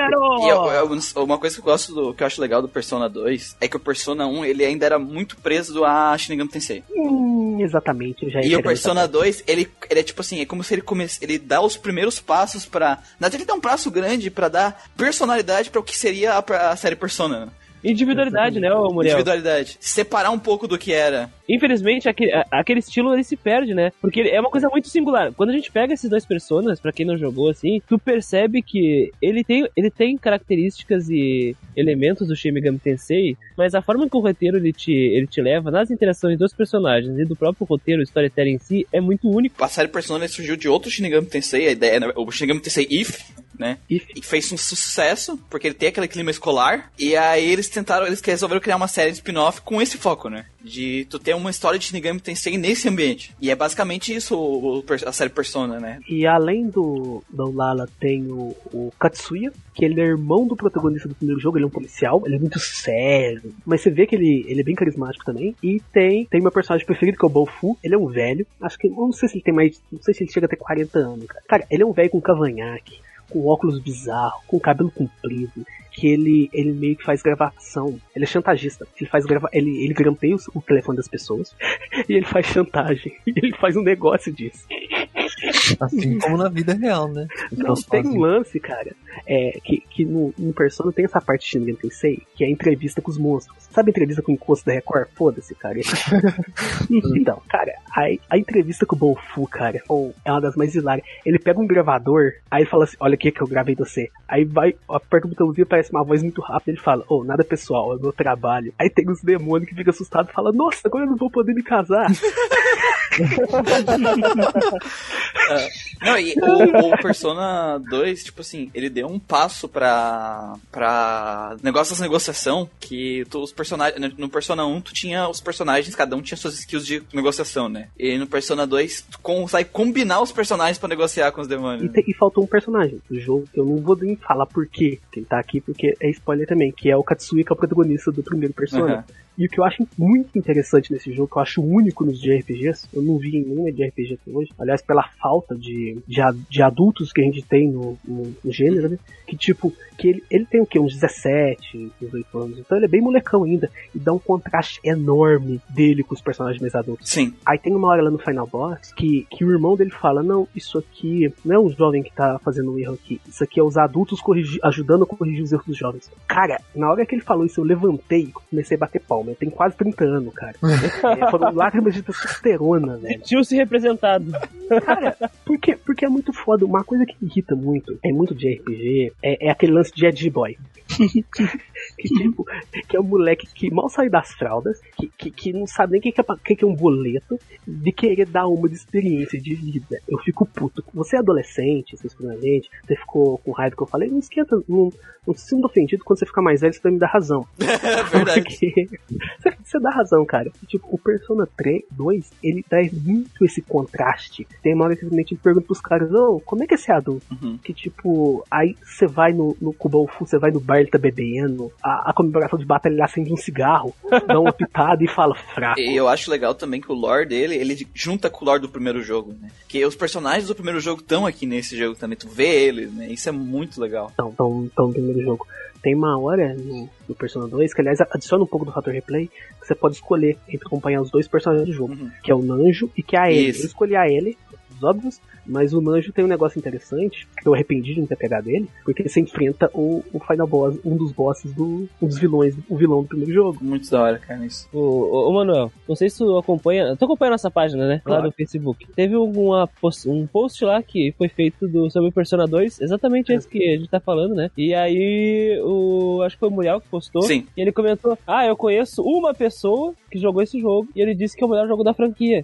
E uma coisa que eu gosto que eu acho legal do Persona 2 é que o Persona 1 ele ainda era muito preso a Shin Megami Tensei. Exatamente. E o Persona 2, ele é tipo assim, é como se ele dá os primeiros passos pra... Na verdade, ele dá um passo grande pra dar personalidade pra o que seria a série Persona, né? Individualidade, né, Muriel? Individualidade. Separar um pouco do que era. Infelizmente, aquele estilo ele se perde, né? Porque é uma coisa muito singular. Quando a gente pega esses dois personagens, pra quem não jogou assim, tu percebe que ele tem características e elementos do Shin Megami Tensei, mas a forma que o roteiro ele te leva nas interações dos personagens e do próprio roteiro, o storytelling em si, é muito único. A série Persona surgiu de outro Shin Megami Tensei, a ideia, o Shin Megami Tensei If, né? E fez um sucesso, porque ele tem aquele clima escolar, e aí eles resolveram criar uma série de spin-off com esse foco, né? De tu ter uma história de Shin Megami Tensei nesse ambiente. E é basicamente isso a série Persona, né? E além do Lala, tem o Katsuya, que ele é irmão do protagonista do primeiro jogo, ele é um policial, ele é muito sério, mas você vê que ele é bem carismático também. E tem meu personagem preferido, que é o Bofu, ele é um velho, acho que, não sei se ele chega a ter 40 anos, cara. Cara, ele é um velho com cavanhaque, com óculos bizarros, com cabelo comprido, que ele meio que faz gravação. Ele é chantagista. Ele grampeia o telefone das pessoas e ele faz chantagem. E ele faz um negócio disso. Assim como na vida real, né? Não, tem um lance, cara, que no Persona tem essa parte de Shin Megami Tensei, que é a entrevista com os monstros. Sabe a entrevista com o encosto da Record? Foda-se, cara. Então, cara, a entrevista com o Bofu, cara, é uma das mais hilárias. Ele pega um gravador, aí ele fala assim, olha aqui que eu gravei você. Aí vai, aperta o botãozinho, parece uma voz muito rápida, ele fala, nada pessoal, é meu trabalho. Aí tem os demônios que ficam assustados e falam, nossa, agora eu não vou poder me casar. Não, e o Persona 2, tipo assim, ele deu um passo pra negócio dessa negociação, que os personagens, no Persona 1 tu tinha os personagens, cada um tinha suas skills de negociação, né? E no Persona 2 tu consegue combinar os personagens pra negociar com os demônios. E faltou um personagem do jogo, que eu não vou nem falar por quê, que ele tá aqui, porque é spoiler também, que é o Katsuya, que é o protagonista do primeiro Persona. Uhum. E o que eu acho muito interessante nesse jogo, que eu acho único nos JRPGs, eu não vi em nenhuma de RPG até hoje, aliás, pela falta de adultos que a gente tem no gênero, né? Que tipo, que ele tem o quê? Uns 17, 18 anos, então ele é bem molecão ainda, e dá um contraste enorme dele com os personagens mais adultos. Sim. Aí tem uma hora lá no Final Boss, que o irmão dele fala, não, isso aqui não é um jovem que tá fazendo um erro aqui, isso aqui é os adultos ajudando a corrigir os erros dos jovens. Cara, na hora que ele falou isso, eu levantei e comecei a bater palma. Eu tenho quase 30 anos, cara. Foram lágrimas de testosterona, velho. Sentiu-se representado. Cara, porque é muito foda. Uma coisa que me irrita muito, é muito de RPG, é aquele lance de Edgy Boy. que é um moleque que mal sai das fraldas, que não sabe nem o que é um boleto, de querer dar uma de experiência de vida. Eu fico puto. Você é adolescente, você escuta a gente, você ficou com raiva que eu falei, não esquenta, não se sinta ofendido, quando você ficar mais velho, você vai me dar razão. Verdade. Porque, você dá razão, cara. Tipo, o Persona 2, ele traz muito esse contraste. Tem uma hora que simplesmente pergunta pros caras, como é que é ser adulto? Que tipo, aí você vai no Kubalfu, você vai no bar, ele tá bebendo, a comemoração de batalha, ele acende um cigarro, dá uma pitada e fala fraco. E eu acho legal também que o lore dele, ele junta com o lore do primeiro jogo, né? Que os personagens do primeiro jogo estão aqui nesse jogo também, tu vê eles, né? Isso é muito legal. Então, no primeiro jogo. Tem uma hora no Persona 2, que aliás adiciona um pouco do fator replay, que você pode escolher entre acompanhar os dois personagens do jogo, que é o Nanjo e que é a Ellie. Eu escolhi a Ellie, os óbvios, mas o Nanjo tem um negócio interessante, que eu arrependi de não ter pegado ele, porque você enfrenta o final boss, um dos bosses um dos vilões, o vilão do primeiro jogo. Muito da hora, cara, isso. Ô Manuel, não sei se tu acompanha, tu acompanha a nossa página, né? Claro. Lá no Facebook. Teve um post lá que foi feito sobre o Persona 2, exatamente esse que a gente tá falando, né? E aí, acho que foi o Muriel que postou. Sim. E ele comentou, eu conheço uma pessoa que jogou esse jogo, e ele disse que é o melhor jogo da franquia.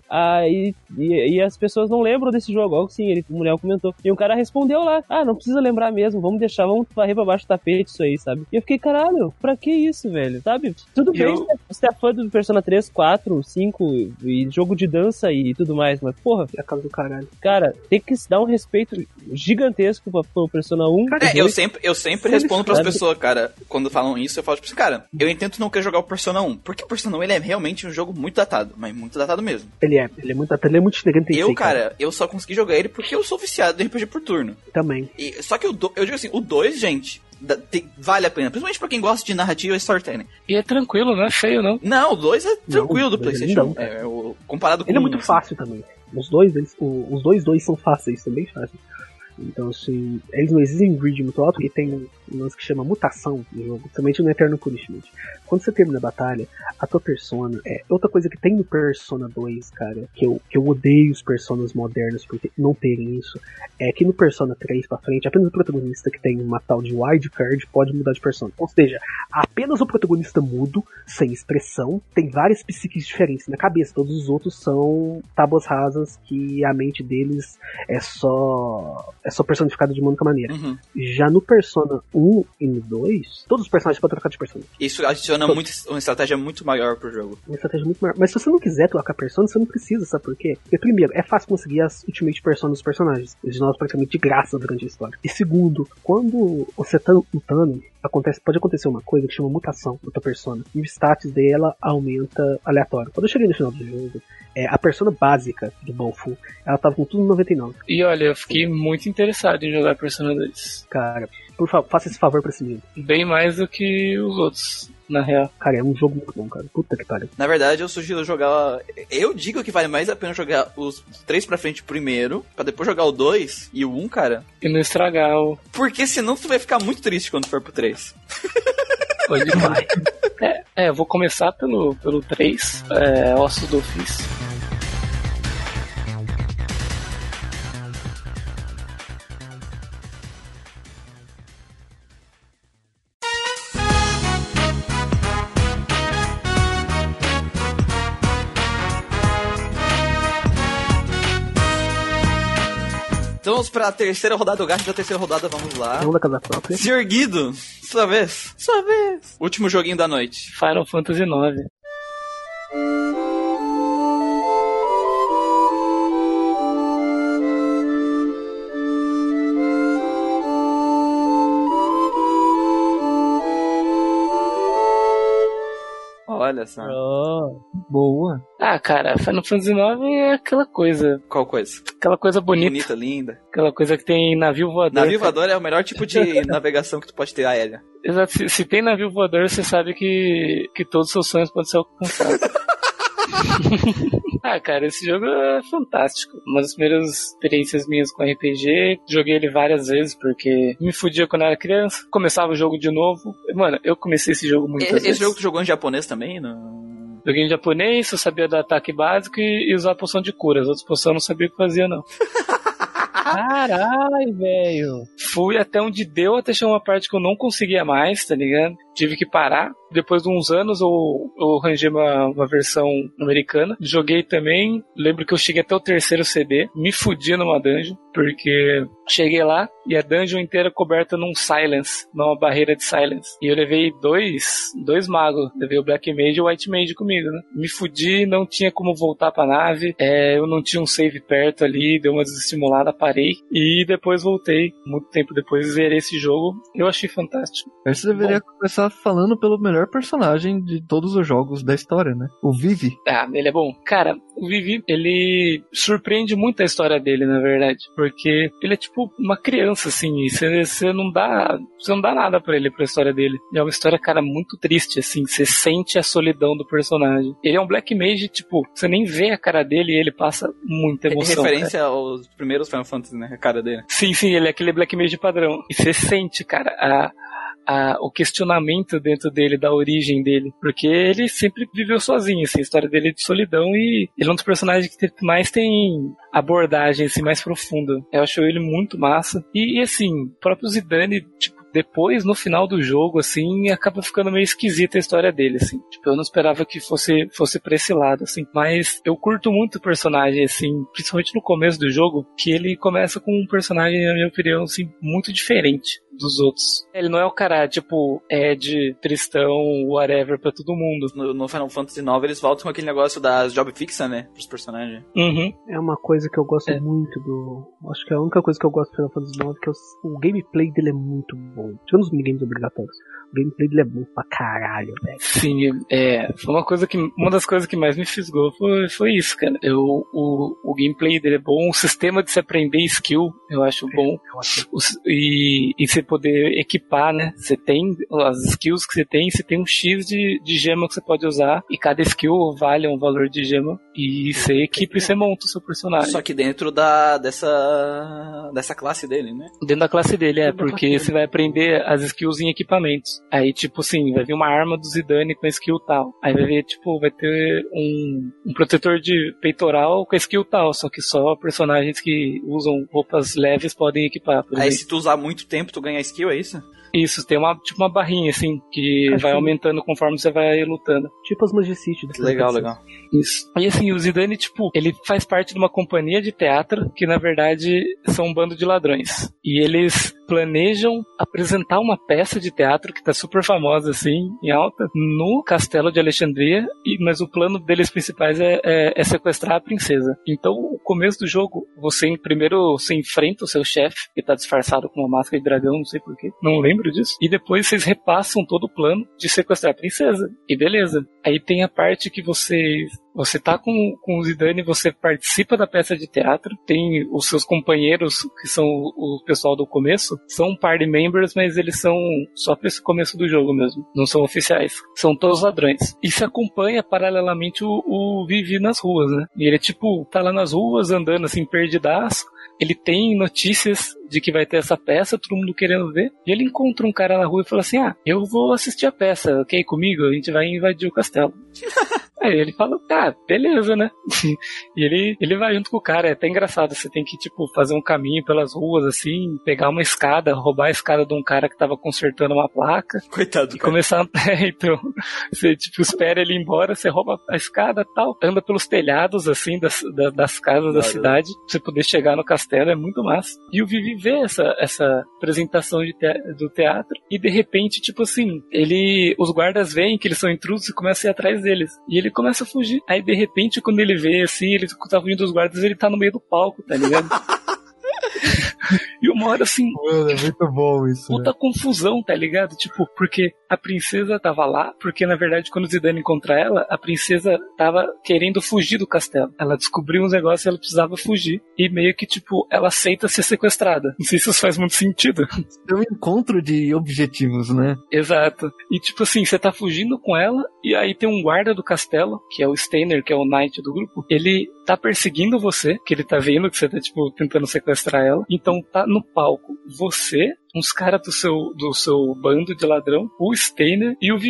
E as pessoas não lembram desse jogo, algo assim, o Muriel comentou. E um cara respondeu lá, não precisa lembrar mesmo, vamos varrer pra baixo do tapete isso aí, sabe? E eu fiquei, caralho, pra que isso, velho? Sabe? Tudo bem, você é fã do Persona 3, 4, 5 e jogo de dança e tudo mais, mas porra, é a casa do caralho. Cara, tem que se dar um respeito gigantesco pro Persona 1. Cara, eu sempre respondo pras pessoas, cara, quando falam isso, eu falo tipo assim, cara, eu entendo não querer jogar o Persona 1, porque o Persona 1 ele é realmente um jogo muito datado, mas muito datado mesmo. Ele é muito datado, ele é muito elegante. Eu só consegui jogar ele porque eu sou viciado em RPG por turno. Também. Só que eu digo assim, o 2, gente, vale a pena, principalmente pra quem gosta de narrativa e storytelling. E é tranquilo, não é feio, não. Não, o 2 é tranquilo do PlayStation. Comparado com ele é muito fácil também. Os dois são fáceis, são bem fáceis. Então, assim, eles não exigem um grid muito alto, e tem um lance que chama mutação no jogo, principalmente no Eternal Punishment. Quando você termina a batalha, a tua persona... outra coisa que tem no Persona 2, cara, que eu odeio os personas modernos porque não terem isso, é que no Persona 3 pra frente, apenas o protagonista que tem uma tal de wildcard pode mudar de persona. Ou seja, apenas o protagonista mudo, sem expressão, tem várias psiques diferentes na cabeça. Todos os outros são tábuas rasas que a mente deles é só personificada de uma única maneira. Já no Persona 1 e no 2, todos os personagens podem trocar de personagem. Isso adiciona uma estratégia muito maior pro jogo. Uma estratégia muito maior. Mas se você não quiser trocar persona, você não precisa, sabe por quê? Porque primeiro, é fácil conseguir as Ultimate Personas dos personagens. Eles novos praticamente de graça durante a história. E segundo, quando você tá lutando, pode acontecer uma coisa que chama mutação da tua persona. E o status dela aumenta aleatório. Quando eu cheguei no final do jogo, a persona básica do Balfu, ela tava com tudo no 99. E olha, eu fiquei muito interessado em jogar Persona 2. Cara, por favor, faça esse favor pra si mesmo. Bem mais do que os outros, na real. Cara, é um jogo muito bom, cara. Puta que pariu. Na verdade, eu sugiro jogar... Eu digo que vale mais a pena jogar os 3 pra frente primeiro, pra depois jogar o 2 e o 1, cara. E não estragar o... Porque senão tu vai ficar muito triste quando for pro 3. Pode demais. Eu vou começar pelo 3, Ossos do Ofício. Então vamos pra terceira rodada, o gasto da terceira rodada, vamos lá. Vamos da casa própria. Senhor Guido, sua vez. Sua vez. Último joguinho da noite. Final Fantasy IX. Olha só. Boa. Cara, Final Fantasy IX é aquela coisa. Qual coisa? Aquela coisa bonita. Bonita, linda. Aquela coisa que tem navio voador. Navio voador é o melhor tipo de navegação que tu pode ter aérea. Exato. Se tem navio voador, você sabe que todos os seus sonhos podem ser alcançados. Cara, esse jogo é fantástico. Uma das primeiras experiências minhas com RPG. Joguei ele várias vezes porque me fudia quando era criança. Começava o jogo de novo. Mano, eu comecei esse jogo muitas vezes. Esse jogo tu jogou em japonês também? Não? Joguei em japonês, só sabia do ataque básico e usar a poção de cura. As outras poções eu não sabia o que fazia, não. Caralho, velho. Fui até onde deu, até chegar uma parte que eu não conseguia mais, tá ligado? tive que parar. Depois de uns anos eu arranjei uma versão americana. Joguei também. Lembro que eu cheguei até o 3º CD. Me fudi numa dungeon, porque cheguei lá e a dungeon inteira coberta num silence, numa barreira de silence. E eu levei dois magos. Levei o Black Mage e o White Mage comigo, né? Me fudi, não tinha como voltar pra nave. Eu não tinha um save perto ali, deu uma desestimulada, parei. E depois voltei. Muito tempo depois zerei esse jogo. Eu achei fantástico. Aí você deveria começar falando pelo melhor personagem de todos os jogos da história, né? O Vivi. Ah, ele é bom. Cara, o Vivi, ele surpreende muito a história dele, na verdade. Porque ele é tipo uma criança, assim, e você não dá nada pra ele, pra história dele. É uma história, cara, muito triste, assim, você sente a solidão do personagem. Ele é um Black Mage, tipo, você nem vê a cara dele e ele passa muita emoção. Referência, cara, aos primeiros Final Fantasy, né? A cara dele. Sim, ele é aquele Black Mage padrão. E você sente, cara, o questionamento dentro dele, da origem dele, porque ele sempre viveu sozinho, assim, a história dele é de solidão e ele é um dos personagens que mais tem abordagem, assim, mais profunda. Eu acho ele muito massa. E assim, o próprio Zidane, tipo, depois, no final do jogo, assim, acaba ficando meio esquisita a história dele, assim. Tipo, eu não esperava que fosse pra esse lado, assim. Mas eu curto muito o personagem, assim, principalmente no começo do jogo, que ele começa com um personagem, na minha opinião, assim, muito diferente dos outros. Ele não é o cara, tipo, Ed, Tristão, whatever, pra todo mundo. No Final Fantasy IX eles voltam com aquele negócio das job fixa, né? Pros personagens. Uhum. É uma coisa que eu gosto muito acho que é a única coisa que eu gosto do Final Fantasy IX é que o gameplay dele é muito bom. Tirando os minigames obrigatórios. O gameplay dele é bom pra caralho, velho. Sim, foi uma das coisas que mais me fisgou foi isso, cara. O gameplay dele é bom, o sistema de se aprender skill eu acho bom. E você poder equipar, né? Você tem as skills que você tem um X de gema que você pode usar, e cada skill vale um valor de gema, e você equipa e você monta o seu personagem. Só que dentro dessa classe dele, né? Dentro da classe dele, porque você vai aprender as skills em equipamentos. Aí, tipo assim, vai vir uma arma do Zidane com a skill tal. Aí vai ver, tipo, vai ter um protetor de peitoral com a skill tal, só que só personagens que usam roupas leves podem equipar, por exemplo. Aí se tu usar muito tempo, tu ganha skill, é isso? Isso, tem uma barrinha, assim, que vai aumentando conforme você vai lutando. Tipo as Magicity. Legal. Isso. E assim, o Zidane, tipo, ele faz parte de uma companhia de teatro que, na verdade, são um bando de ladrões. E eles planejam apresentar uma peça de teatro que tá super famosa, assim, em alta, no castelo de Alexandria, mas o plano deles principais é sequestrar a princesa. Então, o começo do jogo, primeiro você enfrenta o seu chefe, que tá disfarçado com uma máscara de dragão, não sei porquê, não lembro disso. E depois vocês repassam todo o plano de sequestrar a princesa. E beleza. Aí tem a parte que você tá com o Zidane, você participa da peça de teatro, tem os seus companheiros, que são o pessoal do começo, são party members, mas eles são só pra esse começo do jogo mesmo, não são oficiais, são todos ladrões. E se acompanha paralelamente o Vivi nas ruas, né? E ele tipo, tá lá nas ruas, andando assim, perdidaço. Ele tem notícias de que vai ter essa peça, todo mundo querendo ver, e ele encontra um cara na rua e fala assim, eu vou assistir a peça, quer ir comigo? A gente vai invadir o castelo. Aí ele fala, beleza, né? E ele vai junto com o cara, é até engraçado, você tem que, tipo, fazer um caminho pelas ruas, assim, pegar uma escada, roubar a escada de um cara que tava consertando uma placa. Coitado, e começar, então, você, tipo, espera ele ir embora, você rouba a escada e tal, anda pelos telhados, assim, das casas da cidade, pra você poder chegar no castelo, é muito massa. E o Vivi vê essa apresentação do teatro, e de repente, tipo assim, os guardas veem que eles são intrusos e começam a ir atrás deles. E ele começa a fugir. Aí, de repente, quando ele vê, assim, ele tá fugindo dos guardas, ele tá no meio do palco, tá ligado? E uma hora assim, mano, é muito bom isso, puta confusão, tá ligado? Tipo, porque a princesa tava lá, porque na verdade quando o Zidane encontra ela, a princesa tava querendo fugir do castelo. Ela descobriu uns negócios e ela precisava fugir. E meio que, tipo, ela aceita ser sequestrada. Não sei se isso faz muito sentido. É um encontro de objetivos, né? Exato. E tipo assim, você tá fugindo com ela, e aí tem um guarda do castelo, que é o Steiner, que é o knight do grupo. Ele tá perseguindo você, que ele tá vendo que você tá, tipo, tentando sequestrar ela. Então tá no palco você, uns caras do seu bando de ladrão, o Steiner e o Vivi.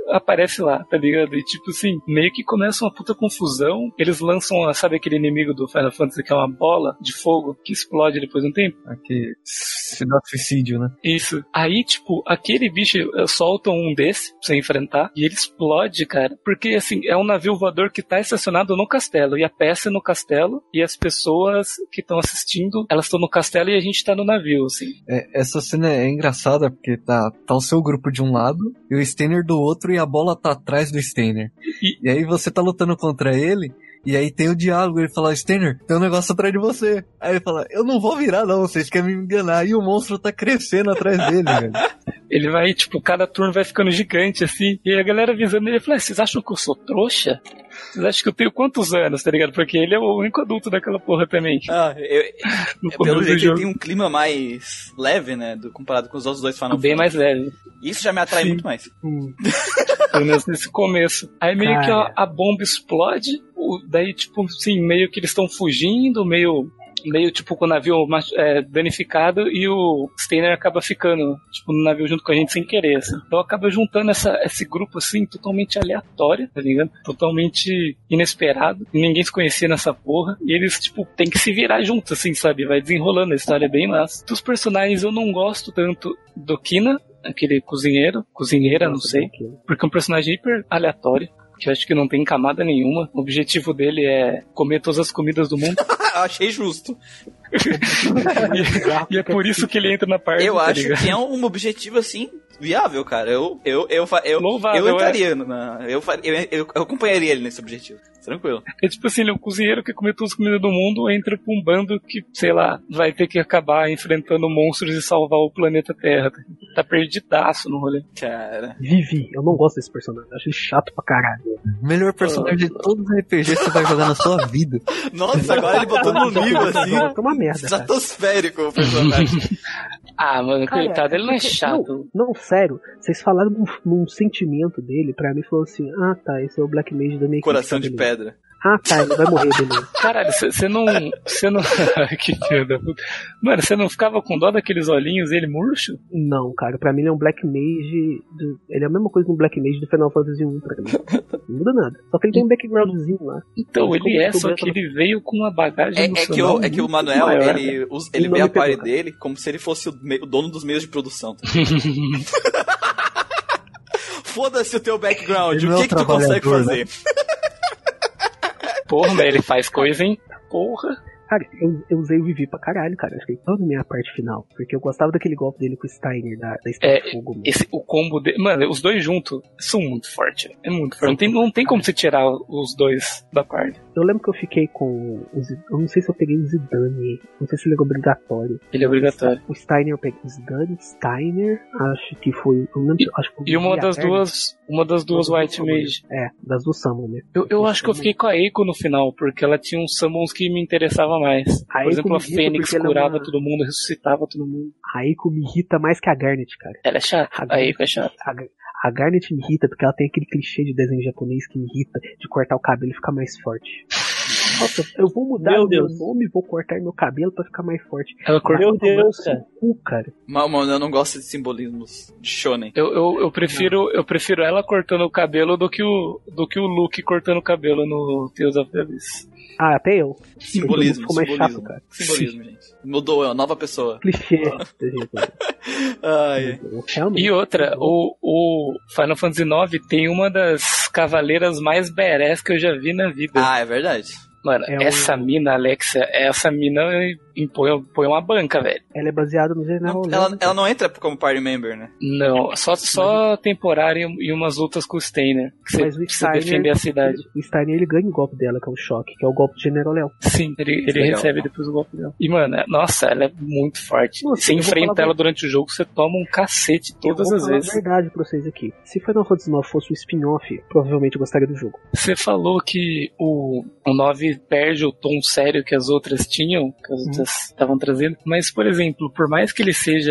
aparece lá, tá ligado? E tipo assim, meio que começa uma puta confusão. Eles lançam, sabe aquele inimigo do Final Fantasy que é uma bola de fogo que explode depois de um tempo? Aqui, se dá suicídio, né? Isso. Aí, tipo, aquele bicho solta um desse pra você enfrentar e ele explode, cara. Porque, assim, é um navio voador que tá estacionado no castelo. E a peça é no castelo e as pessoas que estão assistindo, elas estão no castelo e a gente tá no navio, assim. Essa cena é engraçada porque tá o seu grupo de um lado e o Steiner do outro e a bola tá atrás do Steiner. E aí você tá lutando contra ele. E aí tem o diálogo, ele fala, Steiner, tem um negócio atrás de você. Aí ele fala, eu não vou virar não, vocês querem me enganar. E o monstro tá crescendo atrás dele, velho. Ele vai, tipo, cada turno vai ficando gigante, assim. E a galera avisando ele, fala, vocês acham que eu sou trouxa? Vocês acham que eu tenho quantos anos, tá ligado? Porque ele é o único adulto daquela porra também. Pelo jeito ele tem um clima mais leve, né? Comparado com os outros dois Final Fantasy. Bem mais leve. Isso já me atrai muito mais. Pelo menos nesse começo. Aí meio que a bomba explode, daí tipo assim, meio que eles estão fugindo, meio tipo com o navio danificado e o Steiner acaba ficando tipo no navio junto com a gente sem querer, assim. Então acaba juntando esse grupo assim, totalmente aleatório, tá ligado? Totalmente inesperado, ninguém se conhecia nessa porra, e eles tipo tem que se virar juntos, assim, sabe? Vai desenrolando, a história é bem massa. Dos personagens eu não gosto tanto do Kina, aquele cozinheira, não sei, porque é um personagem hiper aleatório, que eu acho que não tem camada nenhuma. O objetivo dele é comer todas as comidas do mundo. Achei justo. e é por isso que ele entra na parte. Eu acho que é um objetivo assim viável, cara. Eu entraria, eu acompanharia ele nesse objetivo. Tranquilo. É tipo assim, ele é um cozinheiro que come todas as comidas do mundo, entra pra um bando que, sei lá, vai ter que acabar enfrentando monstros e salvar o planeta Terra. Tá perdidaço no rolê. Cara. Vivi, eu não gosto desse personagem, acho ele chato pra caralho. Melhor personagem de todos os RPGs que você vai jogar na sua vida. Nossa, agora ele botou no nível assim. É uma merda. Estratosférico o personagem. Mano, coitado, ele não é chato. Não, sério, vocês falaram num sentimento dele, pra mim falou assim, tá, esse é o Black Mage da minha equipe. Coração de pedra. Tá, ele vai morrer, beleza. Caralho, você não... que filho da puta. Mano, você não ficava com dó daqueles olhinhos dele murcho? Não, cara, pra mim ele é um Black Mage... Ele é a mesma coisa do Black Mage do Final Fantasy 1 pra mim. Não muda nada. Só que ele tem um backgroundzinho lá. Então, só que ele veio com uma bagagem emocional. É que o Manuel, maior, ele vê a party dele como se ele fosse o dono dos meios de produção. Foda-se o teu background, o que tu consegue fazer? Né? Porra, mas ele faz coisa, hein? Porra. Cara, eu usei o Vivi pra caralho, cara. Acho que toda a minha parte final. Porque eu gostava daquele golpe dele com o Steiner da Estrela de Fogo. O combo dele. Mano, os dois juntos são muito fortes. É muito forte. Não tem como você tirar os dois da parte. Eu lembro que eu fiquei com. Eu não sei se eu peguei o Zidane. Não sei se ele é obrigatório. Ele é obrigatório. O Steiner eu peguei. O Zidane, Steiner. Acho que foi. Eu não lembro, acho que e uma das duas White Mage. Das duas Summon, né? Eu acho que eu fiquei com a Eiko no final, porque ela tinha uns Summons que me interessavam mais. Por exemplo, a Fênix curava todo mundo, ressuscitava todo mundo. A Eiko me irrita mais que a Garnet, cara. Ela é chata. A Eiko é chata. A Garnet me irrita porque ela tem aquele clichê de desenho japonês que me irrita de cortar o cabelo e ficar mais forte. Nossa, eu vou mudar meu nome, vou cortar meu cabelo pra ficar mais forte. Meu Deus, cara. Mano, eu não gosto de simbolismos de shonen. Eu prefiro ela cortando o cabelo do que o Luke cortando o cabelo no Tales of the Abyss. Até eu. Simbolismo, ficou mais chato, cara. Simbolismo, gente. Mudou, é uma nova pessoa. Clichê. E outra, o Final Fantasy IX tem uma das cavaleiras mais badass que eu já vi na vida. É verdade. Mano, essa mina, Alexia, põe uma banca, velho. Ela é baseada no General Holland. Ela não entra como party member, né? Não, só temporária e umas lutas com o Steiner. Que você precisa defender a cidade. O Steiner, ele ganha o golpe dela, que é o choque, que é o golpe de General Léo. Sim, ele recebe depois o golpe dela. E, mano, nossa, ela é muito forte. Você enfrenta ela durante o jogo, você toma um cacete todas as vezes. Eu vou falar a verdade pra vocês aqui. Se Final Fantasy IX fosse um spin-off, provavelmente eu gostaria do jogo. Você falou que o 9 perde o tom sério que as outras tinham, que as outras estavam trazendo, mas, por exemplo, por mais que ele seja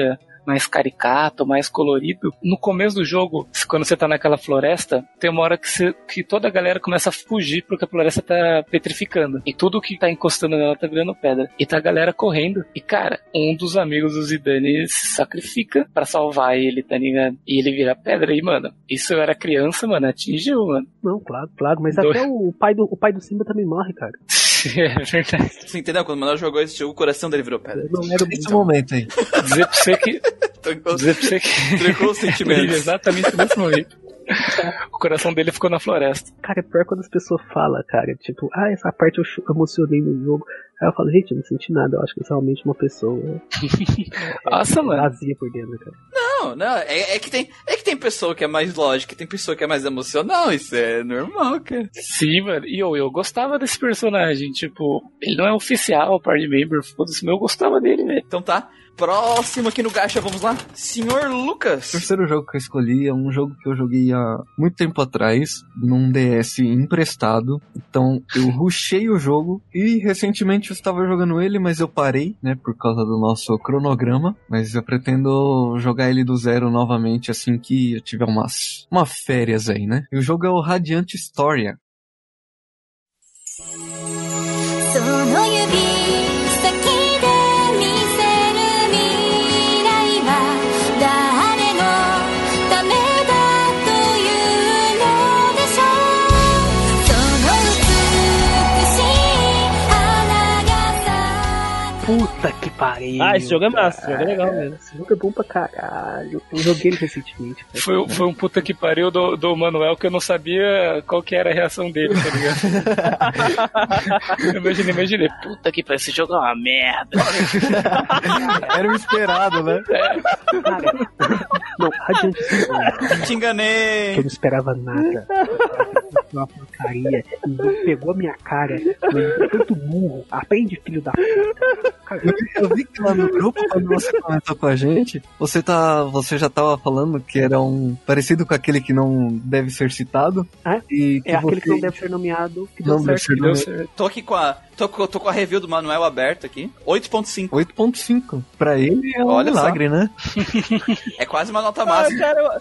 mais caricato, mais colorido. No começo do jogo, quando você tá naquela floresta, tem uma hora que toda a galera começa a fugir porque a floresta tá petrificando. E tudo que tá encostando nela tá virando pedra. E tá a galera correndo. E, cara, um dos amigos do Zidane se sacrifica pra salvar ele, tá ligado? E ele vira pedra. E, mano, isso eu era criança, mano, atingiu, mano. Não, claro, mas até o pai do Simba também morre, cara. É verdade. Você entendeu? Quando o Manuel jogou esse jogo, o coração dele virou pedra. Não era Nesse momento aí. Dizer pra você que Trocou os sentimentos. Exatamente nesse momento. O coração dele ficou na floresta. Cara, é pior quando as pessoas falam, cara, tipo, essa parte eu emocionei no jogo. Aí eu falo, gente, eu não senti nada, eu acho que eu sou realmente uma pessoa Nossa, mano. vazia por dentro, cara. Não, é que tem pessoa que é mais lógica, tem pessoa que é mais emocional, isso é normal, cara. Sim, mano, e eu gostava desse personagem, tipo, ele não é oficial, party member, foda-se, mas eu gostava dele, velho. Então tá, próximo aqui no Gacha, vamos lá, Senhor Lucas. O terceiro jogo que eu escolhi é um jogo que eu joguei há muito tempo atrás, num DS emprestado. Então eu rushei o jogo e recentemente eu estava jogando ele, mas eu parei, né, por causa do nosso cronograma. Mas eu pretendo jogar ele do zero novamente assim que eu tiver umas férias aí, né? E o jogo é o Radiant Historia. Puta que pariu. Esse jogo é massa, esse jogo é legal mesmo. Esse jogo é bom pra caralho. Eu joguei ele recentemente. Foi um puta que pariu do Manuel que eu não sabia qual que era a reação dele, tá ligado? Eu imaginei, puta que pariu, esse jogo é uma merda. Era o esperado, né? Cara, não, Radiant Te enganei. que eu não esperava nada. Uma porcaria. E pegou a minha cara. Mas tanto burro. Aprende, filho da puta. Eu vi que lá no grupo, quando você comentou com a gente, você já tava falando que era parecido com aquele que não deve ser citado. E que aquele que não deve ser nomeado. Que não deve ser nomeado. Tô aqui com a review do Manuel aberta aqui. 8.5. 8.5. Pra ele é um Olha milagre, né? É quase uma nota máxima. Cara,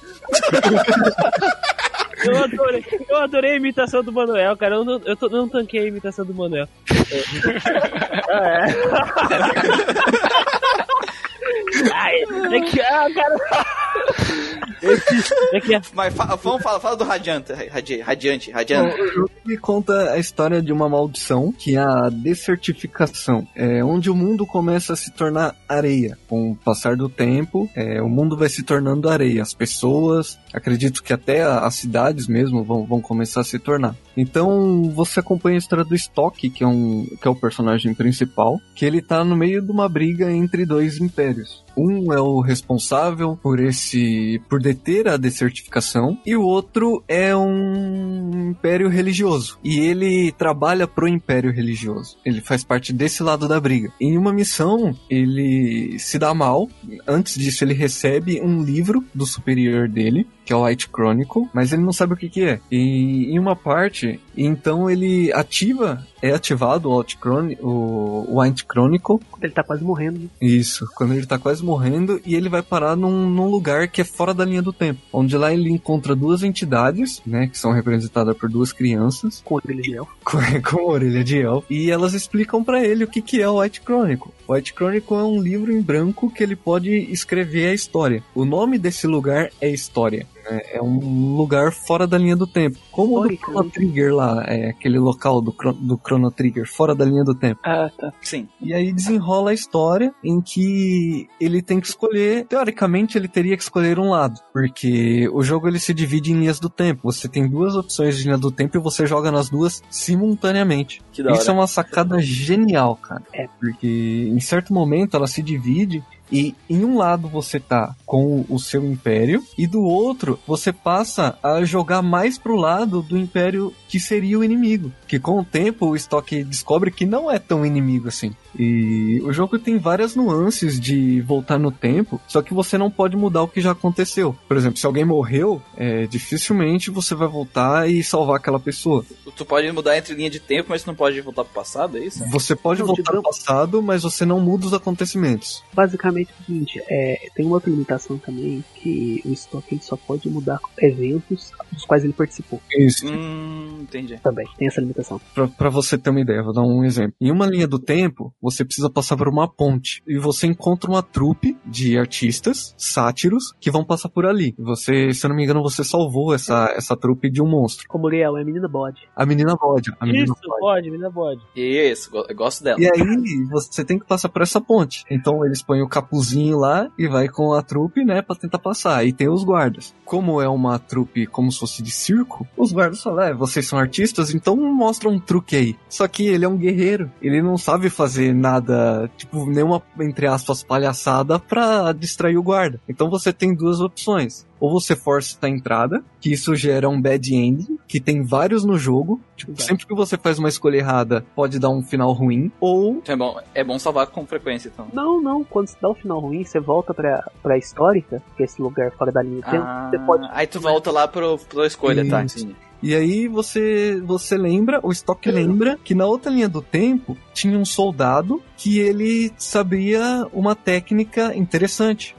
eu adorei a imitação do Manuel, cara. Eu não tanquei a imitação do Manuel. Cara. Mas fala do Radiante. O jogo me conta a história de uma maldição, que é a desertificação. É onde o mundo começa a se tornar areia. Com o passar do tempo, o mundo vai se tornando areia. As pessoas, acredito que até as cidades mesmo vão começar a se tornar. Então você acompanha a história do Stock, que é o personagem principal, que ele tá no meio de uma briga entre dois impérios. Um é o responsável por deter a desertificação, e o outro é um império religioso. E ele trabalha pro império religioso. Ele faz parte desse lado da briga. Em uma missão, ele se dá mal. Antes disso, ele recebe um livro do superior dele, que é o White Chronicle, mas ele não sabe o que é. E em uma parte, então ele é ativado o White Chronicle. Quando ele tá quase morrendo. Isso, quando ele tá quase morrendo, e ele vai parar num lugar que é fora da linha do tempo, onde lá ele encontra duas entidades, né, que são representadas por duas crianças. Com orelha de elfo. Com orelha de elfo. E elas explicam pra ele o que é o White Chronicle. O White Chronicle é um livro em branco que ele pode escrever a história. O nome desse lugar é História. É um lugar fora da linha do tempo. Como o do Chrono Trigger lá, aquele local do Chrono Trigger, fora da linha do tempo. Ah, tá. Sim. E aí desenrola a história em que ele tem que escolher, teoricamente ele teria que escolher um lado, porque o jogo ele se divide em linhas do tempo. Você tem duas opções de linha do tempo e você joga nas duas simultaneamente. Que da hora. Isso é uma sacada genial, cara. Porque em certo momento ela se divide. E em um lado você tá com o seu império, e do outro você passa a jogar mais pro lado do império que seria o inimigo. Que com o tempo o Stock descobre que não é tão inimigo assim. E o jogo tem várias nuances de voltar no tempo, só que você não pode mudar o que já aconteceu. Por exemplo, se alguém morreu, dificilmente você vai voltar e salvar aquela pessoa. tu pode mudar entre linha de tempo, mas tu não pode voltar pro passado, é isso? Você pode voltar pro passado, mas você não muda os acontecimentos. Basicamente é o seguinte, tem uma outra limitação também, que o estoque ele só pode mudar eventos dos quais ele participou. Isso. Entendi. Também, tem essa limitação. Pra você ter uma ideia, vou dar um exemplo. Em uma linha do tempo, você precisa passar por uma ponte, e você encontra uma trupe de artistas, sátiros, que vão passar por ali. Você, se eu não me engano, você salvou essa trupe de um monstro. Como Muriel, é a menina bode. A menina bode. Menina bode. Isso, eu gosto dela. E aí, você tem que passar por essa ponte. Então, eles põem o capuzinho lá e vai com a trupe, né, pra tentar passar. Aí tem os guardas. Como é uma trupe como se fosse de circo, os guardas falam, vocês são artistas, então mostra um truque aí. Só que ele é um guerreiro. Ele não sabe fazer nada, tipo, nenhuma, entre aspas, palhaçada pra distrair o guarda. Então você tem duas opções. Ou você força a entrada, que isso gera um bad ending, que tem vários no jogo. Tipo, sempre que você faz uma escolha errada, pode dar um final ruim. Ou... É bom salvar com frequência, então. Não. Quando você dá um final ruim, você volta pra histórica, que é esse lugar fora da linha de tempo. Você pode... Aí tu volta lá pra escolha, isso. Tá? Sim. E aí você lembra, o estoque lembra, que na outra linha do tempo tinha um soldado que ele sabia uma técnica interessante.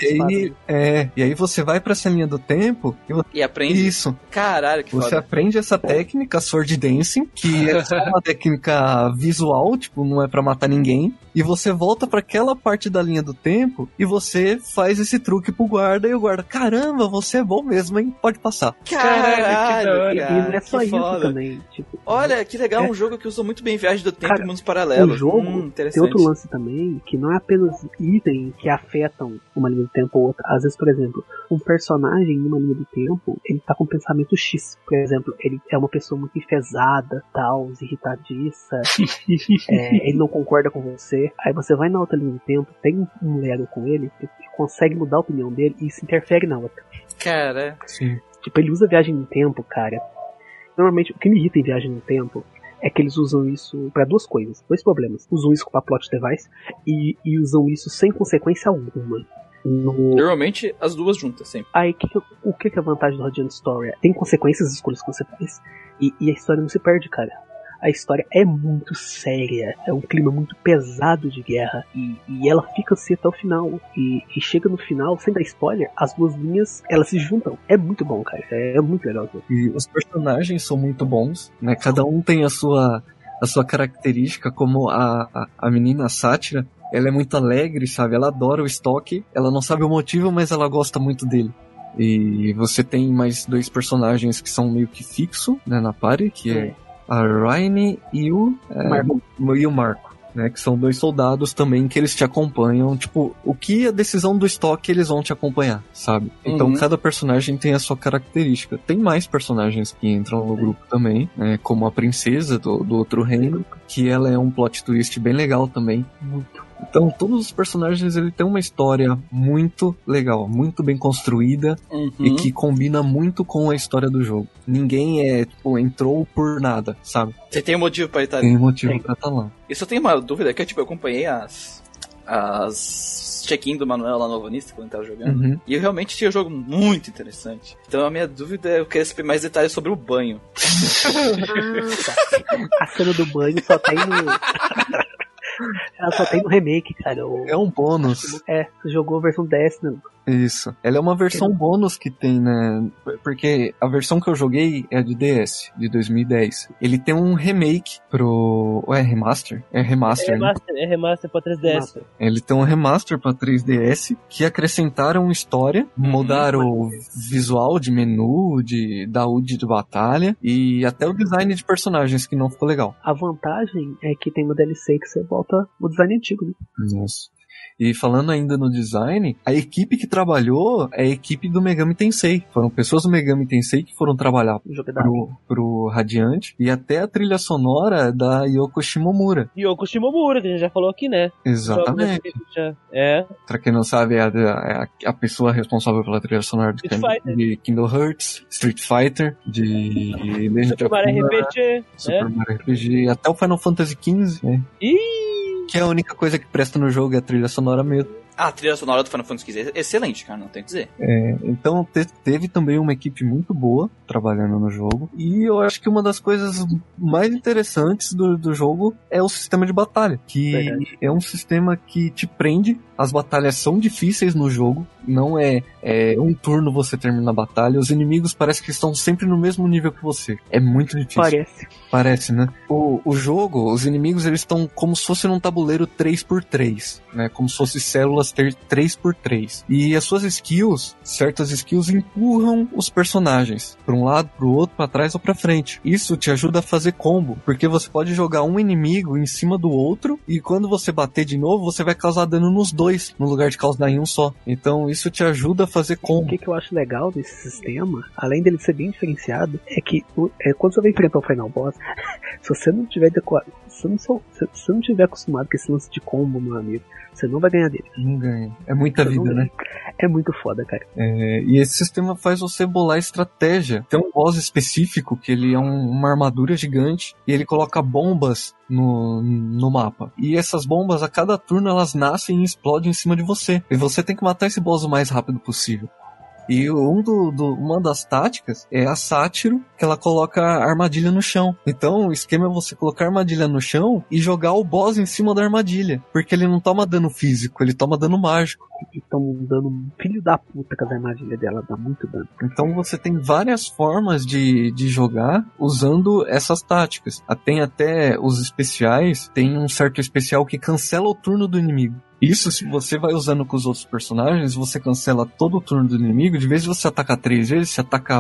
E aí você vai pra essa linha do tempo e aprende. Isso. Caralho, que você foda. aprende essa técnica, Sword Dancing, que é só uma técnica visual, tipo, não é pra matar ninguém. E você volta pra aquela parte da linha do tempo e você faz esse truque pro guarda. E o guarda, caramba, você é bom mesmo, hein? Pode passar. Caralho, e não é só isso foda. também. Tipo, olha, que legal, um jogo que usa muito bem viagem do tempo e mundos paralelos. O jogo tem outro lance também, que não é apenas itens que afetam uma linha do tempo ou outra. Às vezes, por exemplo, um personagem em uma linha do tempo, ele tá com pensamento X. Por exemplo, ele é uma pessoa muito enfesada, tal, irritadiça, ele não concorda com você. Aí você vai na outra linha do tempo, tem um Lego com ele, que consegue mudar a opinião dele e isso interfere na outra. Cara, sim. Tipo, ele usa viagem no tempo, cara. Normalmente, o que me irrita em viagem no tempo é que eles usam isso pra duas coisas, dois problemas. Usam isso pra plot device e usam isso sem consequência alguma. Normalmente as duas juntas, sempre. Aí o que é a vantagem do Radiant Story? Tem consequências das escolhas que você faz e a história não se perde, cara. A história é muito séria, é um clima muito pesado de guerra e ela fica assim até o final. E chega no final, sem dar spoiler, as duas linhas elas se juntam. É muito bom, cara, é muito legal. E os personagens são muito bons, né? Cada um tem a sua característica, como a menina sátira. Ela é muito alegre, sabe? Ela adora o estoque, ela não sabe o motivo, mas ela gosta muito dele. E você tem mais dois personagens que são meio que fixo, né, na party, que é a Raine e o Marco, né, que são dois soldados também que eles te acompanham, tipo, o que a decisão do estoque eles vão te acompanhar, sabe? Então cada personagem tem a sua característica. Tem mais personagens que entram no grupo também, né, como a princesa do outro reino, que ela é um plot twist bem legal também. Muito. Então, todos os personagens, ele tem uma história muito legal, muito bem construída e que combina muito com a história do jogo. Ninguém entrou por nada, sabe? Você tem um motivo pra estar ali. Tem um motivo pra estar lá. Eu só tenho uma dúvida, que eu acompanhei as check-in do Manuel lá no Alvanista, quando ele tava jogando. E eu realmente tinha um jogo muito interessante. Então a minha dúvida é, eu queria saber mais detalhes sobre o banho. A cena do banho só tem no... Ela só tem no remake, cara. É um bônus. Você jogou a versão DS, né? Isso. Ela é uma versão bônus que tem, né? Porque a versão que eu joguei é a de DS, de 2010. Ele tem um remake pro... É remaster? É remaster, né? É remaster pra 3DS. Ele tem um remaster pra 3DS que acrescentaram história, mudaram o visual de menu, da HUD de batalha e até o design de personagens, que não ficou legal. A vantagem é que tem uma DLC que você volta no design antigo, né? Nossa. E falando ainda no design, a equipe que trabalhou é a equipe do Megami Tensei. Foram pessoas do Megami Tensei que foram trabalhar pro Radiant. E até a trilha sonora da Yoko Shimomura. Yoko Shimomura, que a gente já falou aqui, né? Exatamente. Pra quem não sabe, é a pessoa responsável pela trilha sonora de Kingdom Hearts, Street Fighter, de Super Mario RPG. Super Mario RPG, até o Final Fantasy XV, né? Que é a única coisa que presta no jogo, é a trilha sonora mesmo. A trilha sonora do Final Fantasy XV é excelente, cara, não tem o que dizer. Então teve também uma equipe muito boa trabalhando no jogo. E eu acho que uma das coisas mais interessantes do jogo é o sistema de batalha. Que é um sistema que te prende. As batalhas são difíceis no jogo. Não é um turno você termina a batalha. Os inimigos parece que estão sempre no mesmo nível que você. É muito difícil. Parece, né? O jogo, os inimigos, eles estão como se fosse num tabuleiro 3x3, né? Como se fosse células 3x3. E as suas skills, certas skills, empurram os personagens para um lado, pro outro, para trás ou para frente. Isso te ajuda a fazer combo, porque você pode jogar um inimigo em cima do outro e quando você bater de novo, você vai causar dano nos dois, no lugar de causar em um só. Então isso te ajuda a fazer combo. O que eu acho legal desse sistema, além dele ser bem diferenciado, é que quando você vai enfrentar o Final Boss, se você não tiver se você não tiver acostumado com esse lance de combo, meu amigo, você não vai ganhar dele. Não ganha. É muita vida, né? É muito foda, cara. E esse sistema faz você bolar estratégia. Tem um boss específico que ele é uma armadura gigante e ele coloca bombas no mapa. E essas bombas, a cada turno, elas nascem e explodem em cima de você. E você tem que matar esse boss o mais rápido possível. E uma das táticas é a Sátiro, que ela coloca a armadilha no chão. Então o esquema é você colocar a armadilha no chão e jogar o boss em cima da armadilha. Porque ele não toma dano físico, ele toma dano mágico. E tão dando filho da puta com as armadilhas dela, dá muito dano. Então você tem várias formas de jogar usando essas táticas. Tem até os especiais, tem um certo especial que cancela o turno do inimigo. Isso, se você vai usando com os outros personagens, você cancela todo o turno do inimigo. De vez em você ataca 3 vezes, você ataca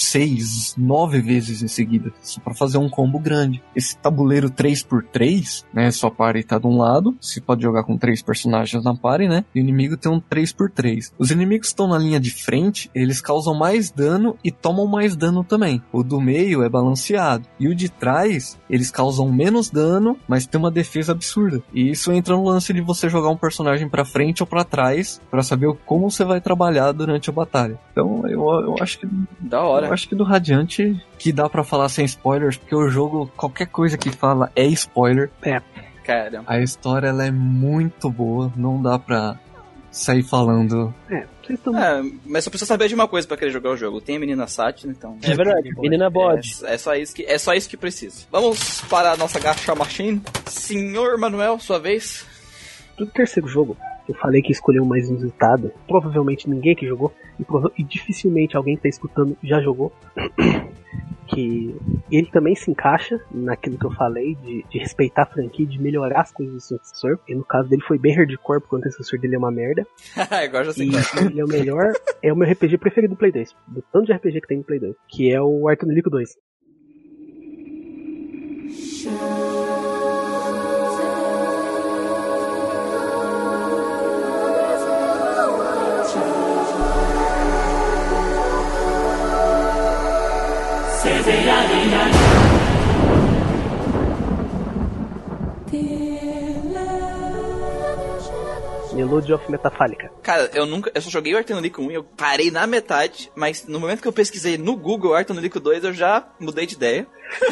6, 9 vezes em seguida, só pra fazer um combo grande. Esse tabuleiro 3x3, né, sua party tá de um lado, você pode jogar com 3 personagens na party, né, e o inimigo tem um 3x3. Os inimigos que estão na linha de frente, eles causam mais dano e tomam mais dano também. O do meio é balanceado. E o de trás, eles causam menos dano, mas tem uma defesa absurda. E isso entra no lance de você jogar um personagem pra frente ou pra trás, pra saber como você vai trabalhar durante a batalha. Então eu acho que da hora. Eu acho que do Radiante que dá pra falar sem spoilers, porque o jogo, qualquer coisa que fala é spoiler. Cara, a história ela é muito boa, não dá pra sair falando. Mas só precisa saber de uma coisa pra querer jogar o jogo. Tem a menina Sátira, então. É verdade, menina bode. É só isso que precisa. Vamos para a nossa Gacha Machine. Senhor Manuel, sua vez. Do terceiro jogo, eu falei que escolheu o mais inusitado. Provavelmente ninguém que jogou, e dificilmente alguém que tá escutando já jogou. Que ele também se encaixa naquilo que eu falei de respeitar a franquia, de melhorar as coisas do seu antecessor. E no caso dele foi bem hardcore, porque o antecessor dele é uma merda. Agora já sei. E ele é o melhor, é o meu RPG preferido do Play 2. Do tanto de RPG que tem no Play 2. Que é o Arto Nílico 2. Melody of Metafálica. Cara, eu só joguei o Arto Nílico 1 e eu parei na metade, mas no momento que eu pesquisei no Google Arto Nílico 2, eu já mudei de ideia.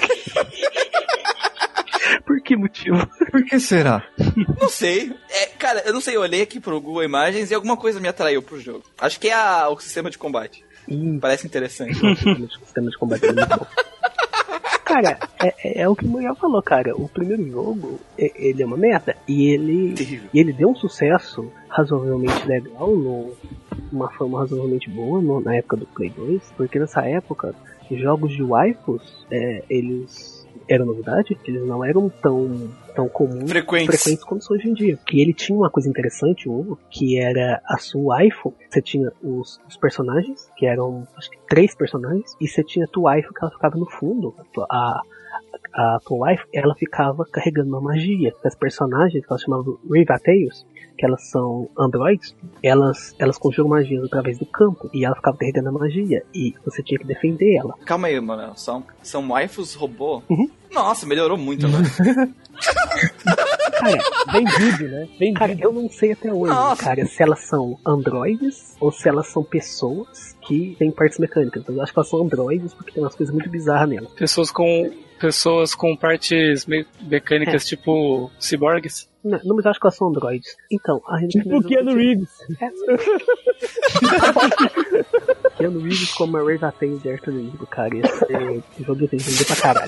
Por que motivo? Por que será? Não sei. Cara, eu não sei, eu olhei aqui pro Google Imagens e alguma coisa me atraiu pro jogo. Acho que é o sistema de combate. Parece interessante. O sistema de combate é muito bom. Cara, é o que o Muriel falou, cara. O primeiro jogo, ele é uma merda. E ele deu um sucesso razoavelmente legal, uma forma razoavelmente boa na época do Play 2. Porque nessa época, jogos de waifus, eles eram novidade. Eles não eram tão comuns, frequentes como são hoje em dia. E ele tinha uma coisa interessante, que era a sua waifu. Você tinha os personagens, que eram, acho que 3 personagens, e você tinha a tua waifu, que ela ficava no fundo. A tua waifu, ela ficava carregando uma magia. As personagens, que elas chamavam Rivatales, que elas são androids, elas conjuram magias através do campo, e ela ficava carregando a magia, e você tinha que defender ela. Calma aí, mano, são waifus robô? Uhum. Nossa, melhorou muito agora. Cara, vendido, né? Vendido. Cara, eu não sei até hoje, cara, se elas são androides ou se elas são pessoas que têm partes mecânicas. Eu acho que elas são androides porque tem umas coisas muito bizarras nelas. Pessoas com partes mecânicas tipo ciborgues. Não, mas acho que elas são androides. Então, a gente... Tipo o Keanu Reeves. Keanu Reeves como a Revateio de Arthur Inigo, cara. Esse jogo tem que vender pra caralho.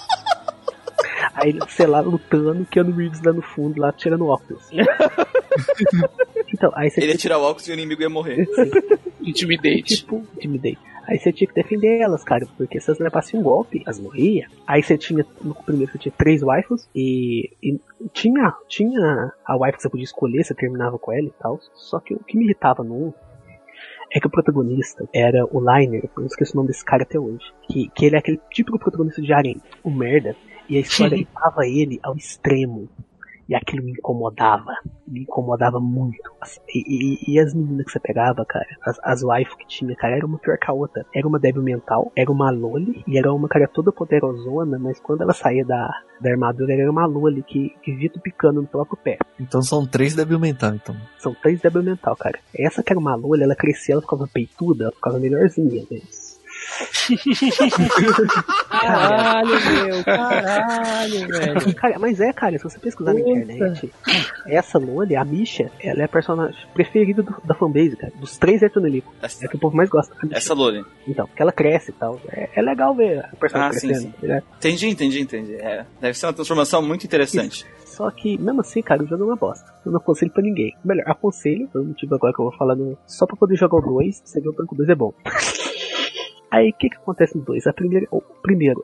Aí ele, sei lá, lutando, Keanu Reeves lá no fundo, lá tirando óculos. Então, aí você... Ele ia tirar o óculos e o inimigo ia morrer. Intimidate. Intimidate. Aí você tinha que defender elas, cara, porque se elas levassem um golpe, elas morriam. Aí você tinha, no primeiro você tinha 3 waifus e tinha a waifu que você podia escolher, você terminava com ela e tal. Só que o que me irritava no 1 é que o protagonista era o Liner, eu esqueci o nome desse cara até hoje, que ele é aquele típico protagonista de Arém, o merda, e a história levava ele ao extremo. E aquilo me incomodava muito. E as meninas que você pegava, cara, as waifu que tinha, cara, era uma pior que a outra. Era uma débil mental, era uma loli, e era uma cara toda poderosona, mas quando ela saía da armadura, era uma loli que vivia tu picando no próprio pé. Então são 3 débil mental, então. São 3 débil mental, cara. Essa que era uma loli, ela crescia, ela ficava peituda, ela ficava melhorzinha, mas... Caralho, velho. Cara, mas cara, se você pesquisar na internet, essa Loli, a Misha, ela é a personagem preferida da fanbase, cara. Dos 3 Arthur Inigo. É a que o povo mais gosta. Essa Loli. Então, porque ela cresce e tal. É legal ver a personagem crescendo. Sim. Né? Entendi. Deve ser uma transformação muito interessante. Isso. Só que, mesmo assim, cara, o jogo é uma bosta. Eu não aconselho pra ninguém. Melhor, aconselho, por um motivo agora que eu vou falar só pra poder jogar o 2, você vê o Branco 2 é bom. Aí o que acontece no 2? Primeiro,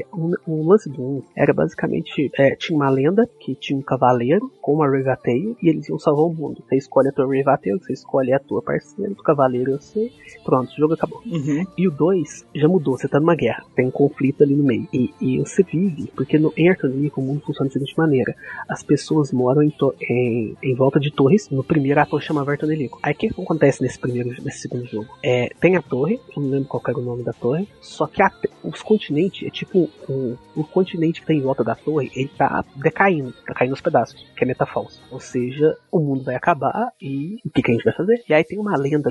o lance do 1 era basicamente, tinha uma lenda que tinha um cavaleiro com uma Revateio e eles iam salvar o mundo. Você escolhe a tua Revateio, você escolhe a tua parceira, do cavaleiro você, pronto, o jogo acabou. Uhum. E o 2 já mudou, você tá numa guerra, tem um conflito ali no meio. E você vive, porque em Arthur Inigo o mundo funciona da seguinte maneira: as pessoas moram em volta de torres. No primeiro a torre chamava Arthur Inigo. Aí o que acontece nesse segundo jogo? Tem a torre, eu não lembro qual era o nome da torre, só que os continentes, é tipo o continente que tá em volta da torre, ele tá caindo aos pedaços, que é metafalso. Ou seja, o mundo vai acabar e o que a gente vai fazer? E aí tem uma lenda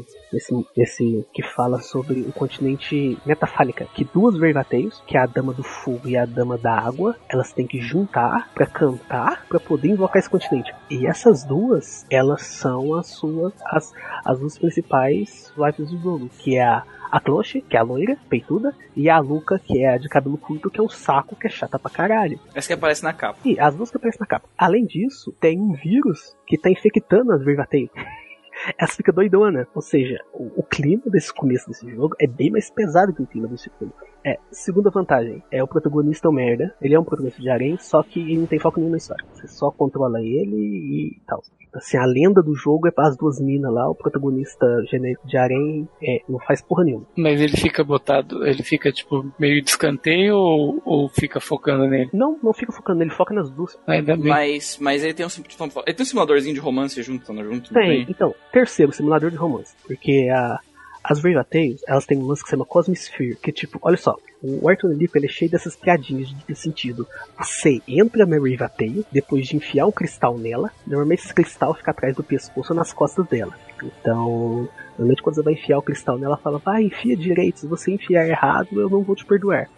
nesse que fala sobre o continente Metafálica, que 2 Revateios, que é a Dama do Fogo e a Dama da Água, elas têm que juntar pra cantar, pra poder invocar esse continente. E essas duas, elas são as duas principais waifus do jogo, que é a Cloche, que é a loira, peituda, e a Luca, que é a de cabelo curto, que é um saco, que é chata pra caralho. Essa que aparece na capa. E as duas que aparecem na capa. Além disso, tem um vírus que tá infectando as Revateio. Essa fica doidona. Ou seja, o clima desse começo desse jogo é bem mais pesado que o clima desse filme. Segunda vantagem, o protagonista é um merda. Ele é um protagonista de Arém, só que ele não tem foco nenhum na história. Você só controla ele e tal. Assim, a lenda do jogo é para as 2 minas lá, o protagonista genérico de Arém não faz porra nenhuma. Mas ele fica tipo meio de escanteio ou fica focando nele? Não fica focando nele, foca nas 2. Ainda bem. Mas ele tem um simuladorzinho de romance junto. Tem, então, terceiro, simulador de romance, porque as Revateios, elas têm um lance que se chama Cosmosphere, que tipo, olha só, o Arthur Inigo, ele é cheio dessas piadinhas de sentido. Você entra na Revateio, depois de enfiar um cristal nela, normalmente esse cristal fica atrás do pescoço ou nas costas dela. Então, normalmente quando você vai enfiar o cristal nela, fala, vai, enfia direito, se você enfiar errado, eu não vou te perdoar.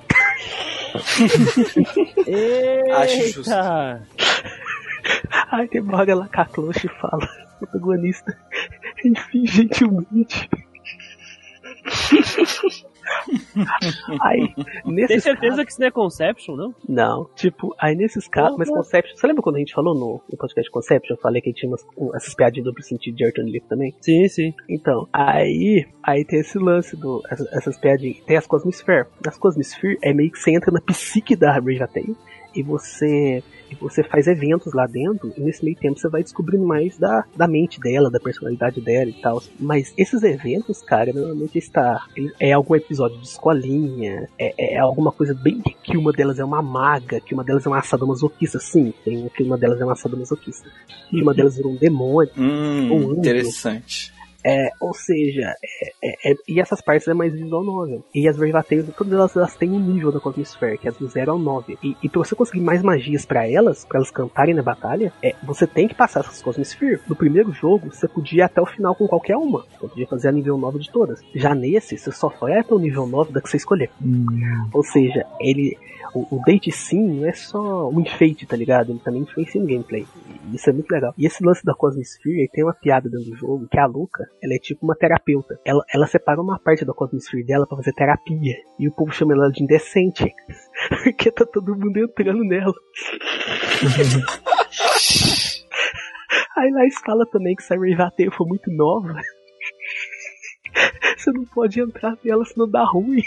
Acho justo. Aí tem uma hora lá que a Cloche fala, o protagonista, enfim, gentilmente. Aí, tem certeza casos, que isso não é Conception, não? Não, tipo, aí nesses casos, mas Conception, você lembra quando a gente falou no podcast Conception, eu falei que tinha essas piadinhas duplo sentido de Arthur Inigo também? Sim. Então, aí tem esse lance essas piadinhas, tem as Cosmosphere. As Cosmosphere é meio que você entra na psique da Revateio e você faz eventos lá dentro, e nesse meio tempo você vai descobrindo mais da mente dela, da personalidade dela e tal. Mas esses eventos, cara, normalmente é algum episódio de escolinha, é alguma coisa bem que uma delas é uma maga, que uma delas é uma sadomasoquista. Sim, tem que uma delas é uma sadomasoquista, que uma delas virou um demônio. Interessante. Ou seja, e essas partes é mais visual novel. E as Revateios, todas elas têm um nível da Cosmosphere, que é do 0 ao 9. E pra você conseguir mais magias pra elas cantarem na batalha, você tem que passar essas Cosmosphere. No primeiro jogo, você podia ir até o final com qualquer uma. Você podia fazer a nível 9 de todas. Já nesse, você só foi até o nível 9 da que você escolher. Ou seja, o Date Sim não é só um enfeite, tá ligado? Ele também influencia no gameplay. E isso é muito legal. E esse lance da Cosmosphere, tem uma piada dentro do jogo, que a Luca, ela é tipo uma terapeuta. Ela separa uma parte da Cosmosphere dela pra fazer terapia. E o povo chama ela de indecente. Porque tá todo mundo entrando nela. Aí lá eles falam também que se a Rave for muito nova, você não pode entrar nela senão dá ruim.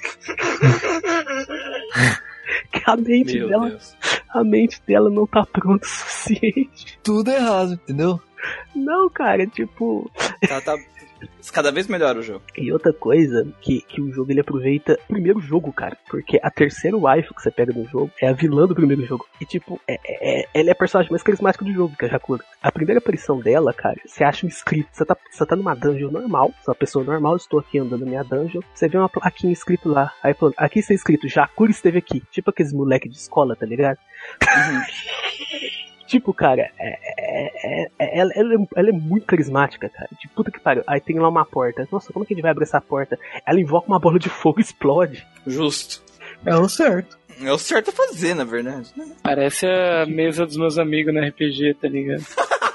Que a mente dela não tá pronta o suficiente. Tudo errado, entendeu? Não, cara, tipo... Tá cada vez melhor o jogo. E outra coisa, que o jogo ele aproveita o primeiro jogo, cara. Porque a terceira waifu que você pega no jogo é a vilã do primeiro jogo. E tipo, ela é a personagem mais carismática do jogo, que é a Jakura. A primeira aparição dela, cara, você acha um escrito. Você tá numa dungeon normal, você é uma pessoa normal, estou aqui andando na minha dungeon. Você vê uma plaquinha escrito lá. Aí falando, aqui está escrito, Jakura esteve aqui. Tipo aqueles moleque de escola, tá ligado? Tipo, cara, ela é muito carismática, cara. De puta que pariu. Aí tem lá uma porta. Nossa, como que a gente vai abrir essa porta? Ela invoca uma bola de fogo e explode. Justo. É o certo. É o certo a fazer, na verdade. Parece a mesa dos meus amigos no RPG, tá ligado?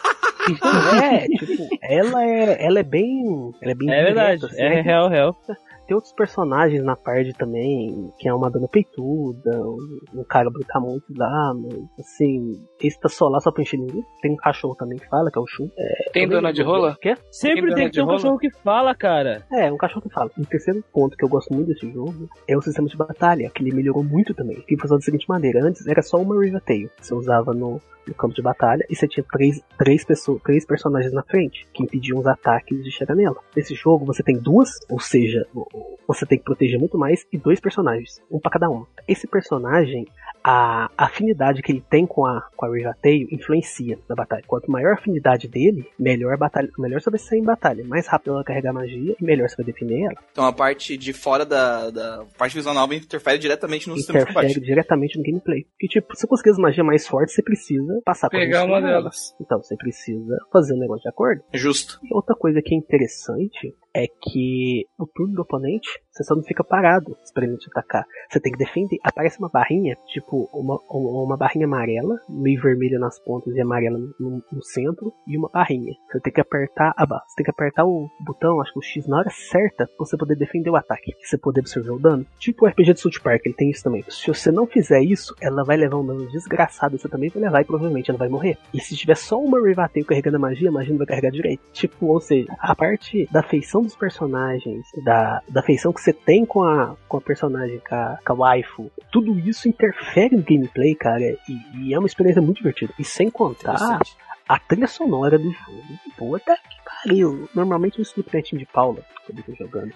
Tipo, ela é bem. Ela é bem. É verdade, assim, é real. Tem outros personagens na parte também, que é uma dona peituda, um cara brutamonte lá, mas assim, esse tá só lá só pra encher linguiça. Tem um cachorro também que fala, que é o Shun. Tem dona de rola? Quê? Sempre tem que ter um cachorro que fala, cara. É, um cachorro que fala. O terceiro ponto que eu gosto muito desse jogo é o sistema de batalha, que ele melhorou muito também. Que funciona da seguinte maneira: antes era só uma Riva Tail, que você usava no campo de batalha, e você tinha três personagens na frente, que impediam os ataques de chegar nela. Nesse jogo você tem duas, ou seja, você tem que proteger muito mais, e dois personagens, um pra cada um. Esse personagem, a afinidade que ele tem com a Riva Tail influencia na batalha. Quanto maior a afinidade dele, melhor você vai sair em batalha. Mais rápido ela carregar magia, e melhor você vai defender ela. Então a parte de fora da parte visual interfere diretamente no sistema de combate. Interfere diretamente no gameplay. Porque tipo, se você conseguir as magias mais fortes, você precisa passar por pegar uma delas. Então você precisa fazer um negócio de acordo. Justo. E outra coisa que é interessante é que no turno do oponente, você só não fica parado esperando ele te atacar. Você tem que defender. Aparece uma barrinha, tipo uma barrinha amarela, meio vermelha nas pontas e amarela no centro, e uma barrinha. Você tem que apertar o botão, acho que o X, na hora certa, pra você poder defender o ataque. Pra você poder absorver o dano. Tipo o RPG de South Park, ele tem isso também. Se você não fizer isso, ela vai levar um dano desgraçado, você também vai levar e provavelmente ela vai morrer. E se tiver só uma Riva Tail carregando a magia não vai carregar direito. Tipo, ou seja, a parte da feição dos personagens, da feição que você tem com a personagem, com a waifu, tudo isso interfere no gameplay, cara, e é uma experiência muito divertida. E sem contar a trilha sonora do jogo. Puta que pariu. Normalmente eu escuto Netinho de Paula quando eu tô jogando.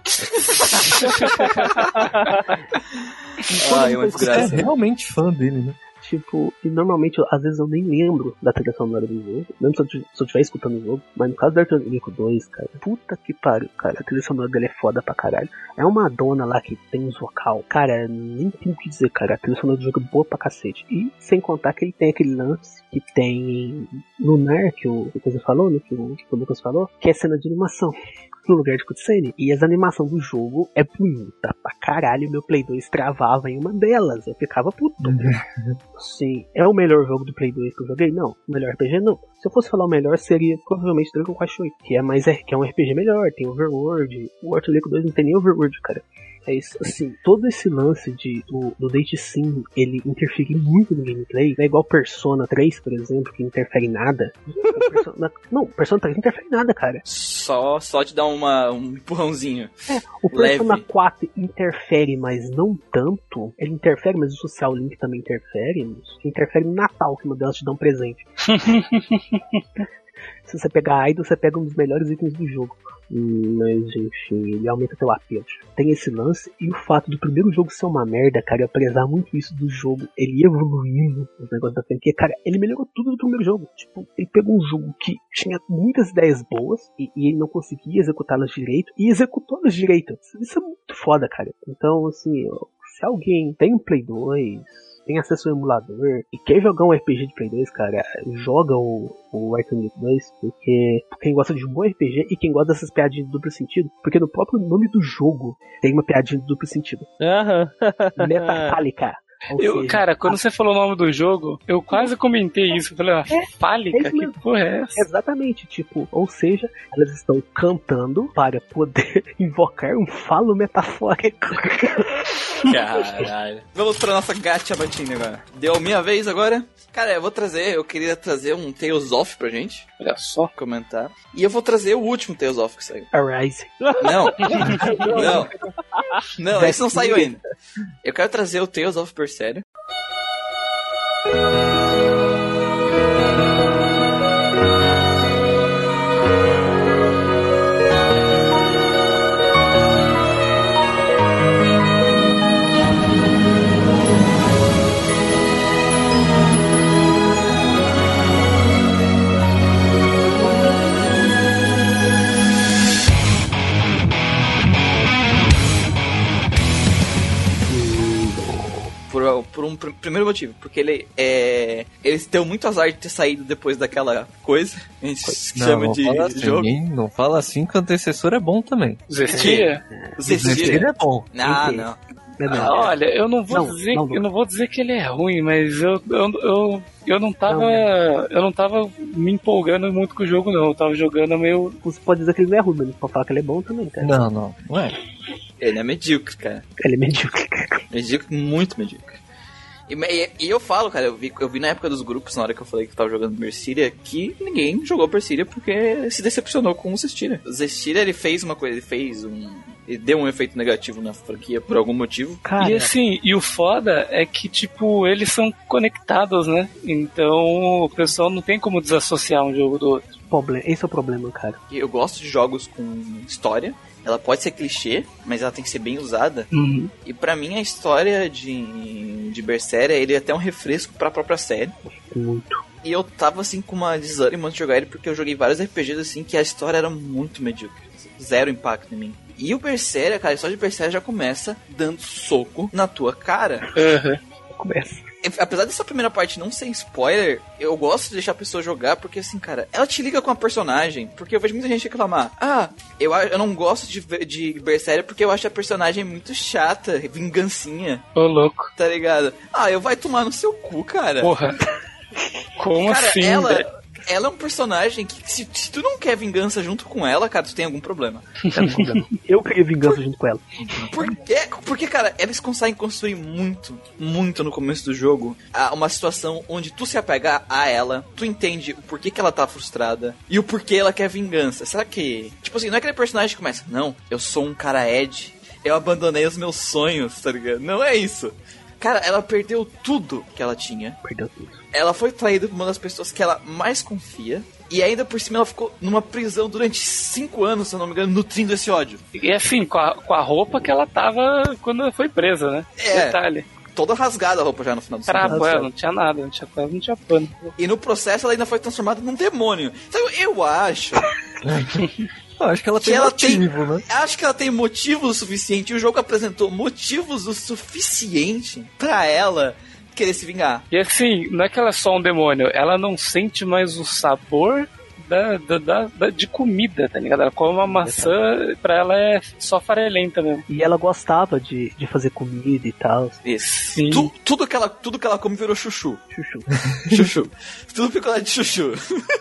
É uma desgraça. É realmente fã dele, né? Tipo, e normalmente, às vezes eu nem lembro da trilha sonora do jogo, mesmo se eu estiver escutando o jogo, mas no caso do Arthur Nico 2, cara, puta que pariu, cara, a trilha sonora dele é foda pra caralho. É uma dona lá que tem uns vocal, cara, nem tem o que dizer, cara, a trilha sonora do jogo é boa pra cacete. E sem contar que ele tem aquele lance que tem Lunar, que o Coisa falou, né, que o Lucas falou, que é cena de animação no lugar de cutscene. E as animações do jogo é bonita pra caralho. Meu Play 2 travava em uma delas. Eu ficava puto. Sim, é o melhor jogo do Play 2 que eu joguei? Não. O melhor RPG? Não. Se eu fosse falar o melhor, seria provavelmente Dragon Quest 8, que é um RPG melhor, tem Overworld. O Arthur Leco 2 não tem nem Overworld, cara. É isso, assim, todo esse lance do Date Sim, ele interfere muito no gameplay. Não é igual Persona 3, por exemplo, que não interfere em nada. Persona 3 não interfere em nada, cara. Só te dá um empurrãozinho. O Persona 4 interfere, mas não tanto. Ele interfere, mas o Social Link também interfere. Interfere no Natal, que uma delas te dá um presente. Se você pegar a Idol, você pega um dos melhores itens do jogo. Mas enfim, ele aumenta teu apelo. Tem esse lance e o fato do primeiro jogo ser uma merda, cara, eu prezar muito isso do jogo, ele evoluindo os negócios da franquia, cara, ele melhorou tudo do primeiro jogo. Tipo, ele pegou um jogo que tinha muitas ideias boas e ele não conseguia executá-las direito e executou-las direito. Isso é muito foda, cara. Então, assim, se alguém tem um Play 2, tem acesso ao emulador e quer jogar um RPG de Play 2, cara, joga o Arthur Nico 2, porque quem gosta de um bom RPG e quem gosta dessas piadinhas de duplo sentido, porque no próprio nome do jogo tem uma piadinha de duplo sentido. Aham. Metatálica. Cara, quando você falou o nome do jogo, eu quase comentei isso. Eu falei, fálica? Que porra é essa? Exatamente, tipo, ou seja, elas estão cantando para poder invocar um falo metafórico. Caralho. Vamos pra nossa gacha batinha agora. Deu minha vez agora? Cara, eu queria trazer um Tales of pra gente. Olha só. Comentar. E eu vou trazer o último Tales of que saiu. Arise. Não, esse não saiu ainda. Eu quero trazer o Tales of Berseria. Por um primeiro motivo, porque eles deu muito azar de ter saído depois daquela coisa. A gente chama de jogo. Não fala assim que o antecessor é bom também. Zestiria? Zestiria é bom. Não. Olha, eu não vou dizer que ele é ruim, mas eu não tava me empolgando muito com o jogo, não. Eu tava jogando meio... Você pode dizer que ele não é ruim, mas pode falar que ele é bom também, cara. Não é. Ele é medíocre, cara. Ele é medíocre. Medíocre, muito medíocre. E eu falo, cara, eu vi na época dos grupos, na hora que eu falei que eu tava jogando Berseria, que ninguém jogou Berseria porque se decepcionou com o Zestiria. O Zestiria, ele fez uma coisa, ele deu um efeito negativo na franquia por algum motivo. Cara. E assim, e o foda é que, tipo, eles são conectados, né? Então o pessoal não tem como desassociar um jogo do outro. Esse é o problema, cara. Eu gosto de jogos com história. Ela pode ser clichê, mas ela tem que ser bem usada. Uhum. E pra mim a história de Berseria, ele é até um refresco pra própria série. Muito. E eu tava assim com uma desânimo de jogar ele, porque eu joguei vários RPGs assim que a história era muito medíocre. Zero impacto em mim. E o Berseria, cara, a história de Berseria já começa dando soco na tua cara. Uhum. Começa. Apesar dessa primeira parte não ser spoiler, eu gosto de deixar a pessoa jogar, porque assim, cara, ela te liga com a personagem, porque eu vejo muita gente reclamar, eu não gosto de Berseria porque eu acho a personagem muito chata, vingancinha. Ô, louco. Tá ligado? Eu vai tomar no seu cu, cara. Porra. Como cara, assim, ela é um personagem que se tu não quer vingança junto com ela, cara, tu tem algum problema. Eu queria vingança junto com ela. Por quê? Porque, cara, eles conseguem construir muito no começo do jogo uma situação onde tu se apega a ela, tu entende o porquê que ela tá frustrada e o porquê ela quer vingança. Será que... Tipo assim, não é aquele personagem que começa, não, eu sou um cara Ed, eu abandonei os meus sonhos, tá ligado? Não é isso. Cara, ela perdeu tudo que ela tinha. Perdeu tudo. Ela foi traída por uma das pessoas que ela mais confia. E ainda por cima ela ficou numa prisão durante 5 anos, se eu não me engano, nutrindo esse ódio. E assim, com a roupa que ela tava quando ela foi presa, né? Detalhe. Toda rasgada a roupa já no final do filme. Não tinha nada, não tinha pano. E no processo ela ainda foi transformada num demônio. Então eu acho... Acho que ela tem motivo, né? Acho que ela tem motivo o suficiente. E o jogo apresentou motivos o suficiente pra ela querer se vingar. E assim, não é que ela é só um demônio. Ela não sente mais o sabor de comida, tá ligado? Ela come uma maçã, pra ela é só farelenta mesmo. E ela gostava de fazer comida e tal. Isso. Sim. Tudo que ela come virou chuchu. Chuchu. Tudo picolé de chuchu.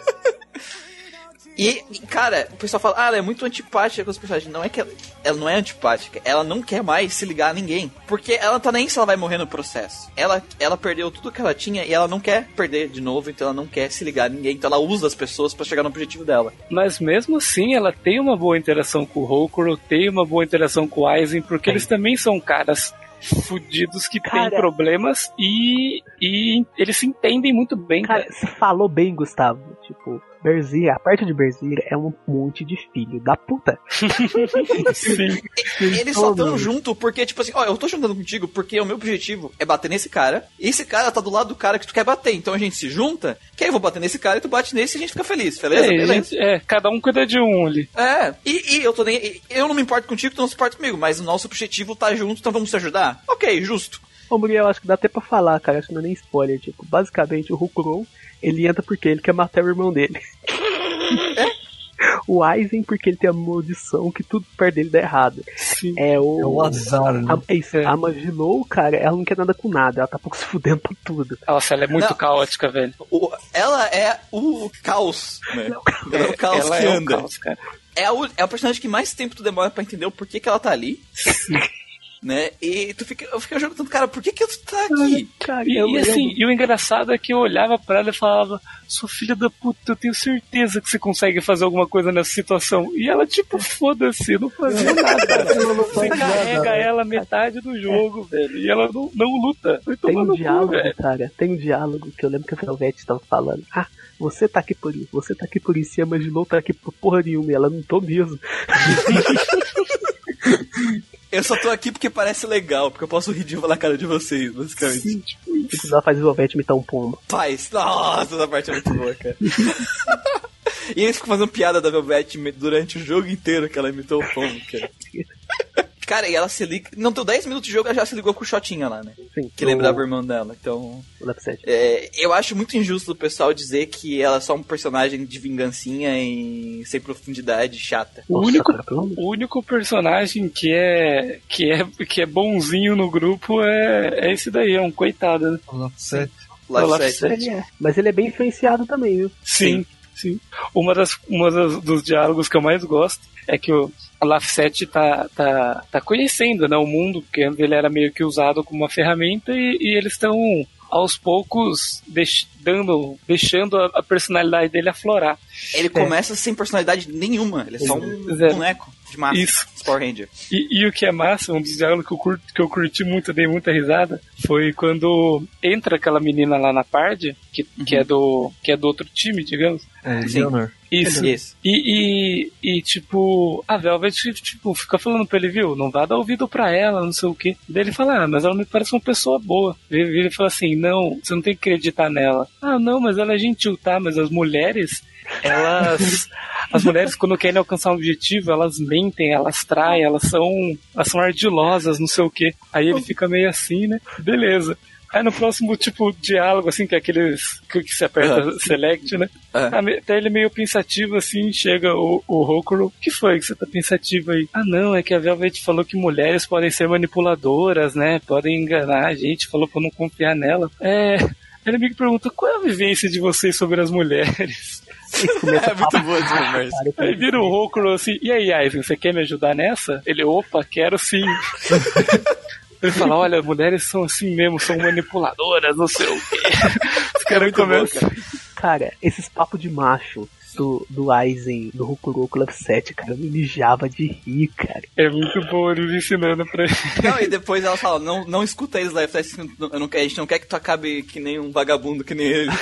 E, cara, o pessoal fala, ela é muito antipática com os personagens. Não é que ela não é antipática, ela não quer mais se ligar a ninguém. Porque ela tá nem se ela vai morrer no processo. Ela perdeu tudo que ela tinha e ela não quer perder de novo, então ela não quer se ligar a ninguém. Então ela usa as pessoas pra chegar no objetivo dela. Mas mesmo assim, ela tem uma boa interação com o Hokuro, tem uma boa interação com o Aizen, porque eles também são caras fudidos que têm problemas e eles se entendem muito bem. Cara, você falou bem, Gustavo. Tipo, Berseria, a parte de Berseria é um monte de filho da puta. Sim. Eles só estão junto porque, tipo assim, eu tô juntando contigo porque o meu objetivo é bater nesse cara, e esse cara tá do lado do cara que tu quer bater, então a gente se junta, que aí eu vou bater nesse cara e tu bate nesse e a gente fica feliz, beleza? Cada um cuida de um ali. E eu não me importo contigo, tu não se importa comigo, mas o nosso objetivo tá junto, então vamos se ajudar? Ok, justo. Ô, Muriel, acho que dá até pra falar, cara, acho que não é nem spoiler, tipo, basicamente o Hokuro, ele entra porque ele quer matar o irmão dele. O Aizen, porque ele tem a maldição que tudo perto dele dá errado. Sim. É o azar, né? A Magilou, cara, ela não quer nada com nada. Ela tá pouco se fudendo pra tudo. Nossa, ela é muito caótica, velho. Ela é o caos, né? Ela é o caos que anda. O caos, cara. É o personagem que mais tempo tu demora pra entender o porquê que ela tá ali. Né? E eu fico jogando, cara, por que tu tá aqui? Cara, e o engraçado é que eu olhava pra ela e falava, sua filha da puta, eu tenho certeza que você consegue fazer alguma coisa nessa situação. E ela, tipo, foda-se, não fazia nada. Você carrega ela metade do jogo, velho, e ela não luta. Tem um diálogo, cara, tem um diálogo que eu lembro que a Velvet tava falando. Você tá aqui por isso, e a Magilou tá aqui por porra nenhuma, e ela não tô mesmo. Eu só tô aqui porque parece legal, porque eu posso rir na cara de vocês, basicamente. Sim, tipo isso. Ela faz o Velvet imitar um pombo. Nossa, essa parte é muito boa, cara. E eles ficam fazendo piada da Velvet durante o jogo inteiro que ela imitou o pombo, cara. Cara, e ela se liga... Não deu 10 minutos de jogo, ela já se ligou com o Shotinha lá, né? Sim. Que lembrava o irmão dela, então... eu acho muito injusto o pessoal dizer que ela é só um personagem de vingancinha e sem profundidade, chata. O único personagem que é bonzinho no grupo é esse daí, é um coitado, né? O Laphset. Mas ele é bem influenciado também, viu? Sim. Uma dos diálogos que eu mais gosto é que o Laphset tá conhecendo, né, o mundo, porque antes ele era meio que usado como uma ferramenta e eles estão aos poucos deixando a personalidade dele aflorar. Ele começa sem personalidade nenhuma, ele é só um boneco de massa. Isso. Power Ranger. E o que é massa, um dos diálogos que eu curti muito, dei muita risada, foi quando entra aquela menina lá na Pard, que é do outro time, digamos. Leonor. Isso. E tipo, a Velvet, tipo, fica falando pra ele, viu, não vá dar ouvido pra ela, não sei o quê. Daí ele fala, mas ela me parece uma pessoa boa. Ele fala assim, não, você não tem que acreditar nela. Não, mas ela é gentil, tá? Mas as mulheres, as mulheres, quando querem alcançar um objetivo, elas mentem, elas traem, elas são ardilosas, não sei o quê. Aí ele fica meio assim, né? Beleza. Aí no próximo, tipo, diálogo, assim, que é aqueles que se aperta select, né? Até ele meio pensativo, assim, chega o Hokuro. O que foi que você tá pensativo aí? Não, é que a Velvet falou que mulheres podem ser manipuladoras, né? Podem enganar a gente, falou pra não confiar nela. Ele me pergunta, qual é a vivência de vocês sobre as mulheres? É muito boa essa conversa. Aí vira o Hokuro assim, e aí, Aizen, você quer me ajudar nessa? Ele, opa, quero sim. Ele fala, olha, mulheres são assim mesmo, são manipuladoras, não sei o quê. Os caras começam. Cara, esses papos de macho do Aizen, do Rokuroku Laphset, cara, eu me mijava de rir, cara. É muito bom ele ensinando pra ele. Não, e depois ela fala, não escuta eles, Laphset, a gente não quer que tu acabe que nem um vagabundo, que nem ele.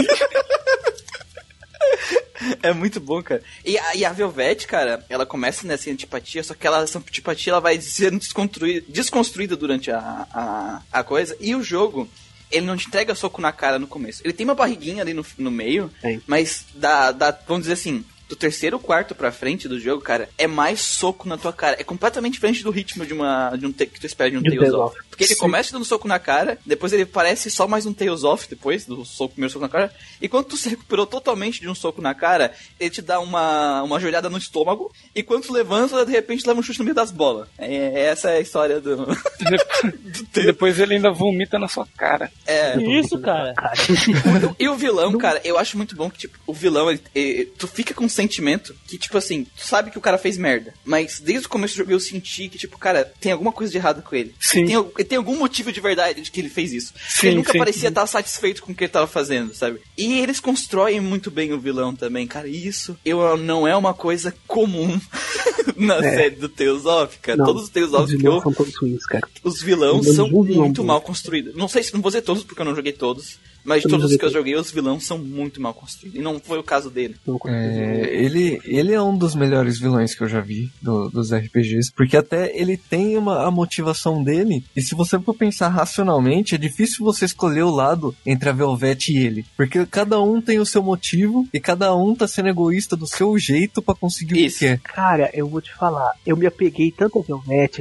É muito bom, cara. E a Velvet, cara, ela começa nessa antipatia, só que essa antipatia ela vai sendo desconstruída durante a coisa. E o jogo, ele não te entrega soco na cara no começo. Ele tem uma barriguinha ali no meio, mas vamos dizer assim, do terceiro quarto pra frente do jogo, cara, é mais soco na tua cara. É completamente diferente do ritmo que tu espera de um Tales of. Porque ele começa dando soco na cara, depois ele parece só mais um Tales of, depois do primeiro soco na cara. E quando tu se recuperou totalmente de um soco na cara, ele te dá uma joelhada no estômago, e quando tu levanta, de repente leva um chute no meio das bolas. Essa é a história do Depois ele ainda vomita na sua cara. Isso, cara. E o vilão, cara, eu acho muito bom que, tipo, o vilão, tu fica com sentimento que, tipo assim, tu sabe que o cara fez merda, mas desde o começo do jogo eu senti que, tipo, cara, tem alguma coisa de errado com ele. Sim. Ele tem algum motivo de verdade de que ele fez isso. Ele nunca parecia estar satisfeito com o que ele tava fazendo, sabe? E eles constroem muito bem o vilão também, cara. E isso não é uma coisa comum na série do Tales of, cara. Não, todos os Tales of que eu... são todos ruins, cara. Os vilões são muito mal construídos. Não vou dizer todos, porque eu não joguei todos. Mas de todos os que eu joguei, os vilões são muito mal construídos. E não foi o caso dele. Ele é um dos melhores vilões que eu já vi dos RPGs. Porque até ele tem a motivação dele. E se você for pensar racionalmente, é difícil você escolher o lado entre a Velvet e ele. Porque cada um tem o seu motivo. E cada um tá sendo egoísta do seu jeito pra conseguir o que quer. Cara, eu vou te falar. Eu me apeguei tanto a Velvet, cara.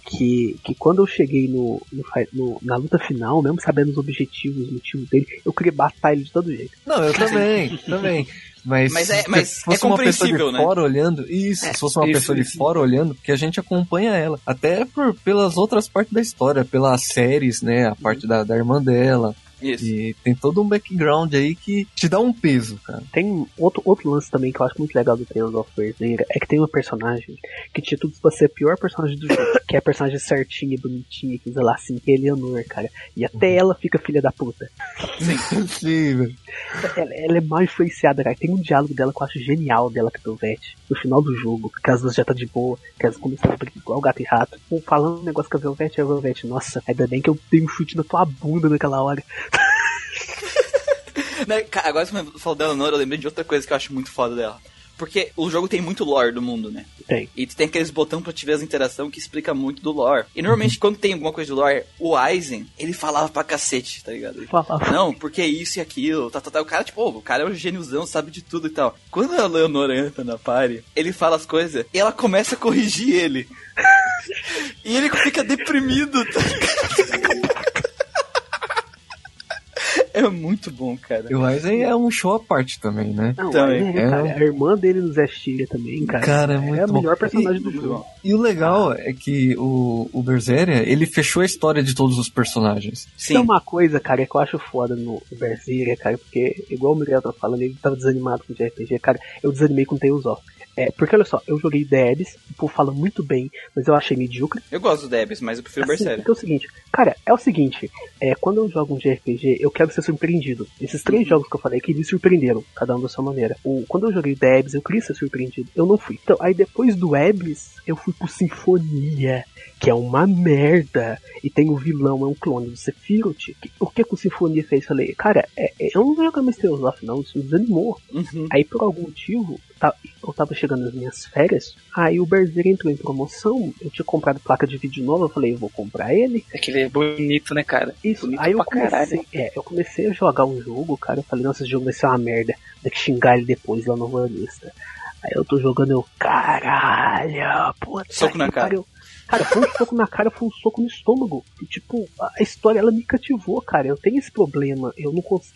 que quando eu cheguei na luta final, mesmo sabendo os objetivos, os motivos dele, eu queria matar ele de todo jeito. Não, eu também. Mas se fosse uma pessoa de fora olhando, se fosse uma pessoa de fora olhando, porque a gente acompanha ela, até pelas outras partes da história, pelas séries, né, a parte da irmã dela. Isso. E tem todo um background aí que te dá um peso, cara. Tem outro lance também que eu acho muito legal do Tales of Berseria, é que tem uma personagem que tinha tudo pra ser a pior personagem do jogo, que é a personagem certinha, bonitinha, que usa lacinho, que é a Eleanor, cara. E até ela fica filha da puta. Sim, velho. Ela é mal influenciada, cara. Tem um diálogo dela que eu acho genial dela com a Velvete. No final do jogo, que as duas já tá de boa, que elas começam a brigar igual gato e rato. Falando um negócio com a Velvete, nossa, ainda bem que eu dei um chute na tua bunda naquela hora. Agora você falou da Eleanor, eu lembrei de outra coisa que eu acho muito foda dela. Porque o jogo tem muito lore do mundo, né? Tem. E tu tem aqueles botões pra te ver as interações que explica muito do lore. E normalmente quando tem alguma coisa de lore, o Aizen, ele falava pra cacete, tá ligado? Não, porque isso e aquilo, tá. O cara, tipo, o cara é um gêniozão, sabe de tudo e tal. Quando a Eleanor entra na party, ele fala as coisas e ela começa a corrigir ele. E ele fica deprimido, tá ligado? É muito bom, cara. E o Aizen é um show à parte também, né? Não, também. Cara, a irmã dele no Zestiria também, cara. Cara, é muito bom. A melhor personagem do jogo. E o legal é que o Berseria, ele fechou a história de todos os personagens. Sim. Tem uma coisa, cara, que eu acho foda no Berseria, cara, porque, igual o Miguel tá falando, ele tava desanimado com o RPG, cara, eu desanimei com o Tales of. Porque olha só, eu joguei Debs, o povo fala muito bem, mas eu achei medíocre. Eu gosto do Debs, mas eu prefiro Berseria. Porque é o seguinte, quando eu jogo um JRPG, eu quero ser surpreendido. Esses 3 jogos que eu falei que eles surpreenderam, cada um da sua maneira. Quando eu joguei Debs, eu queria ser surpreendido, eu não fui. Então, aí depois do Debs, eu fui pro Sinfonia, que é uma merda, e tem o vilão, é um clone do Sephiroth. O que o Sinfonia fez? Falei, cara, eu não vou jogar mais Tales of, não, isso me desanimou. Aí por algum motivo, eu tava chegando nas minhas férias, aí o Berseria entrou em promoção, eu tinha comprado placa de vídeo nova, eu falei, eu vou comprar ele. É que ele é bonito, né, cara? Isso, bonito aí eu comecei a jogar um jogo, cara, eu falei, nossa, esse jogo vai ser uma merda, tem que xingar ele depois lá no Vanista. Aí eu tô jogando, caralho, puta. Soco na cara. Cara, foi um soco na cara, foi um soco no estômago. E, tipo, a história, ela me cativou, cara. Eu tenho esse problema. Eu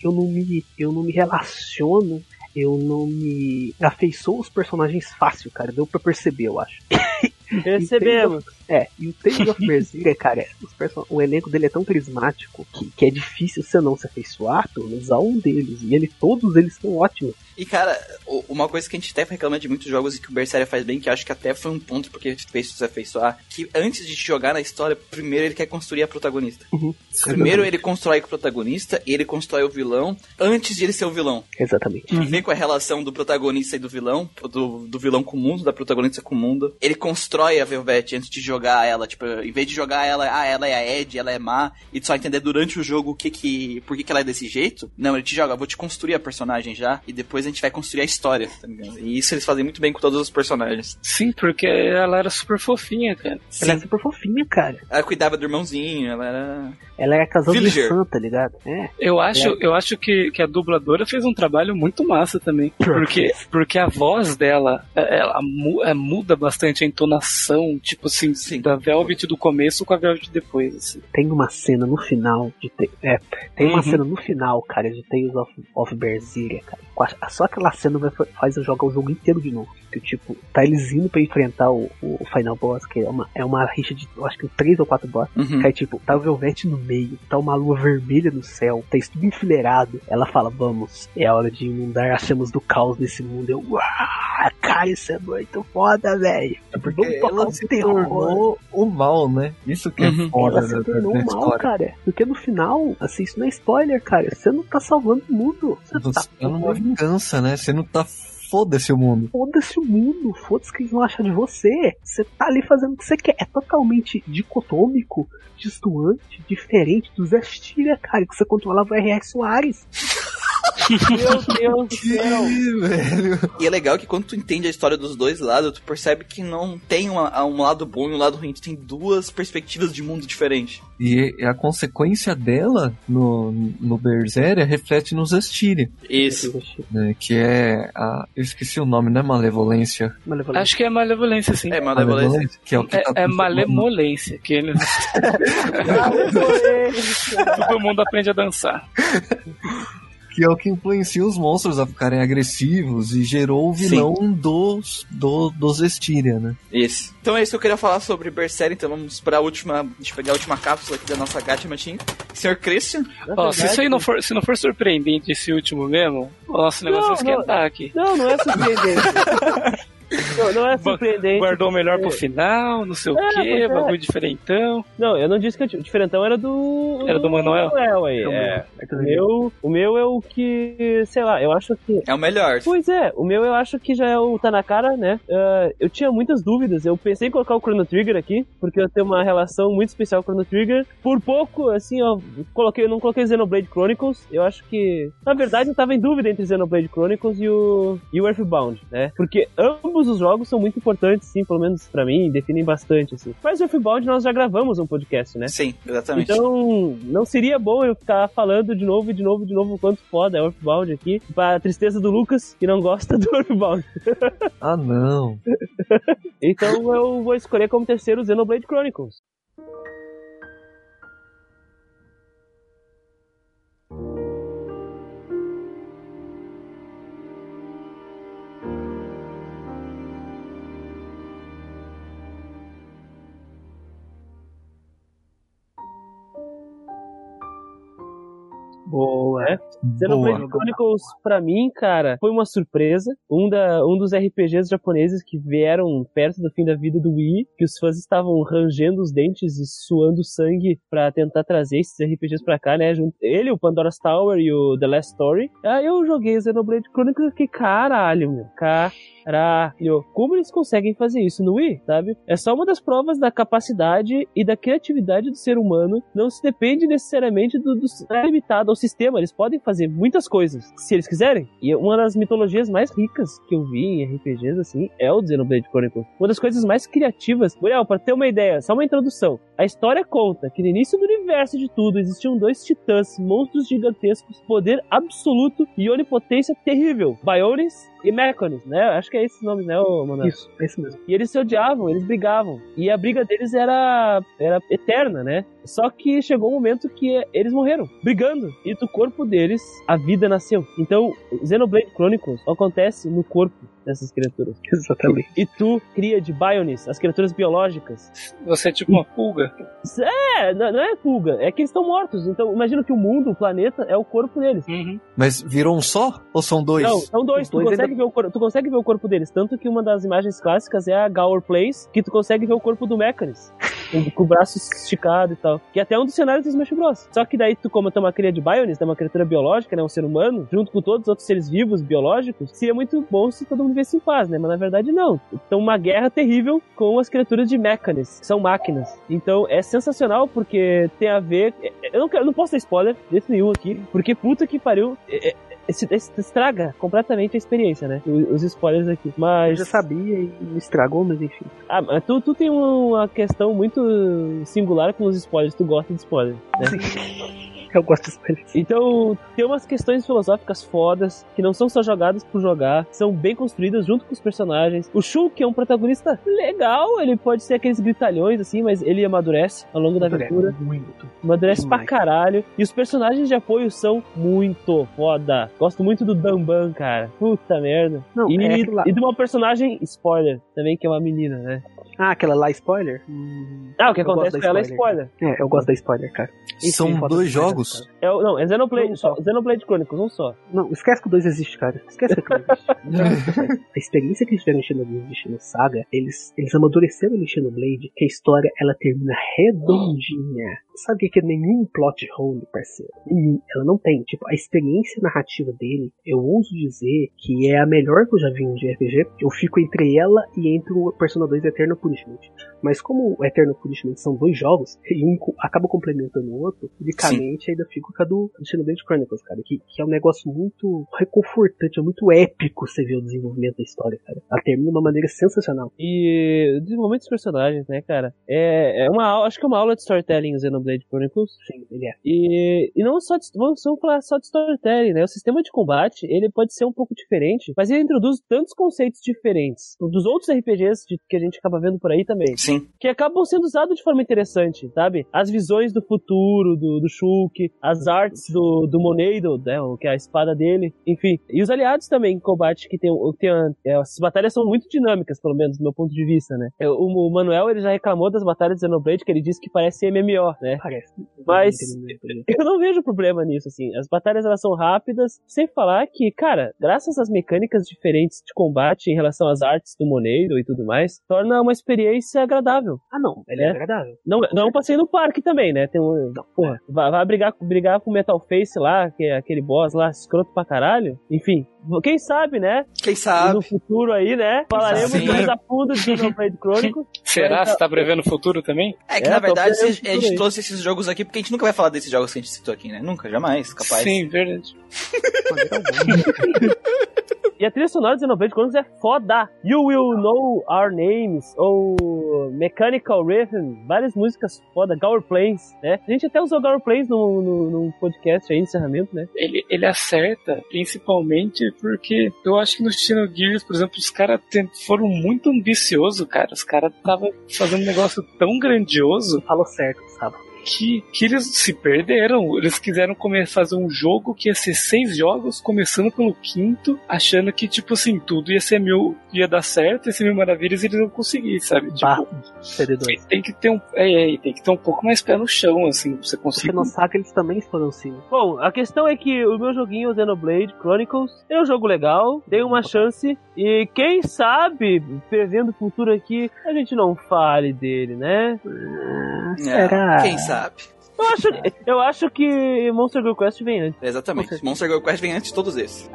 não me relaciono. Eu não me afeiçoo os personagens fácil, cara. Deu pra perceber, eu acho. Percebemos. E o Tales of Berseria, cara, o elenco dele é tão carismático que é difícil você não se afeiçoar, pelo menos a um deles. E todos eles são ótimos. E, cara, uma coisa que a gente até reclama de muitos jogos e que o Berseria faz bem, que eu acho que até foi um ponto porque fez se afeiçoar, que antes de jogar na história, primeiro ele quer construir a protagonista. Primeiro ele constrói o protagonista e ele constrói o vilão antes de ele ser o vilão. Exatamente. E vem com a relação do protagonista e do vilão, do vilão com o mundo, da protagonista com o mundo. Ele constrói a Velvete antes de jogar ela, tipo, em vez de jogar ela, ela é a Ed, ela é má, e tu só entender durante o jogo por que ela é desse jeito. Não, ele te joga, vou te construir a personagem já, e depois a gente vai construir a história, tá ligado? E isso eles fazem muito bem com todos os personagens. Sim, porque ela era super fofinha, cara. Ela é super fofinha, cara. Ela cuidava do irmãozinho, ela era casal de fã, tá ligado? Eu acho que a dubladora fez um trabalho muito massa também. Porque a voz dela, ela muda bastante a entonação, tipo assim, da Velvet do começo com a Velvet depois, assim. Tem uma cena no final cena no final, cara, de Tales of Berseria, cara. Só aquela cena faz eu jogar o jogo inteiro de novo. Que, tipo, tá eles indo pra enfrentar o Final Boss, que é uma rixa de, eu acho que 3 ou 4 boss. Que aí, tipo, tá o Velvet no meio, tá uma lua vermelha no céu, tá isso tudo enfileirado. Ela fala, vamos, é hora de inundar as chamas do caos nesse mundo. Eu, cara, isso é muito foda, velho. Porque ela se tornou o mal, né? Isso que é foda. Ela se tornou o mal, cara. Porque no final, assim, isso não é spoiler, cara. Você não tá salvando o mundo. Você tá uma vingança, né? Você não tá... Foda-se o mundo. Foda-se o mundo. Foda-se o que eles vão achar de você. Você tá ali fazendo o que você quer. É totalmente dicotômico, distoante, diferente do Zestiria, cara, que você controlava o R.R. Soares. Meu Deus do céu. Velho. E é legal que quando tu entende a história dos dois lados, tu percebe que não tem um lado bom e um lado ruim. Tu tem duas perspectivas de mundo diferentes. E a consequência dela no Berseria reflete nos Styria. Isso. Né, que é eu esqueci o nome, não é Malevolência? Acho que é Malevolência, sim. É Malevolência. Que é o que é Malemolência. Que eles... Todo mundo aprende a dançar. Que é o que influencia os monstros a ficarem agressivos e gerou o vilão dos Styria, né? Isso. Então é isso que eu queria falar sobre Berseria. Então vamos pra última. Deixa eu pegar a última cápsula aqui da nossa Gacha Machine. Senhor Christian. Se isso aí não for surpreendente, esse último mesmo, o nosso negócio vai esquentar aqui. Não é surpreendente. Não é surpreendente. Guardou o melhor pro final, não sei o quê, bagulho diferentão. Não, eu não disse que o diferentão era do... Era do Manuel? Aí. O meu é o que, sei lá, eu acho que... É o melhor. Pois é, o meu eu acho que já é o Tanakara, né? Eu tinha muitas dúvidas, eu pensei em colocar o Chrono Trigger aqui, porque eu tenho uma relação muito especial com o Chrono Trigger. Por pouco, assim, eu não coloquei Xenoblade Chronicles, eu acho que... Na verdade, eu tava em dúvida entre Xenoblade Chronicles e o Earthbound, né? Porque ambos os jogos são muito importantes, sim, pelo menos pra mim, definem bastante, assim. Mas o Earthbound nós já gravamos um podcast, né? Sim, exatamente. Então, não seria bom eu ficar falando de novo o quanto foda é o Earthbound aqui, pra tristeza do Lucas, que não gosta do Earthbound. Ah, não. Então eu vou escolher como terceiro o Xenoblade Chronicles. Boa, né? Xenoblade Chronicles, pra mim, cara, foi uma surpresa. Um dos RPGs japoneses que vieram perto do fim da vida do Wii, que os fãs estavam rangendo os dentes e suando sangue pra tentar trazer esses RPGs pra cá, né? Ele, o Pandora's Tower e o The Last Story. Aí eu joguei Xenoblade Chronicles e fiquei, caralho, meu. Como eles conseguem fazer isso no Wii, sabe? É só uma das provas da capacidade e da criatividade do ser humano. Não se depende necessariamente é limitado ao sistema. Eles podem fazer muitas coisas, se eles quiserem. E uma das mitologias mais ricas que eu vi em RPGs, assim, é o Xenoblade Chronicles. Uma das coisas mais criativas. Muriel, pra ter uma ideia, só uma introdução. A história conta que no início do universo de tudo existiam 2 titãs, monstros gigantescos, poder absoluto e onipotência terrível. Bionis e Mechonis, né? Acho que é esse nome, né, mano? Isso, é isso mesmo. E eles se odiavam, eles brigavam. E a briga deles era eterna, né? Só que chegou um momento que eles morreram, brigando. E do corpo deles, a vida nasceu. Então, Xenoblade Chronicles acontece no corpo dessas criaturas. Exatamente. E tu cria de Bionis, as criaturas biológicas. Você é tipo uma pulga. Não é pulga, é que eles estão mortos. Então, imagina que o mundo, o planeta, é o corpo deles. Uhum. Mas virou um só? Ou são 2? Não, são 2. Tu consegue ver o corpo deles. Tanto que uma das imagens clássicas é a Gaur Place, que tu consegue ver o corpo do Mechanis. Com o braço esticado e tal. Que até é um dos cenários do Smash Bros. Só que daí tu, como tu é uma cria de Bionis, é uma criatura biológica, né, um ser humano, junto com todos os outros seres vivos, biológicos, seria muito bom se todo mundo vivesse em paz, né? Mas na verdade não. Então uma guerra terrível com as criaturas de Mechanis, que são máquinas. Então é sensacional porque tem a ver... Eu não posso ter spoiler, desse nenhum aqui, porque puta que pariu... estraga completamente a experiência, né? Os spoilers aqui. Mas... Eu já sabia e me estragou, mas enfim. Mas tu tem uma questão muito singular com os spoilers. Tu gosta de spoilers, né? Eu gosto de spoilers. Então, tem umas questões filosóficas fodas, que não são só jogadas por jogar, são bem construídas junto com os personagens. O Shulk, que é um protagonista legal, ele pode ser aqueles gritalhões, assim, mas ele amadurece ao longo da aventura. Amadurece pra caralho. E os personagens de apoio são muito foda. Gosto muito do Danban, cara. Puta merda. Não, e de uma personagem, spoiler, também, que é uma menina, né? Aquela lá, spoiler? O que acontece com ela é spoiler. Eu gosto da spoiler, cara. São 2 jogos? É Xenoblade Chronicles, um só. Não, esquece que o 2 existe, cara. Esquece que o 2 existe. A experiência que eles tiveram no Xenoblade Saga, eles amadureceram no Xenoblade, que a história, ela termina redondinha. Sabe o que é nenhum plot hole, parceiro? Nenhum. Ela não tem. Tipo, a experiência narrativa dele, eu ouso dizer que é a melhor que eu já vi em RPG. Eu fico entre ela e entre o Persona 2 Eterno Punishment. Mas como o Eternal Punishment são 2 jogos, e um acaba complementando o outro, logicamente ainda fica com a do Xenoblade Chronicles, cara, que é um negócio muito reconfortante, é muito épico você ver o desenvolvimento da história, cara. Ela termina de uma maneira sensacional. E o desenvolvimento dos personagens, né, cara, acho que é uma aula de storytelling o Xenoblade Chronicles. Sim, ele é. E não só vamos falar só de storytelling, né? O sistema de combate, ele pode ser um pouco diferente, mas ele introduz tantos conceitos diferentes dos outros RPGs que a gente acaba vendo por aí também. Sim. Que acabam sendo usados de forma interessante, sabe? As visões do futuro, do Shulk, as artes do Moneido, né? Que é a espada dele, enfim. E os aliados também em combate, que as batalhas são muito dinâmicas, pelo menos do meu ponto de vista, né? O Manuel, ele já reclamou das batalhas de Xenoblade, que ele disse que parece MMO, né? Parece. Mas eu não vejo problema nisso, assim. As batalhas, elas são rápidas, sem falar que, cara, graças às mecânicas diferentes de combate em relação às artes do Moneido e tudo mais, torna uma experiência agradável. Ah, não. Ele é agradável. Não é um passeio no parque também, né? Tem porra, vai brigar com o Metal Face lá, que é aquele boss lá, escroto pra caralho. Enfim, quem sabe, né? Quem sabe? No futuro aí, né? Falaremos mais a fundo de Xenoblade Chronicles. Será? Você tá prevendo o futuro também? É que, na verdade, a gente trouxe esses jogos aqui porque a gente nunca vai falar desses jogos que a gente citou aqui, né? Nunca, jamais, capaz. Sim, verdade. E a trilha sonora de Xenoblade Chronicles é foda. You Will Know Our Names, ou Mechanical Rhythm, várias músicas foda, Gaur Plains, né? A gente até usou Gaur Plains num podcast aí, encerramento, né? Ele acerta, principalmente porque eu acho que no Xenogears, por exemplo, os caras foram muito ambiciosos, cara. Os caras estavam fazendo um negócio tão grandioso. Falou certo, sabe? Que eles se perderam. Eles quiseram fazer um jogo que ia ser 6 jogos, começando pelo 5º, achando que, tipo assim, tudo ia dar certo, ia ser 1000 maravilhas, e eles não conseguiram, sabe? Tipo, tem que ter um pouco mais pé no chão, assim, pra você conseguir. Você não sabe que eles também foram sim. Bom, a questão é que o meu joguinho, o Xenoblade Chronicles, é um jogo legal, dei uma chance, e quem sabe, prevendo o futuro aqui, a gente não fale dele, né? Será? Quem sabe? Eu acho que Monster Girl Quest vem antes. Exatamente. Monster Girl Quest vem antes de todos esses.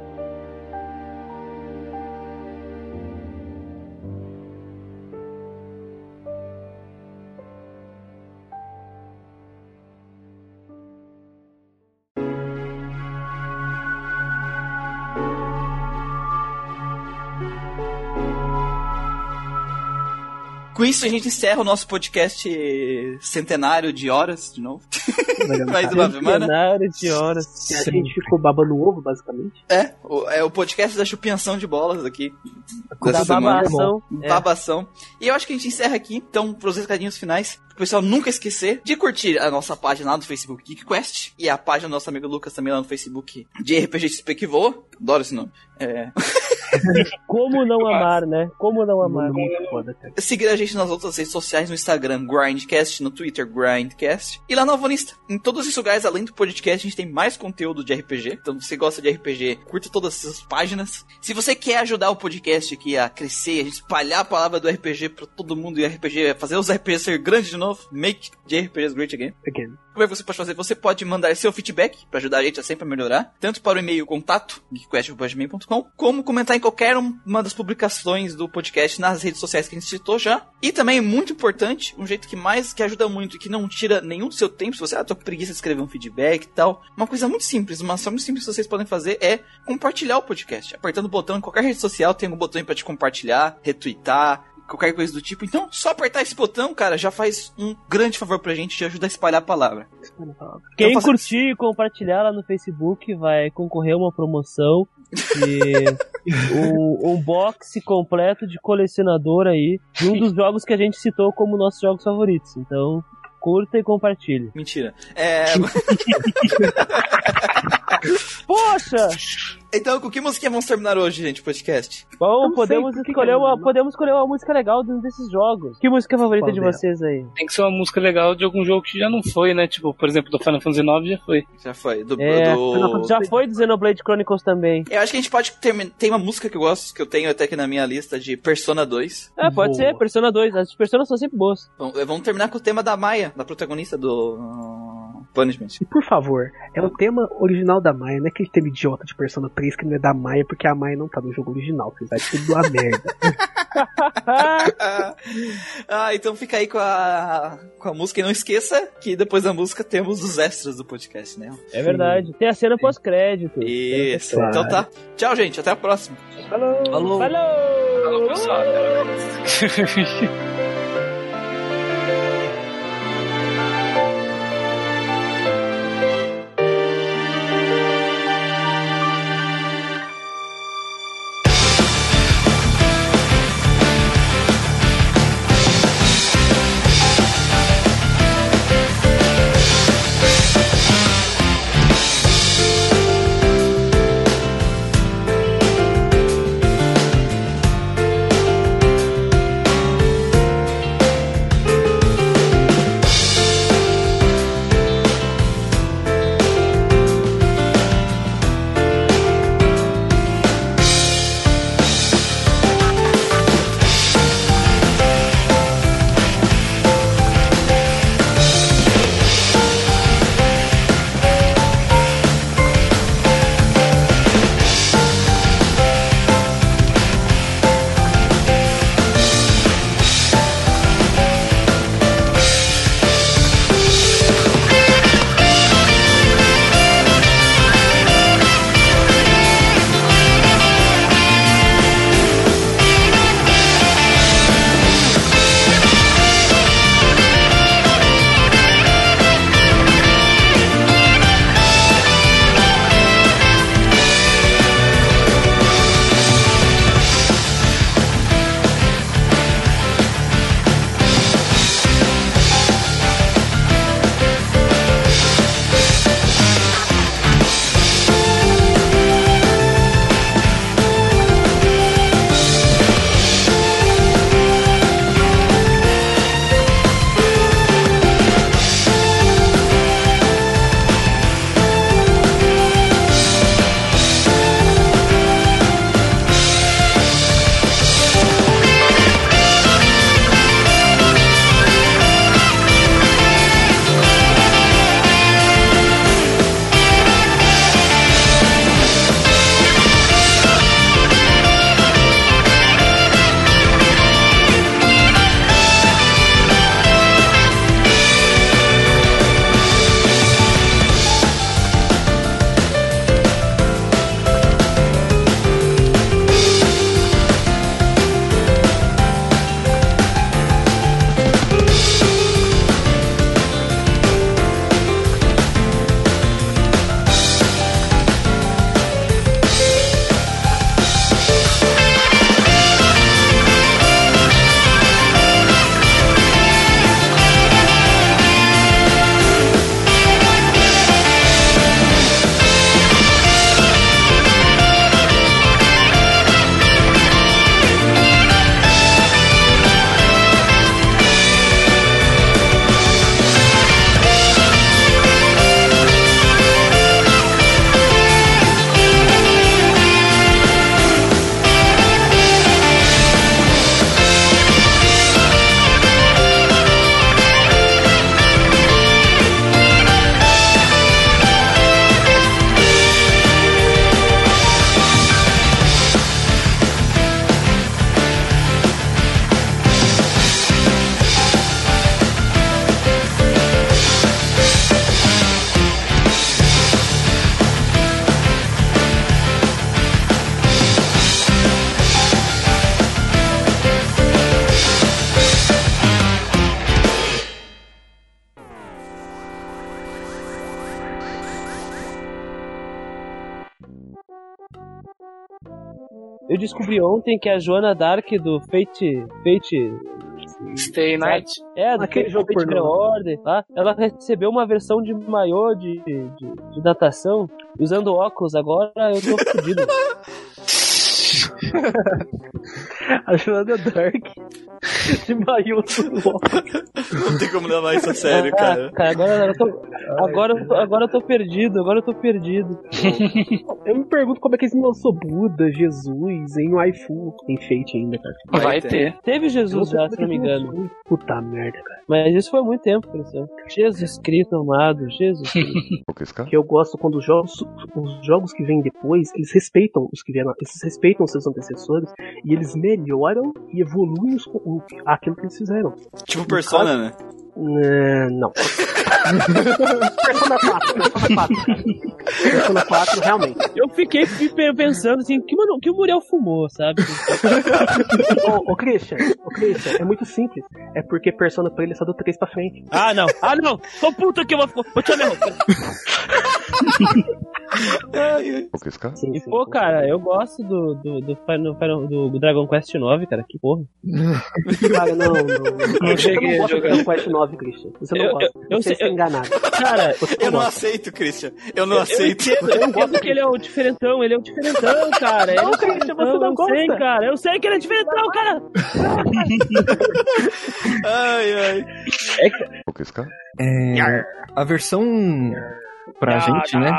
Com isso, a gente encerra o nosso podcast centenário de horas, de novo. Mais uma semana. Centenário de horas. Que a gente ficou babando o ovo, basicamente. É o podcast da chupinhação de bolas aqui. Da babação. Babação. E eu acho que a gente encerra aqui, então, pros recadinhos finais. O pessoal nunca esquecer de curtir a nossa página lá no Facebook GeekQuest. E a página do nosso amigo Lucas também lá no Facebook de RPG XP que voa. Adoro esse nome. Como não amar, né? Como não amar. Muito foda, cara. Seguir a gente nas outras redes sociais, no Instagram, Grindcast, no Twitter, Grindcast. E lá no Alvanista. Em todos esses lugares, além do podcast, a gente tem mais conteúdo de RPG. Então, se você gosta de RPG, curta todas essas páginas. Se você quer ajudar o podcast aqui a crescer, a gente espalhar a palavra do RPG pra todo mundo e RPG, fazer os RPGs ser grandes de novo, make the RPGs great again. Como é que você pode fazer? Você pode mandar seu feedback pra ajudar a gente a sempre melhorar, tanto para o e-mail contato, geekquest@gmail.com, como comentar em qualquer uma das publicações do podcast nas redes sociais que a gente citou já. E também, muito importante, um jeito que ajuda muito e que não tira nenhum do seu tempo, se você tô com preguiça de escrever um feedback e tal, uma coisa muito simples, uma ação muito simples que vocês podem fazer é compartilhar o podcast. Apertando o botão em qualquer rede social, tem um botão aí pra te compartilhar, retweetar, qualquer coisa do tipo. Então, só apertar esse botão, cara, já faz um grande favor pra gente de ajudar a espalhar a palavra. Quem curtir e compartilhar lá no Facebook vai concorrer a uma promoção de um box completo de colecionador aí de um dos jogos que a gente citou como nossos jogos favoritos. Então, curta e compartilhe. Mentira. Poxa! Então, com que musiquinha vamos terminar hoje, gente, o podcast? Bom, podemos escolher uma música legal desses jogos. Que música favorita de vocês aí? Tem que ser uma música legal de algum jogo que já não foi, né? Tipo, por exemplo, do Final Fantasy IX já foi. Já foi. Já foi do Xenoblade Chronicles também. Eu acho que a gente pode tem uma música que eu gosto, que eu tenho até aqui na minha lista, de Persona 2. Pode ser, Persona 2. As Personas são sempre boas. Vamos terminar com o tema da Maia, da protagonista do Punishment. E por favor, é o tema original da Maia, não é aquele tema idiota de Persona 3 que não é da Maia, porque a Maia não tá no jogo original, que vai tudo a merda. Então fica aí com a música. E não esqueça que depois da música temos os extras do podcast, né? É verdade. Tem a cena pós-crédito. Isso. Então tá. Tchau, gente. Até a próxima. Falou. Falou. Falou, pessoal. Eu descobri ontem que a Joana Dark do Fate Stay Night. Aquele jogo Fate Grand Order, tá? Ela recebeu uma versão de maiô de datação. Usando óculos agora, eu tô fodido. A Joana Dark de maiô do óculos. Não tem como levar isso a sério, cara. Cara, agora eu tô perdido. Eu me pergunto como é que eles não lançou Buda, Jesus, em waifu, enfeite ainda, cara. Vai ter. Teve Jesus já, se não me engano. Puta merda, cara. Mas isso foi há muito tempo, Cristiano. Jesus Cristo amado, Jesus Cristo. Que eu gosto quando os jogos que vêm depois, eles respeitam os que vieram, eles respeitam os seus antecessores e eles melhoram e evoluem aquilo que eles fizeram. Tipo Persona, né? Não. Persona 4, cara. Persona 4, realmente. Eu fiquei pensando assim, que o Muriel fumou, sabe? Ô Christian, é muito simples. É porque Persona pra ele é só do 3 pra frente. Ah, não. Tô puta que eu vou te amarrar. E pô, cara, eu gosto do Dragon Quest 9, cara, que porra. Cara, não cheguei a jogar Dragon Quest 9, Christian. Você não gosta. Você está enganado. Cara, eu não aceito, Christian. Eu não aceito. Eu entendo que ele é o diferentão, cara. Não, Christian, você não gosta. Sei, cara. Eu sei que ele é diferentão, cara. Ai. A versão pra gente, né?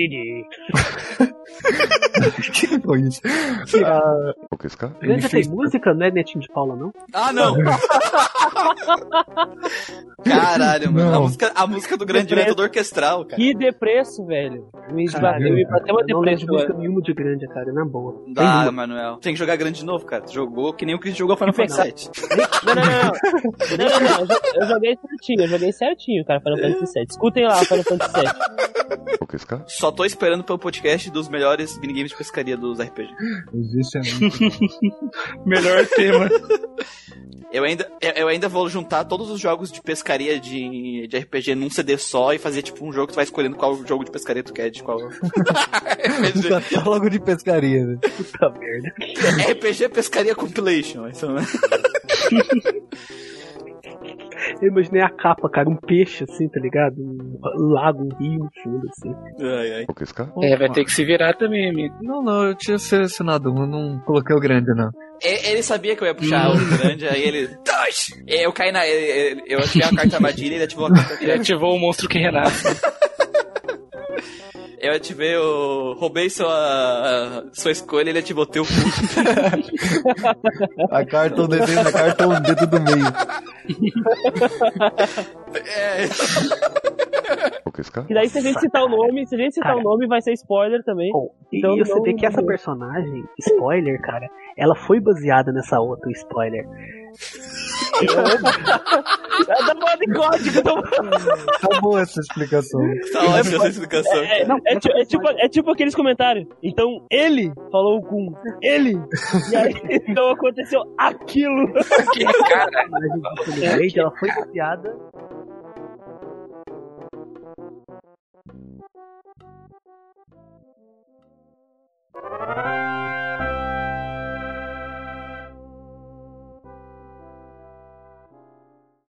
Que foi isso? Granja tem música, não é Netinho de Paula, não? Ah, não! Caralho, mano. A música do grande método orquestral, cara. Que depresso, velho. Me bateu uma depresso. Não música nenhuma de grande, cara, na boa. Ah, Manuel. Tem que jogar grande de novo, cara. Tu jogou que nem o Chris jogou Final Fantasy VII. Não. Eu joguei certinho, cara, Final Fantasy VII. Escutem lá, Final Fantasy VII. Só tô esperando pelo podcast dos melhores minigames de pescaria dos RPG. Existe muito. Melhor tema. Eu ainda vou juntar todos os jogos de pescaria de RPG num CD só e fazer tipo um jogo que tu vai escolhendo qual jogo de pescaria tu quer, de qual. Catálogo de pescaria, né? Puta merda. RPG Pescaria Compilation. Isso, né? Eu imaginei a capa, cara, um peixe assim, tá ligado? Um lago, um rio, um fundo, assim. Ai. Vai ter que se virar também, amigo. Não, eu tinha selecionado um, eu não coloquei o grande, não. Ele sabia que eu ia puxar o grande, aí ele... Eu caí na... Eu ativei a carta armadilha e ele ativou a carta... Ele ativou o monstro que renasce. Eu ativei roubei sua escolha e ele ativou teu cu. A carta, o desenho da carta é o dedo do meio. E daí se a gente citar o nome, vai ser spoiler também. Então, e você vê que essa personagem, spoiler, cara, ela foi baseada nessa outra spoiler. Dá uma de código. Tá boa essa explicação. Tá ótima essa explicação. É tipo aqueles comentários. Então ele falou com ele. E aí então aconteceu aquilo. Que cara. Ela foi baseada.